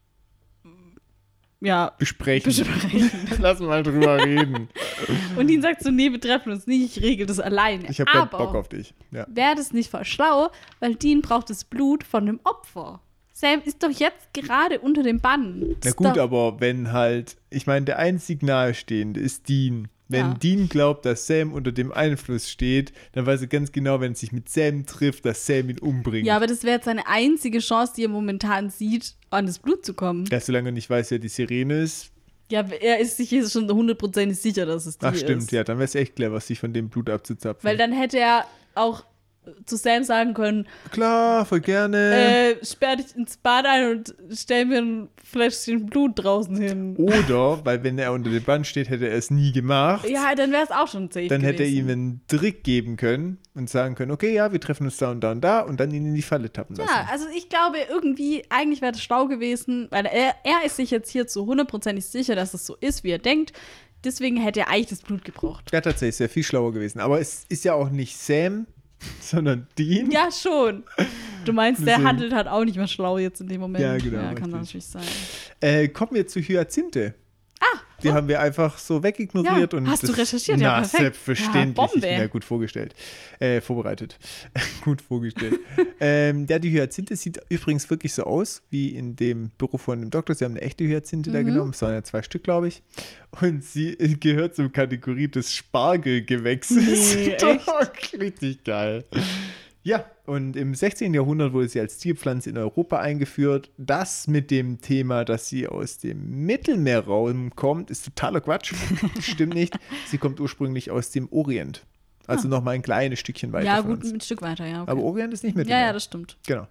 Speaker 1: ja,
Speaker 2: Besprechen.
Speaker 1: Lass
Speaker 2: Lass mal drüber reden.
Speaker 1: Und ihn sagt so, nee, wir treffen uns nicht, ich regel das alleine.
Speaker 2: Ich habe keinen
Speaker 1: Aber
Speaker 2: Bock auf dich. Ja.
Speaker 1: wäre das nicht voll schlau, weil Dean braucht das Blut von dem Opfer. Sam ist doch jetzt gerade unter dem Bann.
Speaker 2: Na
Speaker 1: Das
Speaker 2: gut,
Speaker 1: ist doch,
Speaker 2: aber wenn halt, ich meine, der einzig Nahestehende ist Dean. Wenn
Speaker 1: Ja.
Speaker 2: Dean glaubt, dass Sam unter dem Einfluss steht, dann weiß er ganz genau, wenn es sich mit Sam trifft, dass Sam ihn umbringt.
Speaker 1: ja, aber das wäre jetzt seine einzige Chance, die er momentan sieht, an das Blut zu kommen.
Speaker 2: Ja, solange er nicht weiß, wer die Sirene ist.
Speaker 1: Ja, er ist sich jetzt schon 100% sicher, dass es die
Speaker 2: Ach stimmt,
Speaker 1: ist.
Speaker 2: ja, dann wäre es echt clever, sich von dem Blut abzuzapfen.
Speaker 1: Weil dann hätte er auch zu Sam sagen können,
Speaker 2: klar, voll gerne.
Speaker 1: sperr dich ins Bad ein und stell mir ein Fläschchen Blut draußen hin.
Speaker 2: Oder, weil wenn er unter dem Band steht, hätte er es nie gemacht.
Speaker 1: Ja, dann wäre es auch schon safe
Speaker 2: Dann hätte er
Speaker 1: gewesen.
Speaker 2: ihm einen Trick geben können und sagen können, okay, ja, wir treffen uns da und da und dann ihn in die Falle tappen lassen.
Speaker 1: Ja, also ich glaube irgendwie, eigentlich wäre das schlau gewesen, weil er ist sich jetzt hier zu 100%ig sicher, dass es so ist, wie er denkt. Deswegen hätte er eigentlich das Blut gebraucht.
Speaker 2: Ja, tatsächlich, sehr viel schlauer gewesen. Aber es ist ja auch nicht Sam, sondern Dean.
Speaker 1: Ja, schon. Du meinst, der
Speaker 2: Deswegen.
Speaker 1: handelt halt auch nicht mehr schlau jetzt in dem Moment.
Speaker 2: Ja, genau,
Speaker 1: Ja, kann
Speaker 2: richtig.
Speaker 1: natürlich sein.
Speaker 2: Kommen wir zu Hyazinthe. Die haben wir einfach so wegignoriert.
Speaker 1: Ja,
Speaker 2: und
Speaker 1: hast du
Speaker 2: das-
Speaker 1: recherchiert? Ja,
Speaker 2: Na,
Speaker 1: perfekt.
Speaker 2: selbstverständlich.
Speaker 1: Ja,
Speaker 2: Ich bin
Speaker 1: Bombe.
Speaker 2: ja gut vorbereitet. Gut vorgestellt. Die Hyazinthe sieht übrigens wirklich so aus, wie in dem Büro von dem Doktor. Sie haben eine echte Hyazinthe da genommen. Es waren ja 2 Stück, glaube ich. Und sie gehört zur Kategorie des Spargelgewächses.
Speaker 1: Nee,
Speaker 2: Doch, richtig geil. Ja, und im 16. Jahrhundert wurde sie als Zierpflanze in Europa eingeführt. Das mit dem Thema, dass sie aus dem Mittelmeerraum kommt, ist totaler Quatsch. Stimmt nicht. Sie kommt ursprünglich aus dem Orient. Also noch mal ein kleines Stückchen weiter
Speaker 1: Ja,
Speaker 2: von
Speaker 1: gut,
Speaker 2: uns.
Speaker 1: ein Stück weiter, ja. Okay.
Speaker 2: Aber Orient ist nicht
Speaker 1: ja,
Speaker 2: Mittelmeer.
Speaker 1: ja, das stimmt.
Speaker 2: Genau.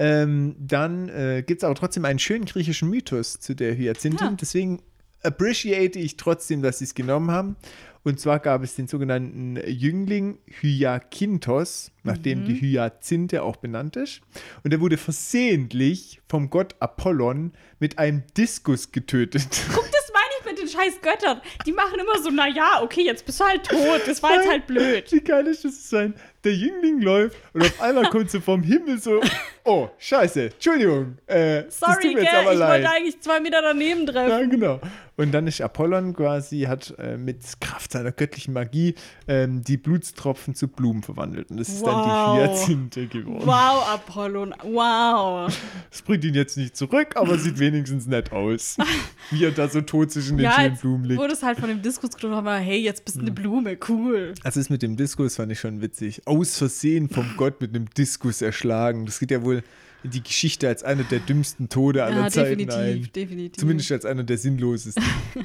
Speaker 2: Dann gibt es aber trotzdem einen schönen griechischen Mythos zu der Hyazinthe.
Speaker 1: Ja.
Speaker 2: Deswegen appreciate ich trotzdem, dass sie es genommen haben. Und zwar gab es den sogenannten Jüngling Hyakinthos, nachdem die Hyazinthe auch benannt ist. Und der wurde versehentlich vom Gott Apollon mit einem Diskus getötet.
Speaker 1: Guck, das meine ich mit den scheiß Göttern. Die machen immer so, naja, okay, jetzt bist du halt tot. Das war jetzt halt blöd.
Speaker 2: Wie geil ist das sein? Der Jüngling läuft und auf einmal kommt so vom Himmel so, oh, scheiße, Entschuldigung, das
Speaker 1: Sorry,
Speaker 2: tut mir jetzt
Speaker 1: gell,
Speaker 2: aber
Speaker 1: ich
Speaker 2: leid.
Speaker 1: wollte eigentlich 2 Meter daneben treffen.
Speaker 2: Ja, genau. Und dann ist Apollon quasi, hat mit Kraft seiner göttlichen Magie die Blutstropfen zu Blumen verwandelt. Und das ist dann die Hyazinthe geworden.
Speaker 1: Wow, Apollon, wow.
Speaker 2: Das bringt ihn jetzt nicht zurück, aber sieht wenigstens nett aus. Wie er da so tot zwischen den
Speaker 1: Ja,
Speaker 2: schönen
Speaker 1: jetzt
Speaker 2: Blumen liegt.
Speaker 1: wurde es halt von dem Diskus getroffen, aber hey, jetzt bist du eine Blume, cool.
Speaker 2: Also das mit dem Diskus fand ich schon witzig. Aus Versehen vom Gott mit einem Diskus erschlagen. Das geht ja wohl in die Geschichte als einer der dümmsten Tode aller
Speaker 1: Ja,
Speaker 2: Zeiten ein.
Speaker 1: definitiv.
Speaker 2: Zumindest als einer der sinnlosesten.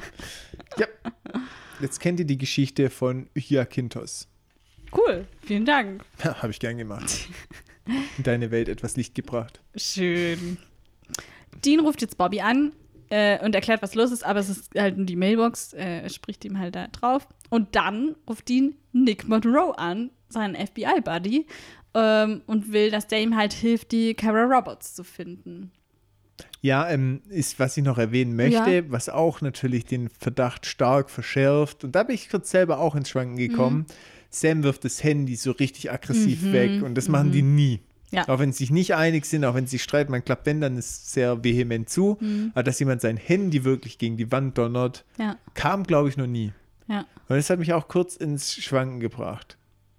Speaker 2: Ja. Jetzt kennt ihr die Geschichte von Hyakinthos.
Speaker 1: Cool, vielen Dank.
Speaker 2: Ja, habe ich gern gemacht. In deine Welt etwas Licht gebracht.
Speaker 1: Schön. Dean ruft jetzt Bobby an und erklärt, was los ist, aber es ist halt nur die Mailbox, spricht ihm halt da drauf. Und dann ruft Dean Nick Monroe an, seinen FBI-Buddy, und will, dass der ihm halt hilft, die Kara Roberts zu finden.
Speaker 2: Ja, ist, was ich noch erwähnen möchte,
Speaker 1: Ja.
Speaker 2: was auch natürlich den Verdacht stark verschärft. Und da bin ich kurz selber auch ins Schwanken gekommen. Sam wirft das Handy so richtig aggressiv weg und das machen die nie.
Speaker 1: Ja.
Speaker 2: Auch wenn sie sich nicht einig sind, auch wenn sie sich streiten, man klappt wenn, dann ist sehr vehement zu. Aber dass jemand sein Handy wirklich gegen die Wand donnert,
Speaker 1: Ja,
Speaker 2: kam, glaube ich, noch nie.
Speaker 1: ja.
Speaker 2: Und das hat mich auch kurz ins Schwanken gebracht.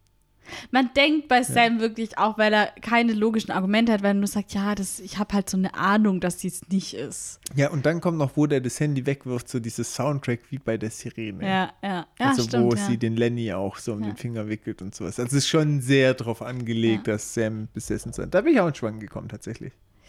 Speaker 1: Man denkt bei Sam wirklich auch, weil er keine logischen Argumente hat, weil er nur sagt, ja, ich habe halt so eine Ahnung, dass sie es nicht ist.
Speaker 2: Ja, und dann kommt noch, wo der das Handy wegwirft, so dieses Soundtrack wie bei der Sirene.
Speaker 1: Ja,
Speaker 2: Also
Speaker 1: stimmt,
Speaker 2: wo
Speaker 1: ja.
Speaker 2: sie den Lenny auch so um
Speaker 1: Ja.
Speaker 2: den Finger wickelt und sowas. Also es ist schon sehr darauf angelegt, dass Sam besessen sein. Da bin ich auch ins Schwanken gekommen tatsächlich.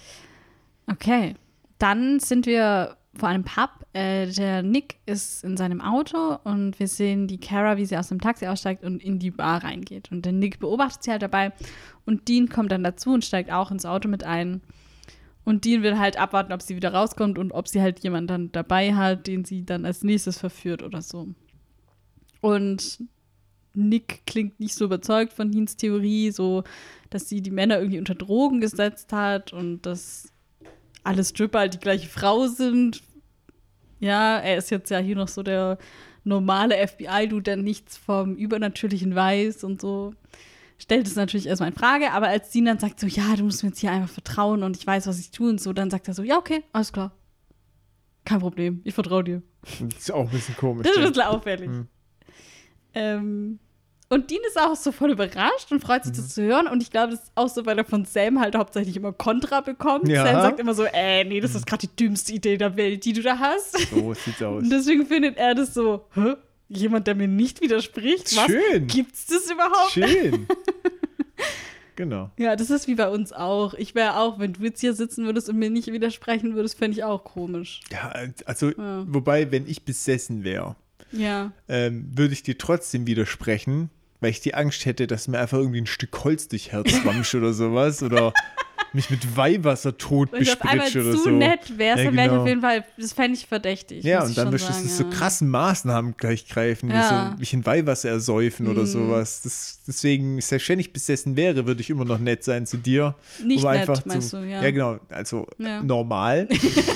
Speaker 1: Okay, dann sind wir vor einem Pub. Der Nick ist in seinem Auto und wir sehen die Kara, wie sie aus dem Taxi aussteigt und in die Bar reingeht. Und der Nick beobachtet sie halt dabei und Dean kommt dann dazu und steigt auch ins Auto mit ein. Und Dean will halt abwarten, ob sie wieder rauskommt und ob sie halt jemanden dann dabei hat, den sie dann als nächstes verführt oder so. Und Nick klingt nicht so überzeugt von Deans Theorie, so, dass sie die Männer irgendwie unter Drogen gesetzt hat und dass alle Stripper halt die gleiche Frau sind. Ja, er ist jetzt ja hier noch so der normale FBI-Dude, der nichts vom Übernatürlichen weiß und so. Stellt es natürlich erstmal in Frage, aber als Dean dann sagt so, ja, du musst mir jetzt hier einfach vertrauen und ich weiß, was ich tue und so, dann sagt er so, ja, okay, alles klar. Kein Problem, ich vertraue dir.
Speaker 2: Das ist auch ein bisschen komisch.
Speaker 1: Das ist ein
Speaker 2: ja.
Speaker 1: bisschen auffällig. Und Dean ist auch so voll überrascht und freut sich, das zu hören. Und ich glaube, das ist auch so, weil er von Sam halt hauptsächlich immer Kontra bekommt.
Speaker 2: Ja.
Speaker 1: Sam sagt immer so, nee, das ist gerade die dümmste Idee der Welt, die du da hast.
Speaker 2: So sieht's aus.
Speaker 1: Und deswegen findet er das so, hä? Jemand, der mir nicht widerspricht? Was?
Speaker 2: Schön.
Speaker 1: Gibt's das überhaupt?
Speaker 2: Schön. Genau.
Speaker 1: Ja, das ist wie bei uns auch. Ich wäre auch, wenn du jetzt hier sitzen würdest und mir nicht widersprechen würdest, fände ich auch komisch.
Speaker 2: Ja, also,
Speaker 1: Ja.
Speaker 2: wobei, wenn ich besessen wäre,
Speaker 1: Ja.
Speaker 2: würde ich dir trotzdem widersprechen, weil ich die Angst hätte, dass mir einfach irgendwie ein Stück Holz durch Herz ramscht oder sowas oder mich mit Weihwasser tot
Speaker 1: Wenn ich auf einmal
Speaker 2: bespritsche oder
Speaker 1: zu
Speaker 2: so.
Speaker 1: nett wäre, dann wäre ich
Speaker 2: genau.
Speaker 1: auf jeden Fall, das fände ich verdächtig.
Speaker 2: Ja,
Speaker 1: muss
Speaker 2: und
Speaker 1: ich
Speaker 2: dann
Speaker 1: schon
Speaker 2: müsstest du
Speaker 1: sagen,
Speaker 2: so krassen Maßnahmen gleich greifen, wie so mich in Weihwasser ersäufen oder sowas. Deswegen, selbst wenn ich besessen wäre, würde ich immer noch nett sein zu dir.
Speaker 1: Nicht
Speaker 2: um
Speaker 1: nett,
Speaker 2: einfach
Speaker 1: meinst du, ja.
Speaker 2: Ja, genau, also normal.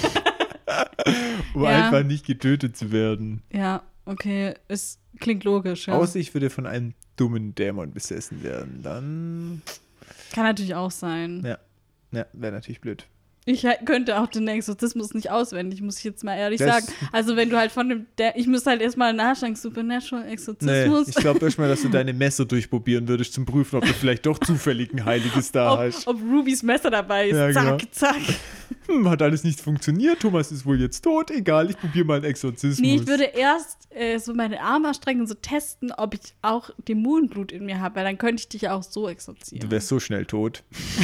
Speaker 2: um
Speaker 1: Ja.
Speaker 2: einfach nicht getötet zu werden.
Speaker 1: Ja, okay, es klingt logisch, ja.
Speaker 2: Außer ich würde von einem dummen Dämon besessen werden, dann
Speaker 1: Kann natürlich auch sein.
Speaker 2: ja, wäre natürlich blöd.
Speaker 1: Ich könnte auch den Exorzismus nicht auswendig, muss ich jetzt mal ehrlich
Speaker 2: Das-
Speaker 1: sagen. Also wenn du halt ich müsste halt erstmal nachschlagen, Supernatural
Speaker 2: Nee,
Speaker 1: Exorzismus.
Speaker 2: ich glaube erstmal, dass du deine Messer durchprobieren würdest, zum Prüfen, ob du vielleicht doch zufällig ein heiliges da hast.
Speaker 1: ob Rubys Messer dabei ist.
Speaker 2: Ja,
Speaker 1: Zack,
Speaker 2: genau.
Speaker 1: zack.
Speaker 2: Hat alles nicht funktioniert, Thomas ist wohl jetzt tot, egal, ich probiere mal einen Exorzismus.
Speaker 1: Nee, ich würde erst so meine Arme ausstrecken und so testen, ob ich auch Dämonenblut in mir habe, weil dann könnte ich dich auch so exorzieren.
Speaker 2: Du wärst so schnell tot.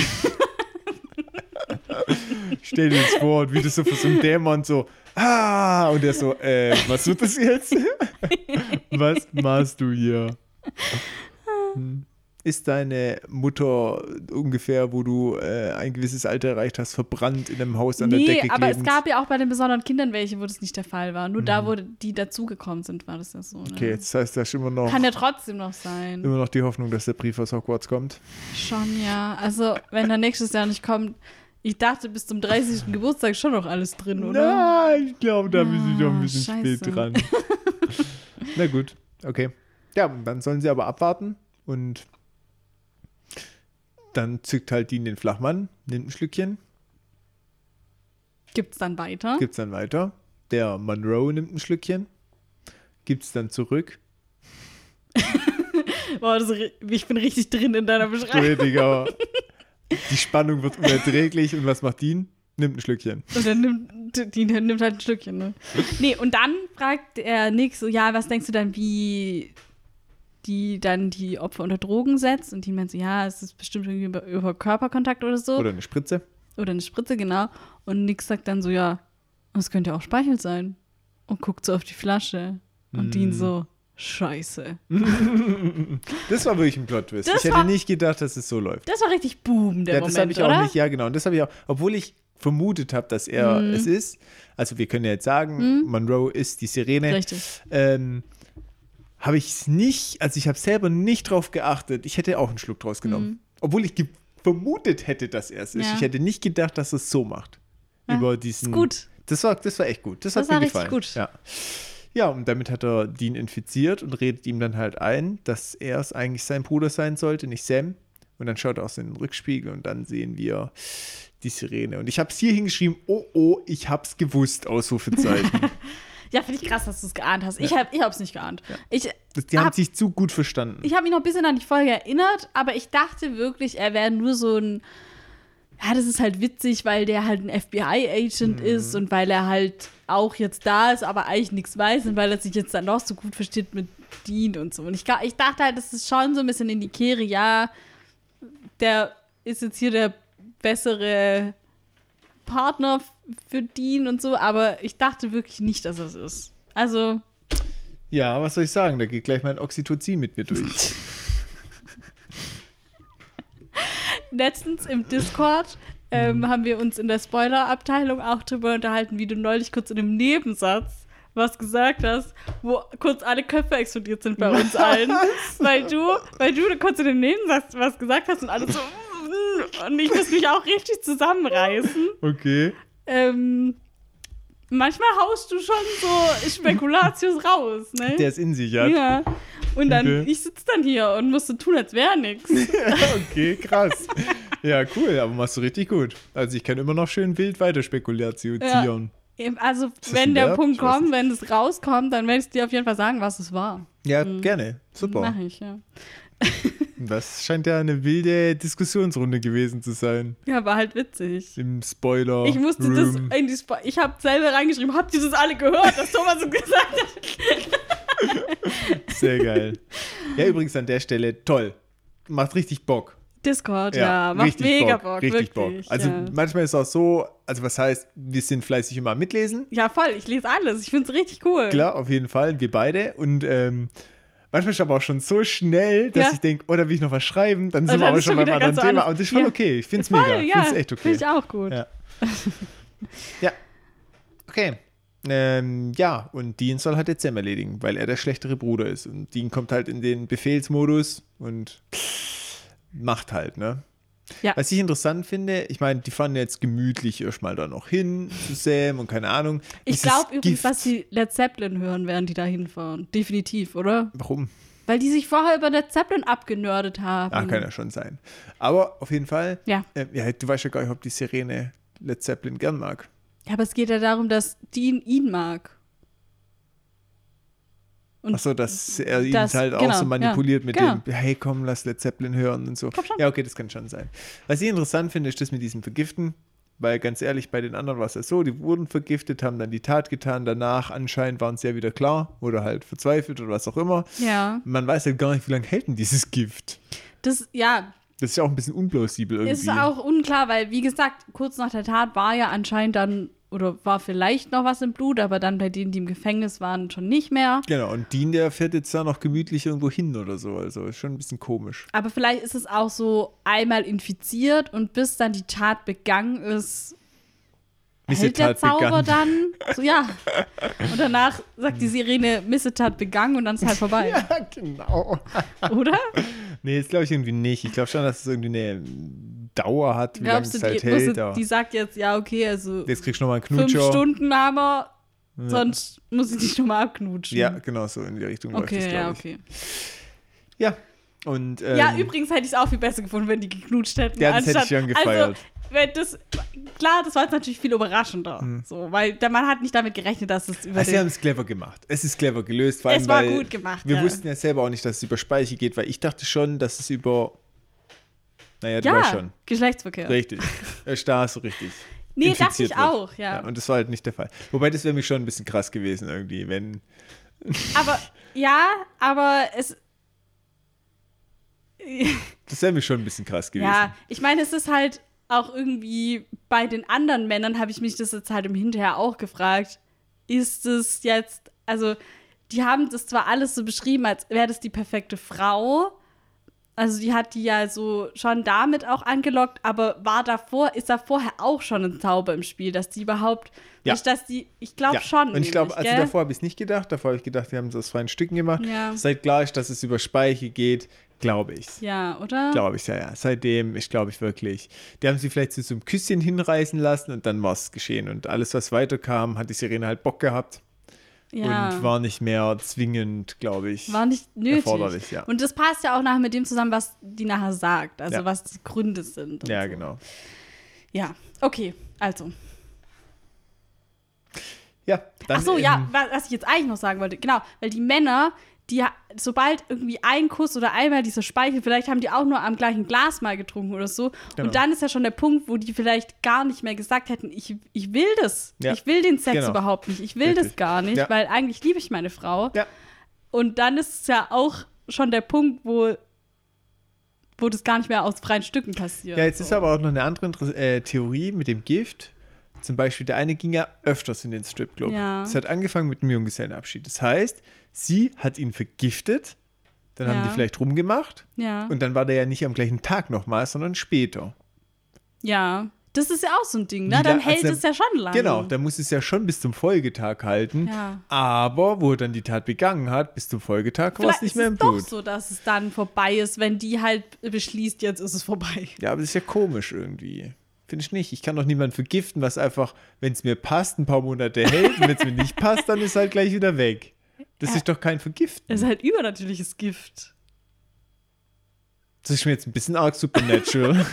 Speaker 2: Stell dir das vor, wie du so für so einen Dämon so, und der so, was wird das jetzt? Was machst du hier? Ist deine Mutter ungefähr, wo du ein gewisses Alter erreicht hast, verbrannt in einem Haus an der Decke
Speaker 1: Nee, aber
Speaker 2: klebend?
Speaker 1: es gab ja auch bei den besonderen Kindern welche, wo das nicht der Fall war. Nur da, wo die dazugekommen sind, war das ja so. Ne?
Speaker 2: Okay, das heißt, da ist immer noch,
Speaker 1: Kann ja trotzdem noch sein.
Speaker 2: die Hoffnung, dass der Brief aus Hogwarts kommt.
Speaker 1: Schon, ja. Also, wenn er nächstes Jahr nicht kommt, ich dachte, bis zum 30. Geburtstag ist schon noch alles drin, oder?
Speaker 2: Nein, ich glaube, da bin ich noch ein bisschen
Speaker 1: Scheiße.
Speaker 2: spät dran. Na gut, okay. Ja, dann sollen sie aber abwarten und dann zückt halt Dean den Flachmann, nimmt ein Schlückchen,
Speaker 1: Gibt's dann weiter?
Speaker 2: gibt's dann weiter. Der Monroe nimmt ein Schlückchen, gibt's dann zurück.
Speaker 1: Boah, ich bin richtig drin in deiner Beschreibung.
Speaker 2: Richtig, aber die Spannung wird unerträglich und was macht Dean? Nimmt ein Schlückchen.
Speaker 1: Und dann nimmt halt ein Stückchen, ne? Nee, und dann fragt er Nick so, ja, was denkst du dann, wie die dann die Opfer unter Drogen setzt? Und die meint so, ja, es ist bestimmt irgendwie über Körperkontakt oder so.
Speaker 2: Oder eine Spritze.
Speaker 1: Oder eine Spritze, genau. Und Nick sagt dann so, ja, das könnte ja auch Speichel sein. Und guckt so auf die Flasche. Und Dean so, scheiße.
Speaker 2: Das war wirklich ein Plot-Twist.
Speaker 1: Das
Speaker 2: Ich hätte
Speaker 1: war-
Speaker 2: nicht gedacht, dass es so läuft.
Speaker 1: Das war richtig boom, der
Speaker 2: Ja, das habe
Speaker 1: Moment,
Speaker 2: ich auch
Speaker 1: oder?
Speaker 2: nicht, ja genau. Und das habe ich auch, obwohl ich vermutet habe, dass er es ist. Also wir können ja jetzt sagen, Monroe ist die Sirene.
Speaker 1: Richtig.
Speaker 2: Habe ich es nicht, also ich habe selber nicht drauf geachtet. Ich hätte auch einen Schluck draus genommen. Obwohl ich vermutet hätte, dass er es ist.
Speaker 1: Ja.
Speaker 2: Ich hätte nicht gedacht, dass er es so macht.
Speaker 1: Ja,
Speaker 2: Über diesen.
Speaker 1: ist gut.
Speaker 2: Das war echt gut. Das hat
Speaker 1: war
Speaker 2: mir
Speaker 1: richtig
Speaker 2: gefallen.
Speaker 1: gut.
Speaker 2: Ja. Ja, und damit hat er Dean infiziert und redet ihm dann halt ein, dass er es eigentlich sein Bruder sein sollte, nicht Sam. Und dann schaut er aus in den Rückspiegel und dann sehen wir die Sirene. Und ich habe es hier hingeschrieben, oh, ich hab's gewusst, Ausrufezeichen.
Speaker 1: Ja, finde ich krass, dass du es geahnt hast. Ich hab's nicht geahnt.
Speaker 2: Die haben sich zu gut verstanden.
Speaker 1: Ich habe mich noch ein bisschen an die Folge erinnert, aber ich dachte wirklich, er wäre nur so ein. Ja, das ist halt witzig, weil der halt ein FBI-Agent ist und weil er halt auch jetzt da ist, aber eigentlich nichts weiß und weil er sich jetzt dann noch so gut versteht mit Dean und so. Und ich dachte halt, das ist schon so ein bisschen in die Kehre, ja, der ist jetzt hier der bessere Partner für Dean und so, aber ich dachte wirklich nicht, dass er es ist. Also,
Speaker 2: Ja, was soll ich sagen? Da geht gleich mein Oxytocin mit mir durch.
Speaker 1: letztens im Discord haben wir uns in der Spoiler-Abteilung auch drüber unterhalten, wie du neulich kurz in einem Nebensatz was gesagt hast, wo kurz alle Köpfe explodiert sind bei uns allen. Weil du kurz in dem Nebensatz was gesagt hast und alle so und ich muss mich auch richtig zusammenreißen.
Speaker 2: Okay.
Speaker 1: Manchmal haust du schon so Spekulatius raus, ne?
Speaker 2: Der es in sich hat.
Speaker 1: Ja. Und dann,
Speaker 2: Okay.
Speaker 1: ich sitze dann hier und muss so tun, als wäre nichts.
Speaker 2: Okay, krass. Ja, cool, aber machst du richtig gut. Also ich kann immer noch schön wild weiter spekulieren.
Speaker 1: Also,
Speaker 2: das
Speaker 1: wenn
Speaker 2: ein
Speaker 1: der
Speaker 2: Verb?
Speaker 1: Punkt
Speaker 2: Ich weiß
Speaker 1: kommt, wenn es rauskommt, dann werde ich dir auf jeden Fall sagen, was es war.
Speaker 2: Ja, gerne. Super.
Speaker 1: Mach ich, ja.
Speaker 2: Das scheint ja eine wilde Diskussionsrunde gewesen zu sein.
Speaker 1: Ja, war halt witzig.
Speaker 2: Im Spoiler.
Speaker 1: Ich musste
Speaker 2: Room.
Speaker 1: das in die ich habe selber reingeschrieben, habt ihr das alle gehört, dass Thomas so gesagt hat?
Speaker 2: Sehr geil. Ja, übrigens an der Stelle toll. Macht richtig Bock.
Speaker 1: Discord, ja, macht
Speaker 2: richtig
Speaker 1: mega Bock,
Speaker 2: richtig
Speaker 1: wirklich.
Speaker 2: Bock. Also
Speaker 1: ja.
Speaker 2: manchmal ist es auch so, also was heißt, wir sind fleißig immer am Mitlesen.
Speaker 1: Ja, voll, ich lese alles, ich finde es richtig cool.
Speaker 2: Klar, auf jeden Fall, wir beide. Und Manchmal ist aber auch schon so schnell, dass ich denke, oh, da will ich noch was schreiben. Dann sind wir aber schon beim anderen Thema. Aber das ist voll okay. Ich finde es mega. Ich finde es echt okay.
Speaker 1: Finde ich auch gut.
Speaker 2: Ja. Ja. Okay. Ja, und Dean soll halt jetzt Sam erledigen, weil er der schlechtere Bruder ist. Und Dean kommt halt in den Befehlsmodus und macht halt, ne?
Speaker 1: Ja.
Speaker 2: Was ich interessant finde, ich meine, die fahren jetzt gemütlich erstmal da noch hin zu Sam und keine Ahnung.
Speaker 1: Ich glaube übrigens, dass sie Led Zeppelin hören, während die da hinfahren. Definitiv, oder?
Speaker 2: Warum?
Speaker 1: Weil die sich vorher über Led Zeppelin abgenördet haben.
Speaker 2: Ach, kann ja schon sein. Aber auf jeden Fall,
Speaker 1: ja,
Speaker 2: du weißt ja gar nicht, ob die Sirene Led Zeppelin gern mag.
Speaker 1: Ja, aber es geht ja darum, dass Dean ihn mag.
Speaker 2: Achso, dass er ihn halt auch so manipuliert mit dem, hey komm, lass Led Zeppelin hören und so. Ja, okay, das kann schon sein. Was ich interessant finde, ist das mit diesem Vergiften, weil ganz ehrlich, bei den anderen war es ja so, die wurden vergiftet, haben dann die Tat getan, danach anscheinend waren sie ja wieder klar oder halt verzweifelt oder was auch immer.
Speaker 1: Ja.
Speaker 2: Man weiß halt gar nicht, wie lange hält denn dieses Gift.
Speaker 1: Das ist ja
Speaker 2: auch ein bisschen unplausibel irgendwie.
Speaker 1: Ist auch unklar, weil, wie gesagt, kurz nach der Tat war ja anscheinend dann, oder war vielleicht noch was im Blut, aber dann bei denen, die im Gefängnis waren, schon nicht mehr.
Speaker 2: Genau, und Dean, der fährt jetzt da noch gemütlich irgendwo hin oder so, also ist schon ein bisschen komisch.
Speaker 1: Aber vielleicht ist es auch so einmal infiziert und bis dann die Tat begangen ist, hält der Zauber dann, so ja. Und danach sagt die Sirene, Missetat begangen und dann ist halt vorbei.
Speaker 2: Ja, genau.
Speaker 1: Oder?
Speaker 2: Nee, das glaube ich irgendwie nicht. Ich glaube schon, dass es irgendwie eine Dauer hat, wie lange es halt hält.
Speaker 1: Die sagt jetzt, ja, okay, also
Speaker 2: jetzt kriegst du nochmal einen Knutscher.
Speaker 1: 5 Stunden haben wir, sonst muss ich dich nochmal abknutschen.
Speaker 2: Ja, genau so in die Richtung läuft das, glaube ich.
Speaker 1: Okay.
Speaker 2: Ja, und
Speaker 1: ja, übrigens hätte ich es auch viel besser gefunden, wenn die geknutscht hätten.
Speaker 2: Ja, das hätte ich schon gefeiert.
Speaker 1: Also, wenn klar, das war jetzt natürlich viel überraschender. So, weil der Mann hat nicht damit gerechnet, dass es über
Speaker 2: sie haben es clever gemacht. Es ist clever gelöst. Vor allem,
Speaker 1: es war gut gemacht,
Speaker 2: wir wussten ja selber auch nicht, dass es über Speiche geht, weil ich dachte schon, dass es über du weißt schon.
Speaker 1: Geschlechtsverkehr.
Speaker 2: Richtig. Da hast du richtig.
Speaker 1: Nee, dachte ich auch, ja.
Speaker 2: Und das war halt nicht der Fall. Wobei, das wäre mich schon ein bisschen krass gewesen irgendwie, wenn...
Speaker 1: aber es...
Speaker 2: Das wäre mich schon ein bisschen krass gewesen.
Speaker 1: Ja, ich meine, es ist halt auch irgendwie bei den anderen Männern, habe ich mich das jetzt halt im Hinterher auch gefragt, ist es jetzt, also die haben das zwar alles so beschrieben, als wäre das die perfekte Frau, also die hat die ja so schon damit auch angelockt, aber ist da vorher auch schon ein Zauber im Spiel, dass die überhaupt, nicht, dass die, ich glaube schon.
Speaker 2: Und ich glaube, also davor habe ich es nicht gedacht, davor habe ich gedacht, wir haben es aus freien Stücken gemacht.
Speaker 1: Ja.
Speaker 2: Seit klar ist, dass es über Speiche geht, glaube ich.
Speaker 1: Ja, oder?
Speaker 2: Glaube ich, ja. Seitdem, glaube ich wirklich. Die haben sie vielleicht zu so einem Küsschen hinreißen lassen und dann war es geschehen. Und alles, was weiterkam, hat die Sirene halt Bock gehabt. Ja. Und war nicht mehr zwingend, glaube ich.
Speaker 1: War nicht nötig.
Speaker 2: Erforderlich, ja.
Speaker 1: Und das passt ja auch nachher mit dem zusammen, was die nachher sagt. Also was die Gründe sind.
Speaker 2: Ja,
Speaker 1: so.
Speaker 2: genau.
Speaker 1: Ja, okay, also.
Speaker 2: Ja, dann.
Speaker 1: Ach so, was ich jetzt eigentlich noch sagen wollte. Genau, weil die Männer, sobald irgendwie ein Kuss oder einmal dieser Speichel, vielleicht haben die auch nur am gleichen Glas mal getrunken oder so. Genau. Und dann ist ja schon der Punkt, wo die vielleicht gar nicht mehr gesagt hätten, ich will das. Ja. Ich will den Sex überhaupt nicht. Ich will das gar nicht, weil eigentlich liebe ich meine Frau. Ja. Und dann ist es ja auch schon der Punkt, wo das gar nicht mehr aus freien Stücken passiert.
Speaker 2: Ja, jetzt ist aber auch noch eine andere Theorie mit dem Gift. Zum Beispiel, der eine ging ja öfters in den Stripclub. Ja. Das hat angefangen mit dem Junggesellenabschied. Das heißt, sie hat ihn vergiftet, dann haben die vielleicht rumgemacht und dann war der ja nicht am gleichen Tag nochmal, sondern später.
Speaker 1: Ja, das ist ja auch so ein Ding, ne? Dann hält es ja schon lange.
Speaker 2: Genau, dann muss es ja schon bis zum Folgetag halten. Ja. Aber wo er dann die Tat begangen hat, bis zum Folgetag war es nicht mehr im Blut.
Speaker 1: Vielleicht ist es doch so, dass es dann vorbei ist, wenn die halt beschließt, jetzt ist es vorbei.
Speaker 2: Ja, aber das ist ja komisch irgendwie. Finde ich nicht. Ich kann doch niemanden vergiften, was einfach, wenn es mir passt, ein paar Monate hält. Und wenn es mir nicht passt, dann ist halt gleich wieder weg. Das ist doch kein Vergiften.
Speaker 1: Das ist halt übernatürliches Gift.
Speaker 2: Das ist mir jetzt ein bisschen arg Supernatural.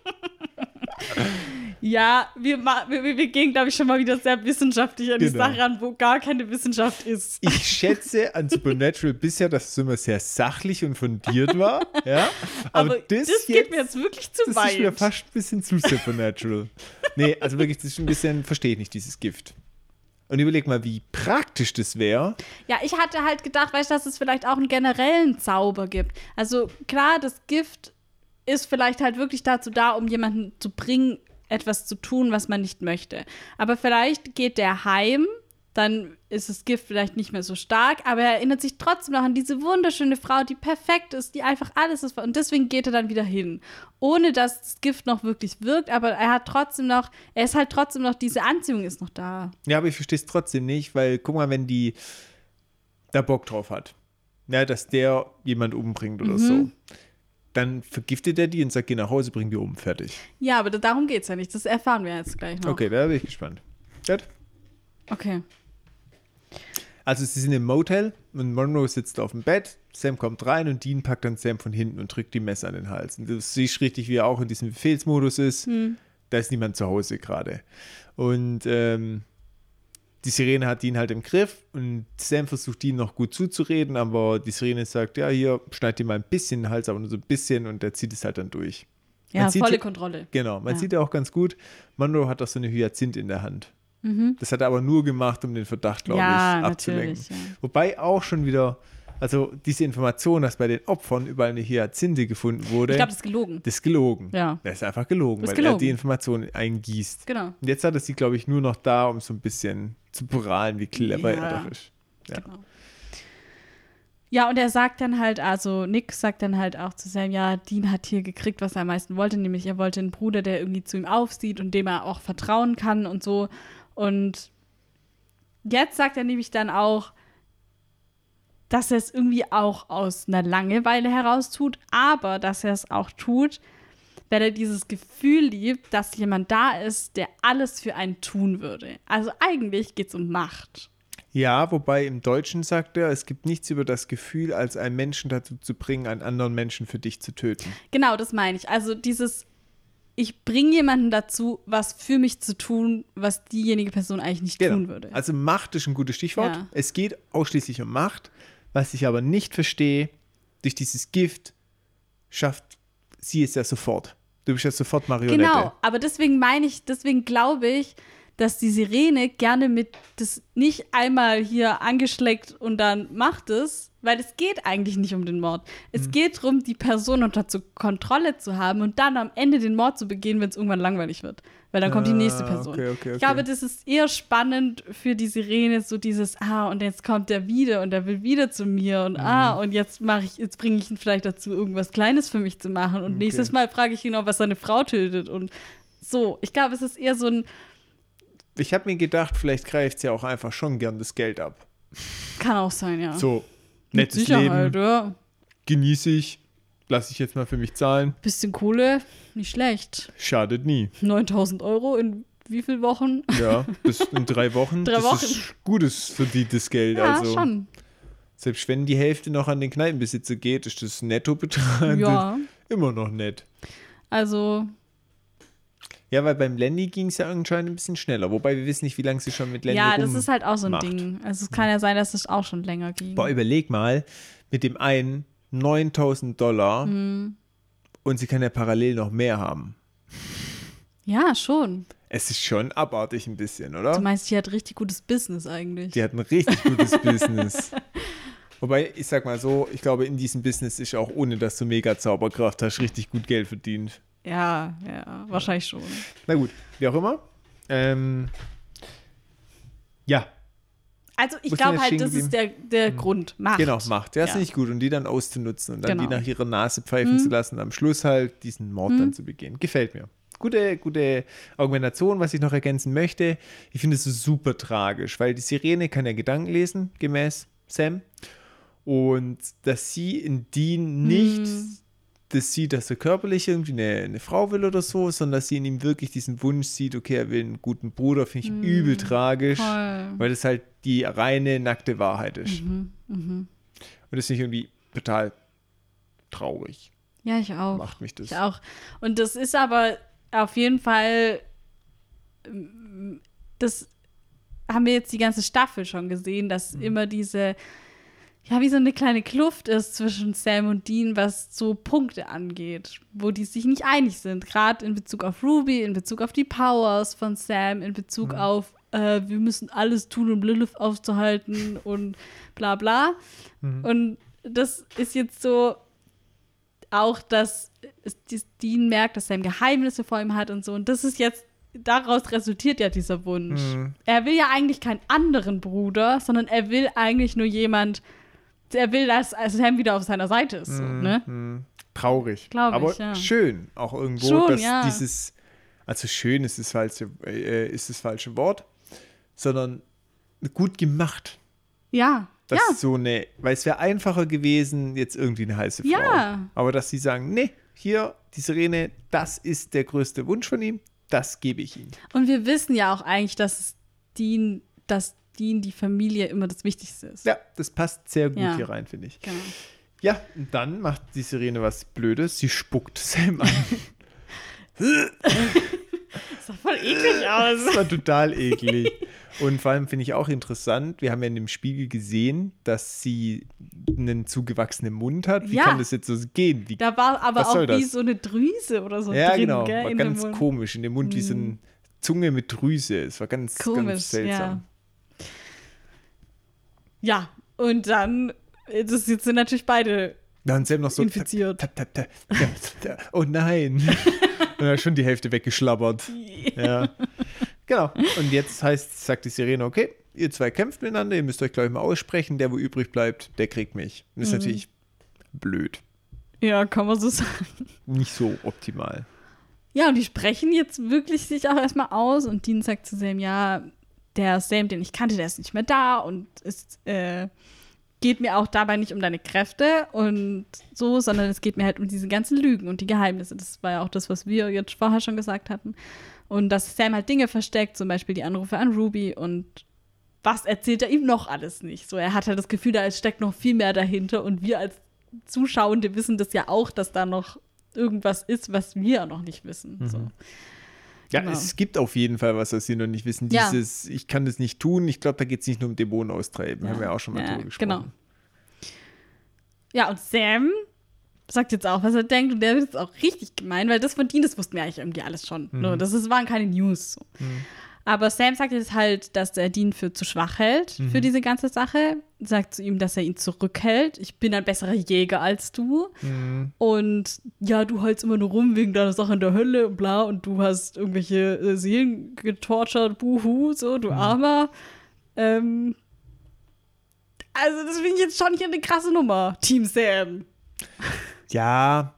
Speaker 1: Ja, wir gehen, glaube ich, schon mal wieder sehr wissenschaftlich an die Sache ran, wo gar keine Wissenschaft ist.
Speaker 2: Ich schätze an Supernatural bisher, dass es immer sehr sachlich und fundiert war. Ja? Aber das
Speaker 1: geht mir jetzt wirklich zu weit.
Speaker 2: Das ist mir fast ein bisschen zu Supernatural. Nee, also wirklich, das ist ein bisschen, verstehe ich nicht, dieses Gift. Und überleg mal, wie praktisch das wäre.
Speaker 1: Ja, ich hatte halt gedacht, weißt du, dass es vielleicht auch einen generellen Zauber gibt. Also klar, das Gift ist vielleicht halt wirklich dazu da, um jemanden zu bringen, etwas zu tun, was man nicht möchte. Aber vielleicht geht der heim, dann ist das Gift vielleicht nicht mehr so stark, aber er erinnert sich trotzdem noch an diese wunderschöne Frau, die perfekt ist, die einfach alles ist. Und deswegen geht er dann wieder hin. Ohne dass das Gift noch wirklich wirkt, aber er ist halt trotzdem noch, diese Anziehung ist noch da.
Speaker 2: Ja, aber ich verstehe es trotzdem nicht, weil guck mal, wenn die da Bock drauf hat, ja, dass der jemand umbringt oder so, dann vergiftet er die und sagt, geh nach Hause, bring die um, fertig.
Speaker 1: Ja, aber darum geht es ja nicht. Das erfahren wir jetzt gleich noch.
Speaker 2: Okay, da bin ich gespannt. Gut.
Speaker 1: Okay.
Speaker 2: Also sie sind im Motel und Monroe sitzt auf dem Bett, Sam kommt rein und Dean packt dann Sam von hinten und drückt die Messer an den Hals. Und du siehst richtig, wie er auch in diesem Befehlsmodus ist. Da ist niemand zu Hause gerade. Und die Sirene hat Dean halt im Griff und Sam versucht Dean noch gut zuzureden, aber die Sirene sagt, ja, hier, schneid dir mal ein bisschen den Hals, aber nur so ein bisschen und der zieht es halt dann durch.
Speaker 1: Ja, volle Kontrolle.
Speaker 2: Genau, man sieht ja auch ganz gut, Monroe hat auch so eine Hyazinth in der Hand. Das hat er aber nur gemacht, um den Verdacht, glaube ich, abzulenken. Ja. Wobei auch schon wieder, also diese Information, dass bei den Opfern überall eine Hyazinthe gefunden wurde.
Speaker 1: Ich glaube, das ist gelogen.
Speaker 2: Das ist gelogen.
Speaker 1: Ja.
Speaker 2: Das ist einfach gelogen, weil
Speaker 1: gelogen.
Speaker 2: er die Information eingießt.
Speaker 1: Genau.
Speaker 2: Und jetzt hat er sie, glaube ich, nur noch da, um so ein bisschen zu prahlen, wie clever er doch ist. Ja.
Speaker 1: Genau. Ja, und er sagt dann halt, also Nick sagt dann halt auch zu Sam, ja, Dean hat hier gekriegt, was er am meisten wollte, nämlich er wollte einen Bruder, der irgendwie zu ihm aufsieht und dem er auch vertrauen kann und so. Und jetzt sagt er nämlich dann auch, dass er es irgendwie auch aus einer Langeweile heraus tut, aber dass er es auch tut, weil er dieses Gefühl liebt, dass jemand da ist, der alles für einen tun würde. Also eigentlich geht es um Macht.
Speaker 2: Ja, wobei im Deutschen sagt er, es gibt nichts über das Gefühl, als einen Menschen dazu zu bringen, einen anderen Menschen für dich zu töten.
Speaker 1: Genau, das meine ich. Also ich bringe jemanden dazu, was für mich zu tun, was diejenige Person eigentlich nicht tun würde.
Speaker 2: Also Macht ist ein gutes Stichwort.
Speaker 1: Ja.
Speaker 2: Es geht ausschließlich um Macht. Was ich aber nicht verstehe, durch dieses Gift sie es ja sofort. Du bist ja sofort Marionette.
Speaker 1: Genau, aber deswegen glaube ich, dass die Sirene gerne mit das nicht einmal hier angeschleckt und dann macht es, weil es geht eigentlich nicht um den Mord. Es geht darum, die Person unter Kontrolle zu haben und dann am Ende den Mord zu begehen, wenn es irgendwann langweilig wird. Weil dann kommt die nächste Person.
Speaker 2: Okay.
Speaker 1: Ich glaube, das ist eher spannend für die Sirene, so dieses, und jetzt kommt der wieder und der will wieder zu mir und und jetzt bringe ich ihn vielleicht dazu, irgendwas Kleines für mich zu machen und nächstes Mal frage ich ihn, ob er seine Frau tötet und so. Ich glaube, es ist eher so ein
Speaker 2: Ich habe mir gedacht, vielleicht greift sie ja auch einfach schon gern das Geld ab.
Speaker 1: Kann auch sein, ja.
Speaker 2: So,
Speaker 1: Mit
Speaker 2: nettes
Speaker 1: Sicherheit,
Speaker 2: Leben,
Speaker 1: ja.
Speaker 2: genieße ich, lasse ich jetzt mal für mich zahlen.
Speaker 1: Bisschen Kohle, nicht schlecht.
Speaker 2: Schadet nie.
Speaker 1: 9.000 € in wie vielen Wochen?
Speaker 2: Ja, das in 3 Wochen.
Speaker 1: 3
Speaker 2: das
Speaker 1: Wochen.
Speaker 2: ist gutes verdientes Geld.
Speaker 1: Ja,
Speaker 2: also,
Speaker 1: schon.
Speaker 2: selbst wenn die Hälfte noch an den Kneipenbesitzer geht, ist das Nettobetrag
Speaker 1: Ja.
Speaker 2: immer noch nett.
Speaker 1: Also,
Speaker 2: Ja, weil beim Landy ging es ja anscheinend ein bisschen schneller. Wobei wir wissen nicht, wie lange sie schon mit Landy
Speaker 1: ja, das ist halt auch so ein
Speaker 2: macht.
Speaker 1: Ding. Also es kann ja sein, dass es auch schon länger ging.
Speaker 2: Boah, überleg mal, mit dem einen $9.000 und sie kann ja parallel noch mehr haben.
Speaker 1: Ja, schon.
Speaker 2: Es ist schon abartig ein bisschen, oder?
Speaker 1: Du meinst, die hat richtig gutes Business eigentlich.
Speaker 2: Die hat ein richtig gutes Business. Wobei, ich sag mal so, ich glaube, in diesem Business ist auch, ohne dass du mega Zauberkraft hast, richtig gut Geld verdient.
Speaker 1: Ja, wahrscheinlich schon.
Speaker 2: Na gut, wie auch immer. Ja.
Speaker 1: Also ich
Speaker 2: Wo sind
Speaker 1: glaube
Speaker 2: wir
Speaker 1: halt,
Speaker 2: stehen
Speaker 1: das ist der Grund. Macht.
Speaker 2: Genau, Macht. Ja, ist
Speaker 1: Ja.
Speaker 2: nicht gut. Und die dann auszunutzen und dann
Speaker 1: Genau.
Speaker 2: die nach ihrer Nase pfeifen zu lassen und am Schluss halt diesen Mord dann zu begehen. Gefällt mir. Gute Argumentation, was ich noch ergänzen möchte. Ich finde es so super tragisch, weil die Sirene kann ja Gedanken lesen, gemäß Sam. Und dass sie in Dean nicht das sieht, dass er körperlich irgendwie eine Frau will oder so, sondern dass sie in ihm wirklich diesen Wunsch sieht, okay, er will einen guten Bruder, finde ich übel tragisch,
Speaker 1: Voll.
Speaker 2: weil das halt die reine, nackte Wahrheit ist. Und das finde ich irgendwie total traurig.
Speaker 1: Ja, ich auch.
Speaker 2: Macht mich das.
Speaker 1: Ich auch. Und das ist aber auf jeden Fall, das haben wir jetzt die ganze Staffel schon gesehen, dass immer diese, ja, wie so eine kleine Kluft ist zwischen Sam und Dean, was so Punkte angeht, wo die sich nicht einig sind. Gerade in Bezug auf Ruby, in Bezug auf die Powers von Sam, in Bezug auf, wir müssen alles tun, um Lilith aufzuhalten und bla bla. Und das ist jetzt so auch, dass Dean merkt, dass Sam Geheimnisse vor ihm hat und so. Und das ist jetzt daraus resultiert ja dieser Wunsch. Er will ja eigentlich keinen anderen Bruder, sondern er will eigentlich nur er will, dass Sam wieder auf seiner Seite ist. So, ne?
Speaker 2: Traurig.
Speaker 1: Glaube ich,
Speaker 2: aber
Speaker 1: ja.
Speaker 2: schön auch irgendwo,
Speaker 1: Schon,
Speaker 2: dass
Speaker 1: ja.
Speaker 2: dieses, also schön ist das falsche Wort, sondern gut gemacht.
Speaker 1: Ja.
Speaker 2: Das ist so weil es wäre einfacher gewesen, jetzt irgendwie eine heiße Frau.
Speaker 1: Ja.
Speaker 2: Aber dass sie sagen, nee, hier, die Sirene, das ist der größte Wunsch von ihm, das gebe ich ihm.
Speaker 1: Und wir wissen ja auch eigentlich, dass Dean die Familie immer das Wichtigste ist.
Speaker 2: Ja, das passt sehr gut hier rein, finde ich.
Speaker 1: Genau.
Speaker 2: Ja, und dann macht die Sirene was Blödes, sie spuckt Sam an.
Speaker 1: Das sah voll eklig aus.
Speaker 2: Das war total eklig. Und vor allem finde ich auch interessant, wir haben ja in dem Spiegel gesehen, dass sie einen zugewachsenen Mund hat. Wie kann das jetzt so gehen?
Speaker 1: Da war aber
Speaker 2: was
Speaker 1: auch
Speaker 2: soll
Speaker 1: wie
Speaker 2: das?
Speaker 1: so eine Drüse oder so
Speaker 2: Ja,
Speaker 1: drin,
Speaker 2: genau.
Speaker 1: gell,
Speaker 2: War
Speaker 1: in
Speaker 2: ganz
Speaker 1: dem Mund.
Speaker 2: komisch. In dem Mund wie so eine Zunge mit Drüse. Es war ganz,
Speaker 1: Komisch,
Speaker 2: ganz seltsam.
Speaker 1: Ja, und dann jetzt sind natürlich beide
Speaker 2: Dann Sam noch so
Speaker 1: infiziert.
Speaker 2: Oh nein. Und dann schon die Hälfte weggeschlabbert. Ja. Genau. Und jetzt sagt die Sirene, okay, ihr zwei kämpft miteinander, ihr müsst euch, glaube ich, mal aussprechen. Der, wo übrig bleibt, der kriegt mich. Das ist natürlich blöd.
Speaker 1: Ja, kann man so sagen.
Speaker 2: Nicht so optimal.
Speaker 1: Ja, und die sprechen jetzt wirklich sich auch erstmal aus und Dean sagt zu Sam, ja, der Sam, den ich kannte, der ist nicht mehr da und es geht mir auch dabei nicht um deine Kräfte und so, sondern es geht mir halt um diese ganzen Lügen und die Geheimnisse. Das war ja auch das, was wir jetzt vorher schon gesagt hatten. Und dass Sam halt Dinge versteckt, zum Beispiel die Anrufe an Ruby und was erzählt er ihm noch alles nicht. So, er hat halt das Gefühl, da steckt noch viel mehr dahinter und wir als Zuschauende wissen das ja auch, dass da noch irgendwas ist, was wir noch nicht wissen. So.
Speaker 2: Ja,
Speaker 1: Genau.
Speaker 2: es gibt auf jeden Fall was sie noch nicht wissen.
Speaker 1: Ja.
Speaker 2: Dieses, ich kann das nicht tun. Ich glaube, da geht es nicht nur um Dämonen austreiben. Haben wir auch schon mal drüber gesprochen.
Speaker 1: Genau. Ja, und Sam sagt jetzt auch, was er denkt. Und der wird jetzt auch richtig gemein, weil das von Dean, das wussten wir eigentlich irgendwie alles schon. Nur, waren keine News. So. Aber Sam sagt jetzt halt, dass er Dean für zu schwach hält für diese ganze Sache. Sagt zu ihm, dass er ihn zurückhält. Ich bin ein besserer Jäger als du. Und ja, du heulst immer nur rum wegen deiner Sache in der Hölle und bla. Und du hast irgendwelche Seelen getortured, buhu, so, du Armer. Also das finde ich jetzt schon hier eine krasse Nummer, Team Sam.
Speaker 2: Ja,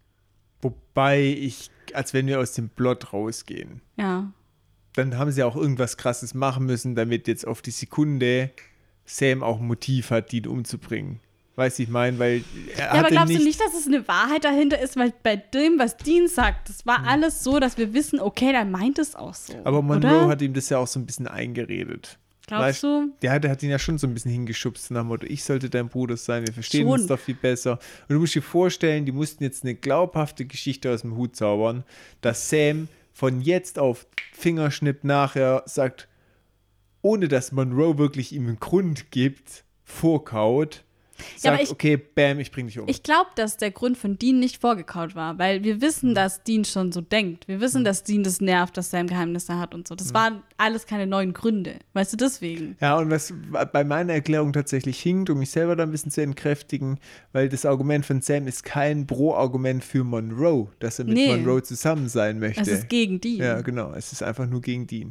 Speaker 2: wobei als wenn wir aus dem Plot rausgehen,
Speaker 1: Ja.
Speaker 2: dann haben sie auch irgendwas Krasses machen müssen, damit jetzt auf die Sekunde Sam auch ein Motiv hat, ihn umzubringen. Weißt du, ich meine, weil er
Speaker 1: Ja, aber glaubst
Speaker 2: nicht,
Speaker 1: du nicht, dass es eine Wahrheit dahinter ist? Weil bei dem, was Dean sagt, das war alles so, dass wir wissen, okay, der meint es auch so.
Speaker 2: aber Monroe
Speaker 1: oder?
Speaker 2: hat ihm das ja auch so ein bisschen eingeredet.
Speaker 1: Glaubst du?
Speaker 2: Der hat ihn ja schon so ein bisschen hingeschubst nach dem Motto, ich sollte dein Bruder sein, wir verstehen
Speaker 1: Schon.
Speaker 2: uns doch viel besser. Und du musst dir vorstellen, die mussten jetzt eine glaubhafte Geschichte aus dem Hut zaubern, dass Sam von jetzt auf Fingerschnipp nachher sagt, ohne dass Monroe wirklich ihm einen Grund gibt, vorkaut,
Speaker 1: Ja,
Speaker 2: sagt,
Speaker 1: aber
Speaker 2: okay, bam, ich bring dich um.
Speaker 1: Ich glaube, dass der Grund von Dean nicht vorgekaut war, weil wir wissen, dass Dean schon so denkt. Wir wissen, dass Dean das nervt, dass Sam Geheimnisse hat und so. Das waren alles keine neuen Gründe. Weißt du, deswegen.
Speaker 2: Ja, und was bei meiner Erklärung tatsächlich hinkt, um mich selber da ein bisschen zu entkräftigen, weil das Argument von Sam ist kein Pro-Argument für Monroe, dass er mit Monroe zusammen sein möchte.
Speaker 1: Es ist gegen Dean.
Speaker 2: Ja, genau. Es ist einfach nur gegen Dean.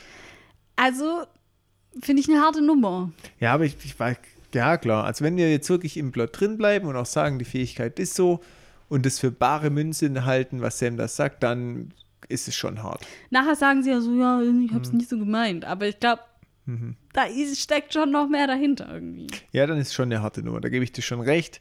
Speaker 1: Also, finde ich eine harte Nummer.
Speaker 2: Ja, aber ich war, ja klar. Also wenn wir jetzt wirklich im Plot drin bleiben und auch sagen, die Fähigkeit ist so und das für bare Münze halten, was Sam das sagt, dann ist es schon hart.
Speaker 1: Nachher sagen sie ja so, ja, ich habe es nicht so gemeint. Aber ich glaube, da steckt schon noch mehr dahinter irgendwie.
Speaker 2: Ja, dann ist schon eine harte Nummer. Da gebe ich dir schon recht.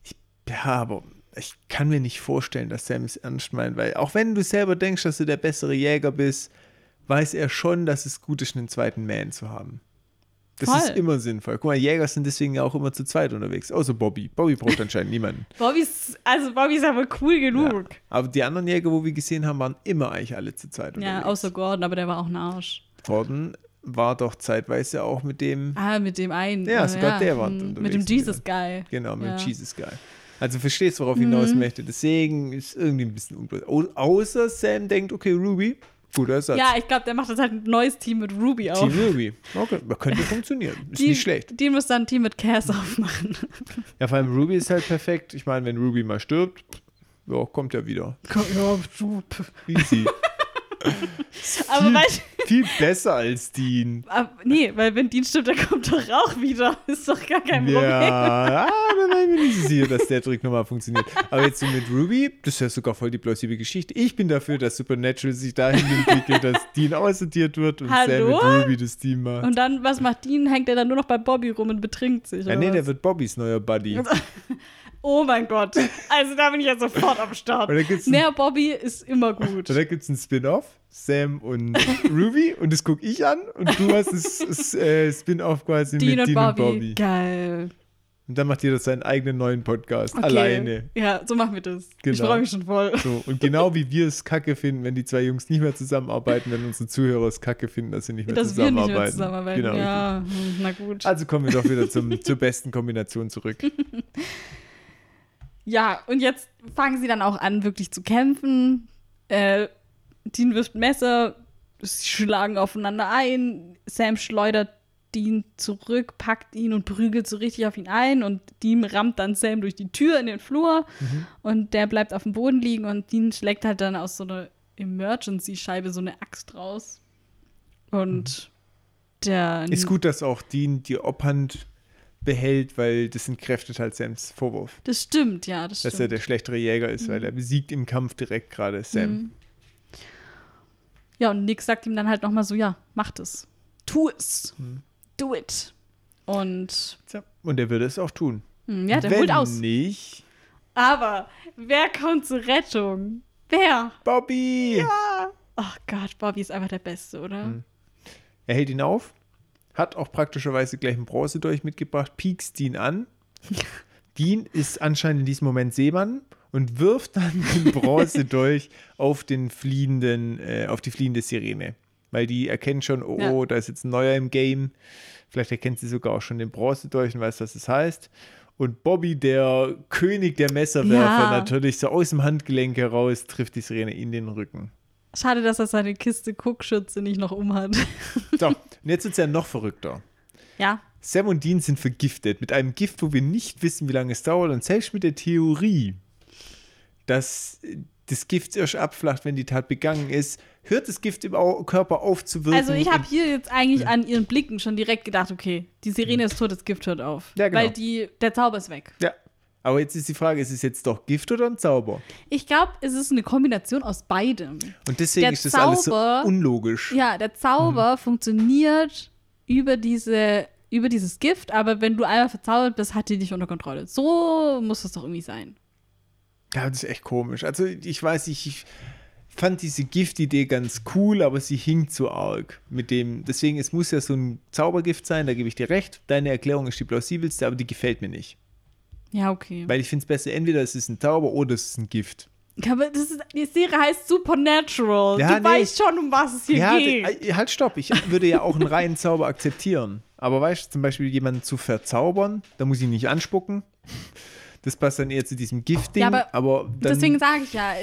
Speaker 2: Aber ich kann mir nicht vorstellen, dass Sam es ernst meint, weil auch wenn du selber denkst, dass du der bessere Jäger bist, weiß er schon, dass es gut ist, einen zweiten Man zu haben. Das
Speaker 1: Voll.
Speaker 2: ist immer sinnvoll. Guck mal, Jäger sind deswegen ja auch immer zu zweit unterwegs. Außer Bobby. Bobby braucht anscheinend niemanden.
Speaker 1: Bobby ist aber cool genug.
Speaker 2: Ja. Aber die anderen Jäger, wo wir gesehen haben, waren immer eigentlich alle zu zweit unterwegs.
Speaker 1: Ja, außer Gordon, aber der war auch ein Arsch.
Speaker 2: Gordon war doch zeitweise auch mit dem.
Speaker 1: Ah, mit dem einen.
Speaker 2: Ja, sogar der war unterwegs.
Speaker 1: Mit dem Jesus Guy.
Speaker 2: Genau, mit
Speaker 1: Ja.
Speaker 2: dem Jesus Guy. Also verstehst du, worauf ich hinaus möchte. Deswegen ist irgendwie ein bisschen unblöd. Außer Sam denkt, okay, Ruby, guter Ersatz.
Speaker 1: Ja, ich glaube, der macht jetzt halt ein neues Team mit Ruby auf.
Speaker 2: Team Ruby. Okay, könnte funktionieren. Ist nicht schlecht.
Speaker 1: Die muss dann ein Team mit Cass aufmachen.
Speaker 2: Ja, vor allem Ruby ist halt perfekt. Ich meine, wenn Ruby mal stirbt, ja, kommt er wieder.
Speaker 1: Ja, du.
Speaker 2: Easy.
Speaker 1: Aber
Speaker 2: viel besser als Dean.
Speaker 1: Nee, weil wenn Dean stimmt, dann kommt doch Rauch wieder. Ist doch gar kein Problem.
Speaker 2: Ja, dann bin ich mir nicht so sicher, dass der Trick nochmal funktioniert. Aber jetzt so mit Ruby, das ist ja sogar voll die plausible Geschichte. Ich bin dafür, dass Supernatural sich dahin entwickelt, dass Dean aussortiert wird und Sam mit Ruby das Team macht.
Speaker 1: Und dann, was macht Dean? Hängt er dann nur noch bei Bobby rum und betrinkt sich?
Speaker 2: Ja, nee, der wird Bobbys neuer Buddy.
Speaker 1: Oh mein Gott. Also da bin ich ja sofort am Start. Mehr Bobby ist immer gut.
Speaker 2: Und da gibt es einen Spin-off, Sam und Ruby, und das gucke ich an und du hast das Spin-off quasi
Speaker 1: Dean
Speaker 2: mit
Speaker 1: und
Speaker 2: Dean und Bobby.
Speaker 1: Geil.
Speaker 2: Und dann macht jeder seinen eigenen neuen Podcast,
Speaker 1: okay.
Speaker 2: alleine.
Speaker 1: Ja, so machen wir das.
Speaker 2: Genau.
Speaker 1: Ich freue mich schon voll.
Speaker 2: So, und genau wie wir es kacke finden, wenn die zwei Jungs nicht mehr zusammenarbeiten, wenn unsere Zuhörer es kacke finden, dass sie nicht mehr zusammenarbeiten.
Speaker 1: Dass wir nicht mehr zusammenarbeiten,
Speaker 2: genau,
Speaker 1: ja. Na gut.
Speaker 2: Also kommen wir doch wieder zur besten Kombination zurück.
Speaker 1: Ja, und jetzt fangen sie dann auch an, wirklich zu kämpfen. Dean wirft Messer, sie schlagen aufeinander ein. Sam schleudert Dean zurück, packt ihn und prügelt so richtig auf ihn ein. Und Dean rammt dann Sam durch die Tür in den Flur. Und der bleibt auf dem Boden liegen. Und Dean schlägt halt dann aus so einer Emergency-Scheibe so eine Axt raus. Und der
Speaker 2: ist gut, dass auch Dean die Obhand behält, weil das entkräftet halt Sams Vorwurf.
Speaker 1: Das stimmt, ja, das stimmt.
Speaker 2: Dass er der schlechtere Jäger ist, weil er besiegt im Kampf direkt gerade Sam.
Speaker 1: Ja, und Nick sagt ihm dann halt nochmal so, ja, mach das. Tu es. Do it. Und
Speaker 2: er würde es auch tun.
Speaker 1: Ja, der holt aus.
Speaker 2: Wenn nicht.
Speaker 1: Aber wer kommt zur Rettung? Wer?
Speaker 2: Bobby!
Speaker 1: Ja! Ach Gott, Bobby ist einfach der Beste, oder?
Speaker 2: Er hält ihn auf, hat auch praktischerweise gleich einen Bronzedolch mitgebracht, piekst Dean an. Dean ist anscheinend in diesem Moment Seemann und wirft dann den Bronzedolch auf die fliehende Sirene. Weil die erkennt schon, da ist jetzt ein Neuer im Game. Vielleicht erkennt sie sogar auch schon den Bronzedolch und weiß, was das heißt. Und Bobby, der König der Messerwerfer, natürlich so aus dem Handgelenk heraus, trifft die Sirene in den Rücken.
Speaker 1: Schade, dass er seine Kiste Guckschütze nicht noch umhat.
Speaker 2: So, und jetzt wird es ja noch verrückter.
Speaker 1: Ja.
Speaker 2: Sam und Dean sind vergiftet mit einem Gift, wo wir nicht wissen, wie lange es dauert. Und selbst mit der Theorie, dass das Gift erst abflacht, wenn die Tat begangen ist, hört das Gift im Körper auf zu wirken.
Speaker 1: Also ich habe hier jetzt eigentlich an ihren Blicken schon direkt gedacht, okay, die Sirene ist tot, das Gift hört auf.
Speaker 2: Ja, genau.
Speaker 1: Weil der Zauber ist weg.
Speaker 2: Ja, aber jetzt ist die Frage, ist es jetzt doch Gift oder ein Zauber?
Speaker 1: Ich glaube, es ist eine Kombination aus beidem.
Speaker 2: Und deswegen ist das alles so unlogisch.
Speaker 1: Ja, der Zauber funktioniert über dieses Gift, aber wenn du einmal verzaubert bist, hat die dich unter Kontrolle. So muss es doch irgendwie sein.
Speaker 2: Ja, das ist echt komisch. Also ich weiß nicht, ich fand diese Giftidee ganz cool, aber sie hinkt so arg mit dem. Deswegen, es muss ja so ein Zaubergift sein, da gebe ich dir recht. Deine Erklärung ist die plausibelste, aber die gefällt mir nicht.
Speaker 1: Ja, okay.
Speaker 2: Weil ich finde es besser, entweder es ist ein Zauber oder es ist ein Gift.
Speaker 1: Aber die Serie heißt Supernatural. Ja, du weißt schon, um was es hier geht.
Speaker 2: Halt, stopp. Ich würde ja auch einen reinen Zauber akzeptieren. Aber weißt du, zum Beispiel jemanden zu verzaubern, da muss ich nicht anspucken. Das passt dann eher zu diesem Giftding.
Speaker 1: Ja,
Speaker 2: aber dann,
Speaker 1: deswegen sage ich ja,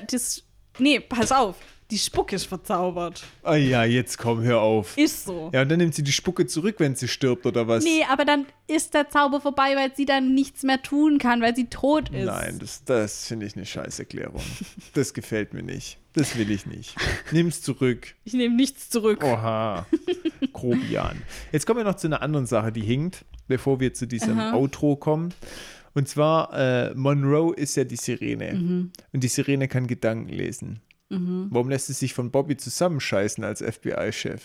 Speaker 1: nee, pass auf. Die Spucke ist verzaubert.
Speaker 2: Ah ja, jetzt komm, hör auf.
Speaker 1: Ist so.
Speaker 2: Ja, und dann nimmt sie die Spucke zurück, wenn sie stirbt, oder was?
Speaker 1: Nee, aber dann ist der Zauber vorbei, weil sie dann nichts mehr tun kann, weil sie tot ist.
Speaker 2: Nein, das finde ich eine Scheißerklärung. Das gefällt mir nicht. Das will ich nicht. Nimm's zurück.
Speaker 1: Ich nehme nichts zurück.
Speaker 2: Oha. Grobian. Jetzt kommen wir noch zu einer anderen Sache, die hinkt, bevor wir zu diesem Outro kommen. Und zwar, Monroe ist ja die Sirene. Und die Sirene kann Gedanken lesen. Warum lässt es sich von Bobby zusammenscheißen als FBI-Chef?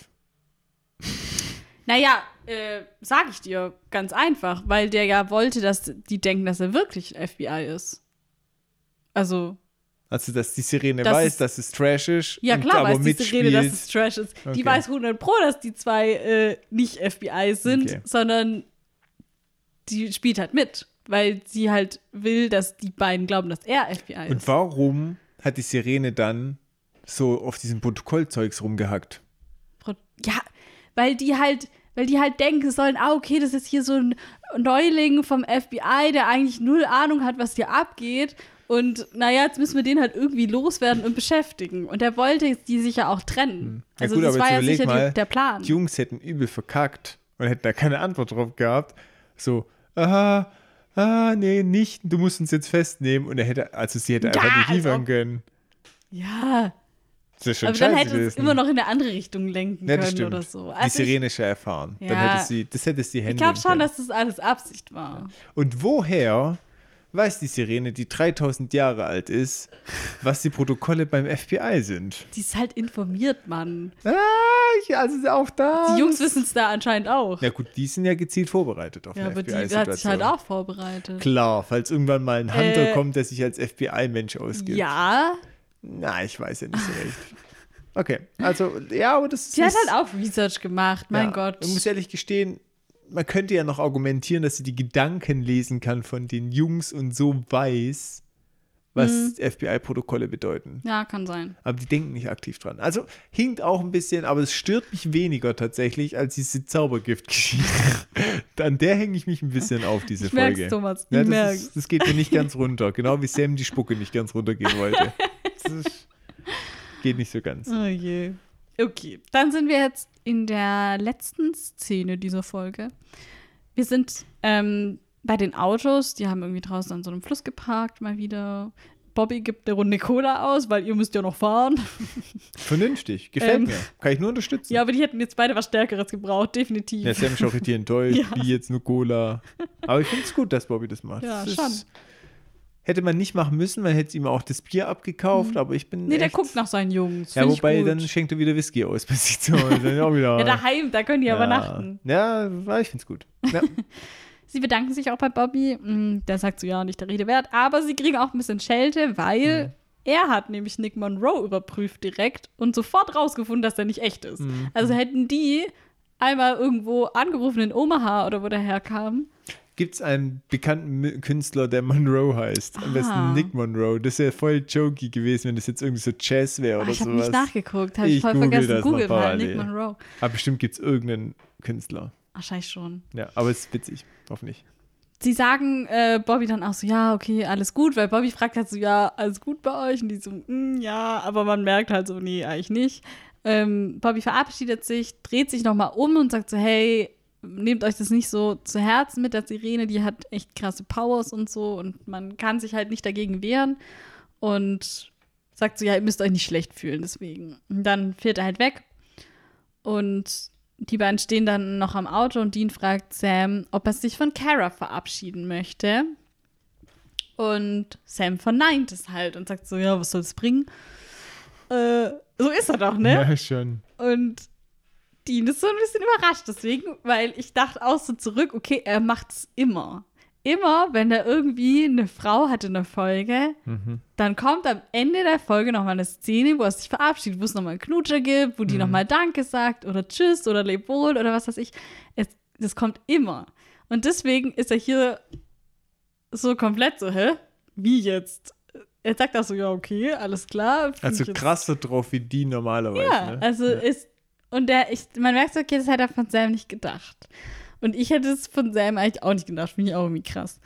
Speaker 1: Naja, sag ich dir, ganz einfach, weil der ja wollte, dass die denken, dass er wirklich FBI ist. Also,
Speaker 2: dass die Sirene weiß, dass es Trash ist.
Speaker 1: Ja, klar,
Speaker 2: aber
Speaker 1: weiß die Sirene, dass es Trash ist.
Speaker 2: Okay.
Speaker 1: Die weiß 100 Pro, dass die zwei nicht FBI sind, sondern die spielt halt mit, weil sie halt will, dass die beiden glauben, dass er FBI ist.
Speaker 2: Und warum hat die Sirene dann so auf diesem Protokollzeugs rumgehackt?
Speaker 1: Ja, weil die halt denken sollen, okay, das ist hier so ein Neuling vom FBI, der eigentlich null Ahnung hat, was hier abgeht. Und naja, jetzt müssen wir den halt irgendwie loswerden und beschäftigen. Und er wollte die sich ja auch trennen.
Speaker 2: Ja,
Speaker 1: also
Speaker 2: gut,
Speaker 1: das
Speaker 2: aber
Speaker 1: war ja
Speaker 2: jetzt
Speaker 1: sicher
Speaker 2: mal,
Speaker 1: der Plan.
Speaker 2: Die Jungs hätten übel verkackt und hätten da keine Antwort drauf gehabt. So, nee, nicht, du musst uns jetzt festnehmen. Und sie hätte einfach nicht liefern können.
Speaker 1: Ja,
Speaker 2: Das ist schon
Speaker 1: aber dann
Speaker 2: scheiße
Speaker 1: hätte es
Speaker 2: gewesen.
Speaker 1: immer noch in eine andere Richtung lenken
Speaker 2: Ja, das
Speaker 1: können
Speaker 2: stimmt.
Speaker 1: oder so.
Speaker 2: Die
Speaker 1: Also
Speaker 2: Sirene ist ja erfahren.
Speaker 1: Ja.
Speaker 2: Dann hätte es die Hände.
Speaker 1: ich glaube schon, dass das alles Absicht war.
Speaker 2: Und woher weiß die Sirene, die 3000 Jahre alt ist, was die Protokolle beim FBI sind?
Speaker 1: Die ist halt informiert, Mann.
Speaker 2: Also auch da.
Speaker 1: Die Jungs wissen es da anscheinend auch.
Speaker 2: Ja gut, die sind ja gezielt vorbereitet auf
Speaker 1: Ja,
Speaker 2: eine
Speaker 1: aber die
Speaker 2: FBI-Situation.
Speaker 1: hat sich halt auch vorbereitet.
Speaker 2: Klar, falls irgendwann mal ein Hunter kommt, der sich als FBI-Mensch ausgibt.
Speaker 1: Ja,
Speaker 2: Na, ich weiß ja nicht so recht. Okay, also, ja, aber das ist.
Speaker 1: sie hat halt auch Research gemacht, mein Gott.
Speaker 2: Ich muss ehrlich gestehen, man könnte ja noch argumentieren, dass sie die Gedanken lesen kann von den Jungs und so weiß, was FBI-Protokolle bedeuten.
Speaker 1: Ja, kann sein.
Speaker 2: Aber die denken nicht aktiv dran. Also hinkt auch ein bisschen, aber es stört mich weniger tatsächlich als diese Zaubergift-Geschichte. An der hänge ich mich ein bisschen auf, diese
Speaker 1: Ich
Speaker 2: Folge.
Speaker 1: merk's, Thomas,
Speaker 2: Ja,
Speaker 1: ich
Speaker 2: das,
Speaker 1: merk's.
Speaker 2: das geht mir nicht ganz runter. Genau wie Sam die Spucke nicht ganz runtergehen wollte. Geht nicht so ganz.
Speaker 1: Oh je. Okay, dann sind wir jetzt in der letzten Szene dieser Folge. Wir sind bei den Autos, die haben irgendwie draußen an so einem Fluss geparkt, mal wieder. Bobby gibt eine Runde Cola aus, weil ihr müsst ja noch fahren.
Speaker 2: Vernünftig, gefällt mir. Kann ich nur unterstützen.
Speaker 1: Ja, aber die hätten jetzt beide was Stärkeres gebraucht, definitiv.
Speaker 2: Ja, Sam ist auch richtig enttäuscht,
Speaker 1: Ja.
Speaker 2: wie jetzt nur Cola. Aber ich finde es gut, dass Bobby das macht.
Speaker 1: Ja,
Speaker 2: das
Speaker 1: schon.
Speaker 2: Hätte man nicht machen müssen, man hätte ihm auch das Bier abgekauft, aber ich bin
Speaker 1: Nee, der
Speaker 2: echt,
Speaker 1: guckt nach seinen Jungs.
Speaker 2: Ja,
Speaker 1: Find ich
Speaker 2: wobei,
Speaker 1: gut.
Speaker 2: dann schenkt er wieder Whisky aus bei sich zu Hause. Dann auch wieder,
Speaker 1: Ja, daheim, da können die übernachten.
Speaker 2: Ja, ich finde es gut. Ja.
Speaker 1: Sie bedanken sich auch bei Bobby. Der sagt so, ja, nicht der Rede wert. Aber sie kriegen auch ein bisschen Schelte, weil er hat nämlich Nick Monroe überprüft direkt und sofort rausgefunden, dass der nicht echt ist. Also hätten die einmal irgendwo angerufen in Omaha oder wo der herkam.
Speaker 2: Gibt es einen bekannten Künstler, der Monroe heißt? Am besten Nick Monroe. Das wäre voll jokey gewesen, wenn das jetzt irgendwie so Jazz wäre oder
Speaker 1: Ich habe
Speaker 2: sowas.
Speaker 1: nicht nachgeguckt, habe ich voll
Speaker 2: google
Speaker 1: vergessen.
Speaker 2: das noch
Speaker 1: Google mal,
Speaker 2: parallel.
Speaker 1: Nick Monroe.
Speaker 2: Aber bestimmt gibt es irgendeinen Künstler.
Speaker 1: Wahrscheinlich schon.
Speaker 2: Ja, aber es ist witzig. Hoffentlich.
Speaker 1: Sie sagen Bobby dann auch so, ja, okay, alles gut, weil Bobby fragt halt so, ja, alles gut bei euch? Und die so, ja, aber man merkt halt so, nee, eigentlich nicht. Bobby verabschiedet sich, dreht sich nochmal um und sagt so, hey, nehmt euch das nicht so zu Herzen mit der Sirene, die hat echt krasse Powers und so und man kann sich halt nicht dagegen wehren und sagt so, ja, ihr müsst euch nicht schlecht fühlen deswegen. Und dann fährt er halt weg und die beiden stehen dann noch am Auto und Dean fragt Sam, ob er sich von Kara verabschieden möchte. Und Sam verneint es halt und sagt so, ja, was soll es bringen? So ist er doch, ne?
Speaker 2: Ja, schon.
Speaker 1: Und Dean ist so ein bisschen überrascht deswegen, weil ich dachte auch so zurück, okay, er macht's immer. Immer, wenn er irgendwie eine Frau hat in der Folge, dann kommt am Ende der Folge nochmal eine Szene, wo er sich verabschiedet, wo es nochmal einen Knutscher gibt, wo die nochmal Danke sagt oder Tschüss oder Leb wohl oder was weiß ich. Das kommt immer. Und deswegen ist er hier so komplett so, hä? Wie jetzt? Er sagt auch so, ja, okay, alles klar.
Speaker 2: Also krasser drauf wie die normalerweise.
Speaker 1: Ja,
Speaker 2: ne?
Speaker 1: also ist, und man merkt so, okay, das hätte er von Sam nicht gedacht. Und ich hätte es von Sam eigentlich auch nicht gedacht, finde ich auch irgendwie krass.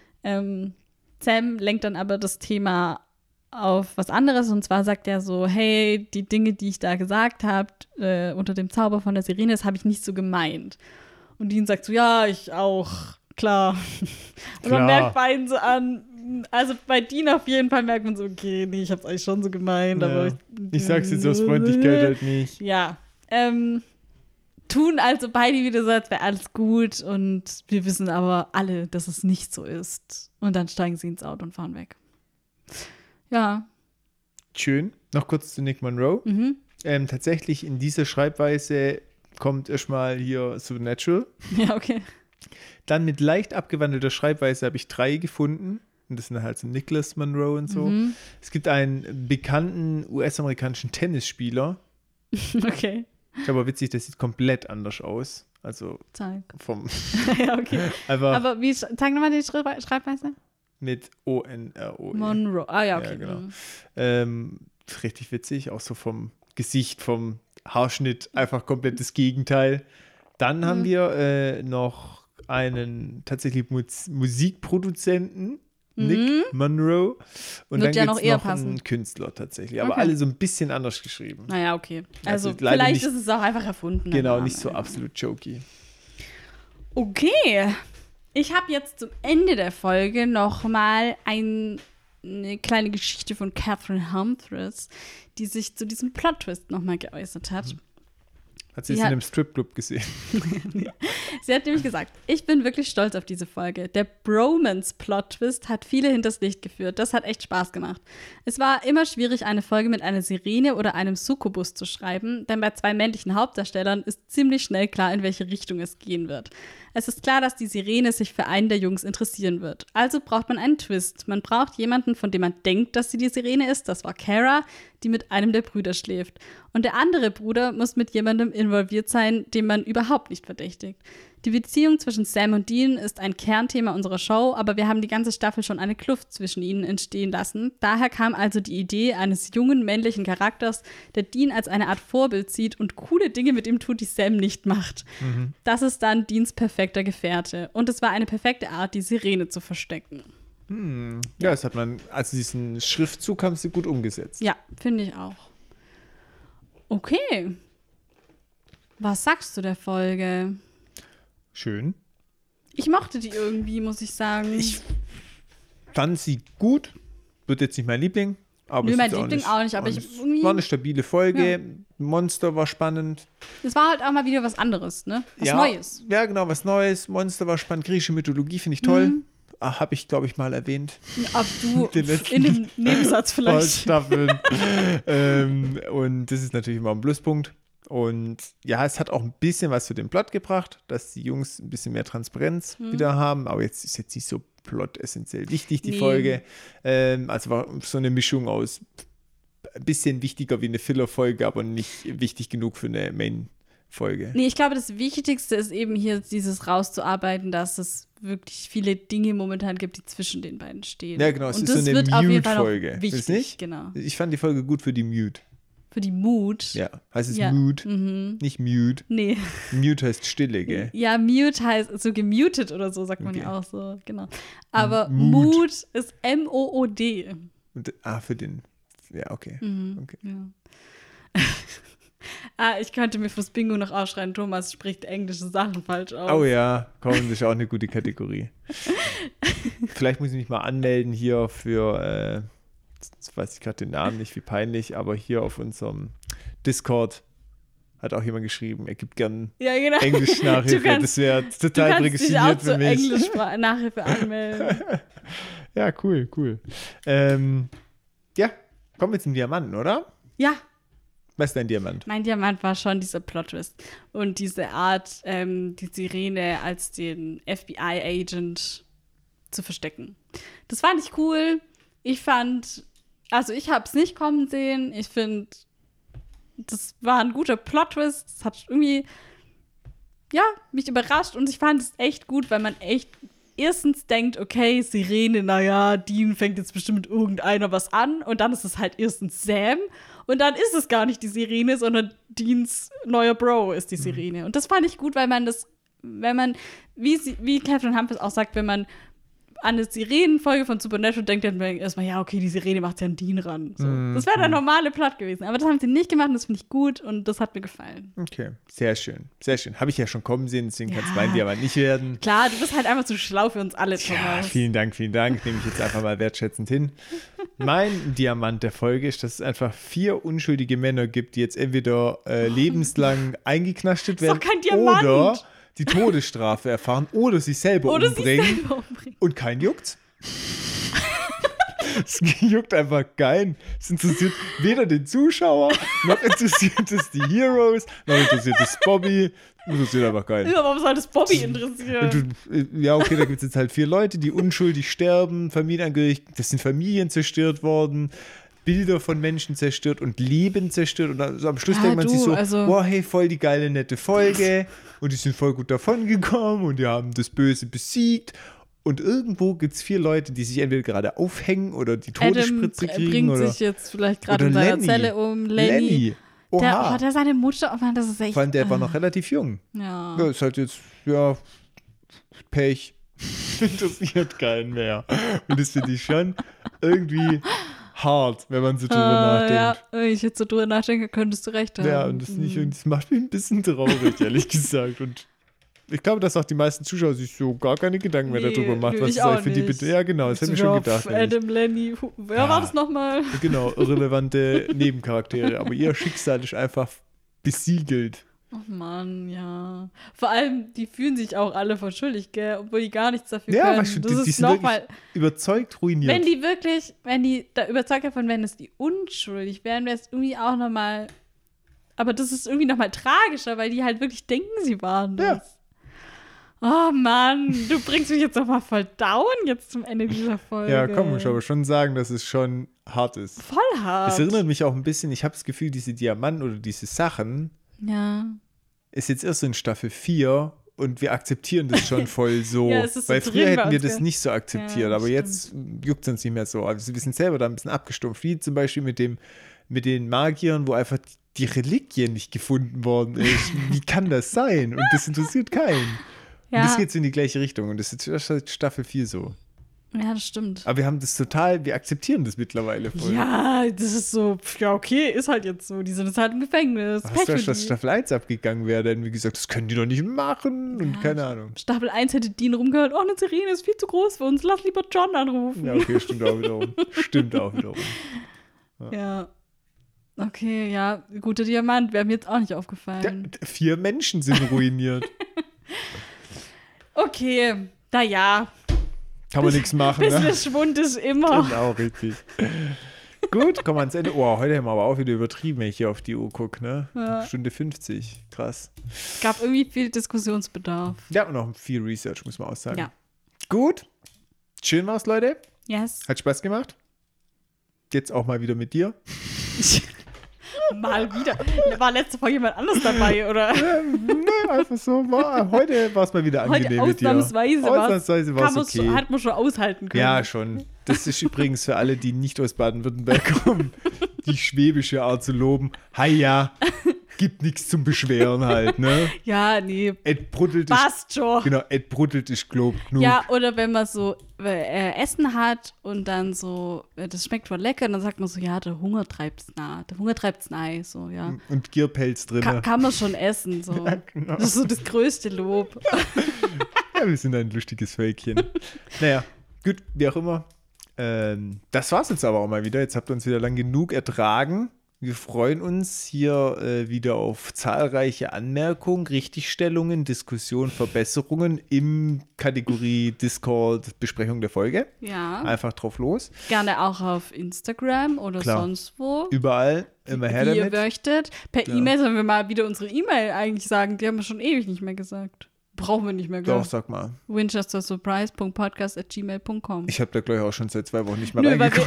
Speaker 1: Sam lenkt dann aber das Thema auf was anderes und zwar sagt er so, hey, die Dinge, die ich da gesagt habe, unter dem Zauber von der Sirene, das habe ich nicht so gemeint. Und Dean sagt so, ja, ich auch, klar. Und man merkt beiden so an, also bei Dean auf jeden Fall merkt man so, okay, nee, ich habe es eigentlich schon so gemeint,
Speaker 2: Ja.
Speaker 1: aber
Speaker 2: Ich sag's jetzt aus Freundlichkeit halt nicht.
Speaker 1: ja, tun also beide wieder so, als wäre alles gut und wir wissen aber alle, dass es nicht so ist. Und dann steigen sie ins Auto und fahren weg. Ja.
Speaker 2: Schön. Noch kurz zu Nick Monroe. Tatsächlich in dieser Schreibweise kommt erstmal hier Supernatural.
Speaker 1: Ja, okay.
Speaker 2: Dann mit leicht abgewandelter Schreibweise habe ich 3 gefunden. Und das sind halt so Nicholas Monroe und so. Es gibt einen bekannten US-amerikanischen Tennisspieler.
Speaker 1: Okay.
Speaker 2: Ich glaube, witzig, das sieht komplett anders aus. Also
Speaker 1: Zeig.
Speaker 2: vom
Speaker 1: Ja, okay.
Speaker 2: einfach
Speaker 1: Aber zeig nochmal die Schreibweise.
Speaker 2: mit O-N-R-O-E.
Speaker 1: Monroe. Ah, ja, okay.
Speaker 2: Ja, genau. Richtig witzig, auch so vom Gesicht, vom Haarschnitt, einfach komplett das Gegenteil. Dann haben wir noch einen tatsächlich Musikproduzenten, Nick Monroe. Und
Speaker 1: Wird
Speaker 2: dann
Speaker 1: ja
Speaker 2: gibt's
Speaker 1: noch eher
Speaker 2: noch
Speaker 1: passen.
Speaker 2: einen Künstler tatsächlich. Aber
Speaker 1: Okay.
Speaker 2: alle so ein bisschen anders geschrieben.
Speaker 1: Naja, okay. Also
Speaker 2: leider
Speaker 1: vielleicht
Speaker 2: nicht-
Speaker 1: ist es auch einfach erfunden.
Speaker 2: Genau, nicht so absolut jokey.
Speaker 1: Okay. Ich habe jetzt zum Ende der Folge noch mal ein eine kleine Geschichte von Catherine Humphries, die sich zu diesem Plot-Twist nochmal geäußert hat.
Speaker 2: Hat sie es in einem Stripclub gesehen?
Speaker 1: Sie hat nämlich gesagt, ich bin wirklich stolz auf diese Folge. Der Bromance-Plot-Twist hat viele hinters Licht geführt. Das hat echt Spaß gemacht. Es war immer schwierig, eine Folge mit einer Sirene oder einem Succubus zu schreiben, denn bei 2 männlichen Hauptdarstellern ist ziemlich schnell klar, in welche Richtung es gehen wird. Es ist klar, dass die Sirene sich für einen der Jungs interessieren wird. Also braucht man einen Twist. Man braucht jemanden, von dem man denkt, dass sie die Sirene ist. Das war Kara, die mit einem der Brüder schläft. Und der andere Bruder muss mit jemandem involviert sein, den man überhaupt nicht verdächtigt. Die Beziehung zwischen Sam und Dean ist ein Kernthema unserer Show, aber wir haben die ganze Staffel schon eine Kluft zwischen ihnen entstehen lassen. Daher kam also die Idee eines jungen männlichen Charakters, der Dean als eine Art Vorbild sieht und coole Dinge mit ihm tut, die Sam nicht macht. Das ist dann Deans perfekter Gefährte. Und es war eine perfekte Art, die Sirene zu verstecken.
Speaker 2: Ja, das hat man, also diesen Schriftzug haben sie gut umgesetzt.
Speaker 1: Ja, finde ich auch. Okay. Was sagst du der Folge?
Speaker 2: Schön.
Speaker 1: Ich mochte die irgendwie, muss ich sagen.
Speaker 2: Ich fand sie gut. Wird jetzt nicht mein Liebling. Aber
Speaker 1: Nö, mein Liebling auch nicht. Aber irgendwie
Speaker 2: war eine stabile Folge.
Speaker 1: Ja.
Speaker 2: Monster war spannend.
Speaker 1: Es war halt auch mal wieder was anderes, ne? Was Neues.
Speaker 2: Ja, genau, was Neues. Monster war spannend. Griechische Mythologie finde ich toll. Habe ich, glaube ich, mal erwähnt.
Speaker 1: Ob du in dem Nebensatz vielleicht.
Speaker 2: Staffeln. Und das ist natürlich immer ein Pluspunkt. Und ja, es hat auch ein bisschen was für den Plot gebracht, dass die Jungs ein bisschen mehr Transparenz wieder haben. Aber jetzt ist jetzt nicht so plot-essentiell wichtig, die Folge. Also war so eine Mischung aus ein bisschen wichtiger wie eine Filler-Folge, aber nicht wichtig genug für eine Main-Folge.
Speaker 1: Nee, ich glaube, das Wichtigste ist eben hier dieses rauszuarbeiten, dass es wirklich viele Dinge momentan gibt, die zwischen den beiden stehen.
Speaker 2: Ja, genau, es
Speaker 1: und
Speaker 2: ist
Speaker 1: das
Speaker 2: so eine
Speaker 1: wird auf jeden Fall noch
Speaker 2: Mute-Folge.
Speaker 1: wichtig,
Speaker 2: nicht?
Speaker 1: Genau.
Speaker 2: Ich fand die Folge gut für die Mute.
Speaker 1: Für die Mut.
Speaker 2: Ja, heißt es
Speaker 1: Ja.
Speaker 2: Mute, nicht Mute.
Speaker 1: Nee.
Speaker 2: Mute heißt Stille, gell?
Speaker 1: Ja, Mute heißt so gemutet oder so, sagt man ja auch so, genau. Aber
Speaker 2: Mood.
Speaker 1: Mood ist M-O-O-D.
Speaker 2: Und, für den, ja, okay. Okay.
Speaker 1: Ja. Ich könnte mir fürs Bingo noch aufschreiben, Thomas spricht englische Sachen falsch aus.
Speaker 2: Oh ja, komm, das ist auch eine gute Kategorie. Vielleicht muss ich mich mal anmelden hier für, jetzt weiß ich gerade den Namen nicht, wie peinlich, aber hier auf unserem Discord hat auch jemand geschrieben, er gibt gern
Speaker 1: Ja, genau.
Speaker 2: Englisch-Nachhilfe. Das wäre total prädestiniert für mich.
Speaker 1: Du kannst dich auch zur Englisch-Nachhilfe anmelden.
Speaker 2: Ja, cool. Ja, kommen wir zum Diamanten, oder?
Speaker 1: Ja,
Speaker 2: Was ist dein Diamant?
Speaker 1: mein Diamant war schon dieser Plot-Twist. Und diese Art, die Sirene als den FBI-Agent zu verstecken. Das fand ich cool. Ich habe es nicht kommen sehen. Ich finde, das war ein guter Plot-Twist. Das hat irgendwie, mich überrascht. Und ich fand es echt gut, weil man echt erstens denkt, okay, Sirene, naja, Dean fängt jetzt bestimmt mit irgendeiner was an. Und dann ist es halt erstens Sam. Und dann ist es gar nicht die Sirene, sondern Deans neuer Bro ist die Sirene. Und das fand ich gut, weil man das, wenn man, wie Catherine Humphries auch sagt, wenn man an eine Sirenenfolge von Supernatural denkt, dann denkt man erstmal, ja, okay, die Sirene macht ja einen Dean ran. So. Das wäre der normale Plot gewesen. Aber das haben sie nicht gemacht und das finde ich gut und das hat mir gefallen.
Speaker 2: Okay, sehr schön. Sehr schön. Habe ich ja schon kommen sehen, deswegen kann es mein Diamant nicht werden.
Speaker 1: Klar, du bist halt einfach zu schlau für uns alle, Thomas.
Speaker 2: Ja, vielen Dank. Nehme ich jetzt einfach mal wertschätzend hin. Mein Diamant der Folge ist, dass es einfach 4 unschuldige Männer gibt, die jetzt entweder lebenslang eingeknastet werden
Speaker 1: kein Diamant.
Speaker 2: oder die Todesstrafe erfahren oder sich selber umbringen. Und kein juckt's. Es juckt einfach keinen. Es interessiert weder den Zuschauer, noch interessiert es die Heroes, noch interessiert es Bobby. Interessiert einfach keinen.
Speaker 1: Ja, warum soll das Bobby interessieren?
Speaker 2: Ja, okay, da gibt es jetzt halt 4 Leute, die unschuldig sterben, Familienangehörige, das sind Familien zerstört worden, Bilder von Menschen zerstört und Leben zerstört. Und also am Schluss denkt man sich so, wow, hey, voll die geile, nette Folge. Und die sind voll gut davon gekommen und die haben das Böse besiegt. Und irgendwo gibt es 4 Leute, die sich entweder gerade aufhängen oder die Todesspritze kriegen.
Speaker 1: Er bringt sich jetzt vielleicht gerade in seiner Zelle um. Lenny.
Speaker 2: Oha.
Speaker 1: Der seine Mutter, oh Mann, das ist echt.
Speaker 2: Vor allem, der war noch relativ jung.
Speaker 1: Ja.
Speaker 2: Ist halt jetzt, Pech. Interessiert keinen mehr. Und das finde ich schon irgendwie hart, wenn man so drüber nachdenkt.
Speaker 1: Ja, wenn ich jetzt so drüber nachdenke, könntest du recht haben.
Speaker 2: Ja, und das macht mich ein bisschen traurig, ehrlich gesagt. Und Ich glaube, dass auch die meisten Zuschauer sich so gar keine Gedanken mehr darüber machen, was
Speaker 1: ich
Speaker 2: es
Speaker 1: auch
Speaker 2: für die
Speaker 1: nicht.
Speaker 2: bitte. Ja, genau, das hätte ich schon gedacht.
Speaker 1: Adam, Lenny, wer war das nochmal?
Speaker 2: Genau, irrelevante Nebencharaktere. Aber ihr Schicksal ist einfach besiegelt.
Speaker 1: Oh Mann, ja. Vor allem, die fühlen sich auch alle für schuldig, gell? Obwohl die gar nichts dafür können.
Speaker 2: Weißt du,
Speaker 1: Das
Speaker 2: die
Speaker 1: ist
Speaker 2: sind
Speaker 1: noch
Speaker 2: wirklich
Speaker 1: mal,
Speaker 2: überzeugt ruiniert.
Speaker 1: wenn die da überzeugt davon wären, dass die unschuldig wären, wäre es irgendwie auch nochmal. Aber das ist irgendwie nochmal tragischer, weil die halt wirklich denken, sie waren das.
Speaker 2: Ja.
Speaker 1: Oh Mann, du bringst mich jetzt nochmal voll down jetzt zum Ende dieser Folge.
Speaker 2: Ja, komm, muss ich aber schon sagen, dass es schon hart ist.
Speaker 1: Voll hart.
Speaker 2: Es erinnert mich auch ein bisschen, ich habe das Gefühl, diese Diamanten oder diese Sachen
Speaker 1: Ja.
Speaker 2: ist jetzt erst so in Staffel 4 und wir akzeptieren das schon voll so.
Speaker 1: Ja, es ist so
Speaker 2: weil
Speaker 1: drin
Speaker 2: früher
Speaker 1: bei
Speaker 2: hätten wir
Speaker 1: uns,
Speaker 2: das
Speaker 1: gell?
Speaker 2: nicht so akzeptiert,
Speaker 1: Ja,
Speaker 2: aber
Speaker 1: stimmt.
Speaker 2: jetzt juckt es uns nicht mehr so. Also wir sind selber da ein bisschen abgestumpft. Wie zum Beispiel mit den Magiern, wo einfach die Reliquie nicht gefunden worden ist. Wie kann das sein? Und das interessiert keinen.
Speaker 1: Ja.
Speaker 2: Und das geht so in die gleiche Richtung. Und das ist jetzt seit Staffel 4 so.
Speaker 1: Ja, das stimmt.
Speaker 2: Aber wir haben das total, wir akzeptieren das mittlerweile voll.
Speaker 1: Ja, das ist so, ja, okay, ist halt jetzt so. Die sind jetzt halt im Gefängnis.
Speaker 2: Was
Speaker 1: Pech
Speaker 2: da
Speaker 1: für
Speaker 2: dass
Speaker 1: die.
Speaker 2: Staffel 1 abgegangen wäre, denn wie gesagt, das können die doch nicht machen und keine Ahnung.
Speaker 1: Staffel 1 hätte Dean rumgehört, oh, eine Sirene ist viel zu groß für uns, lass lieber John anrufen.
Speaker 2: Ja, okay, stimmt auch wiederum. Stimmt auch wiederum.
Speaker 1: Ja. Okay, ja, guter Diamant, wäre mir jetzt auch nicht
Speaker 2: Ja,
Speaker 1: aufgefallen.
Speaker 2: 4 Menschen sind ruiniert.
Speaker 1: Okay, naja,
Speaker 2: Kann man nichts machen,
Speaker 1: bisschen
Speaker 2: ne?
Speaker 1: Schwund ist immer.
Speaker 2: Genau, richtig. Gut, kommen wir ans Ende. Oh, heute haben wir aber auch wieder übertrieben, wenn ich hier auf die Uhr gucke, ne?
Speaker 1: Ja.
Speaker 2: Stunde 50. Krass.
Speaker 1: Gab irgendwie viel Diskussionsbedarf.
Speaker 2: Ja, und noch viel Research, muss man auch sagen.
Speaker 1: Ja.
Speaker 2: Gut. Schön war's, Leute.
Speaker 1: Yes.
Speaker 2: Hat Spaß gemacht. Jetzt auch mal wieder mit dir.
Speaker 1: Mal wieder. War letzte Folge jemand anders dabei, oder?
Speaker 2: Nee, einfach so. Heute war es mal wieder
Speaker 1: Heute
Speaker 2: angenehm mit dir.
Speaker 1: ausnahmsweise
Speaker 2: War es okay.
Speaker 1: Hat man schon aushalten können.
Speaker 2: Ja, schon. Das ist übrigens für alle, die nicht aus Baden-Württemberg kommen, die schwäbische Art zu loben. Hi, ja, gibt nichts zum Beschweren halt, ne?
Speaker 1: Ja, nee.
Speaker 2: Et bruddelt ist,
Speaker 1: Passt schon.
Speaker 2: genau, et bruddelt ist Glob genug.
Speaker 1: Ja, oder wenn man so Essen hat und dann so, das schmeckt voll lecker, und dann sagt man so, ja, der Hunger treibt's nah. Der Hunger treibt's nahe, so, ja.
Speaker 2: Und Gierpelz drin.
Speaker 1: Kann man schon essen, so.
Speaker 2: Ja, genau.
Speaker 1: Das ist so das größte Lob.
Speaker 2: Ja, wir sind ein lustiges Völkchen. Naja, gut, wie auch immer. Das war's jetzt aber auch mal wieder. Jetzt habt ihr uns wieder lang genug ertragen. Wir freuen uns hier wieder auf zahlreiche Anmerkungen, Richtigstellungen, Diskussionen, Verbesserungen im Kategorie Discord Besprechung der Folge.
Speaker 1: Ja.
Speaker 2: Einfach drauf los.
Speaker 1: Gerne auch auf Instagram oder
Speaker 2: Klar.
Speaker 1: sonst wo.
Speaker 2: Überall, immer her
Speaker 1: Wie ihr
Speaker 2: damit.
Speaker 1: möchtet. Per
Speaker 2: Ja.
Speaker 1: E-Mail sollen wir mal wieder unsere E-Mail eigentlich sagen. Die haben wir schon ewig nicht mehr gesagt. Brauchen wir nicht mehr, gell?
Speaker 2: Doch, sag mal.
Speaker 1: winchestersurprise.podcast@gmail.com.
Speaker 2: Ich habe da gleich auch schon seit 2 Wochen nicht mehr
Speaker 1: Nö, weil
Speaker 2: reingekommen.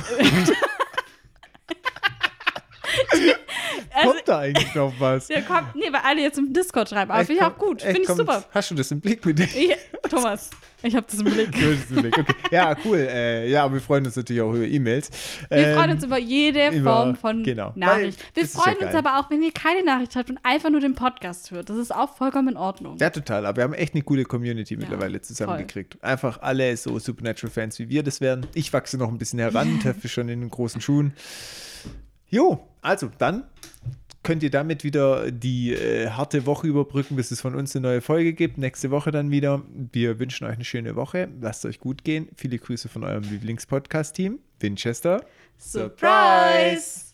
Speaker 1: Also,
Speaker 2: Kommt da eigentlich noch was?
Speaker 1: ja, komm, nee, weil alle jetzt im Discord schreiben. Aber
Speaker 2: Echt,
Speaker 1: finde ich auch
Speaker 2: komm,
Speaker 1: gut.
Speaker 2: echt,
Speaker 1: Finde ich
Speaker 2: komm,
Speaker 1: super.
Speaker 2: Hast du das im Blick mit dir?
Speaker 1: Thomas, ich habe das im Blick.
Speaker 2: Du hast es im Blick. Okay. Ja, cool. Ja, aber wir freuen uns natürlich auch über E-Mails.
Speaker 1: Wir freuen uns über jede Form von
Speaker 2: genau.
Speaker 1: Nachricht.
Speaker 2: Weil
Speaker 1: Wir
Speaker 2: das ist
Speaker 1: freuen
Speaker 2: ja
Speaker 1: uns
Speaker 2: geil.
Speaker 1: aber auch, wenn ihr keine Nachricht habt und einfach nur den Podcast hört. Das ist auch vollkommen in Ordnung.
Speaker 2: Ja, total. Aber wir haben echt eine coole Community mittlerweile zusammengekriegt. Einfach alle so Supernatural-Fans, wie wir das werden. Ich wachse noch ein bisschen heran, treffe schon in den großen Schuhen. Jo, also dann könnt ihr damit wieder die harte Woche überbrücken, bis es von uns eine neue Folge gibt. Nächste Woche dann wieder. Wir wünschen euch eine schöne Woche. Lasst euch gut gehen. Viele Grüße von eurem Lieblingspodcast-Team. Winchester.
Speaker 1: Surprise!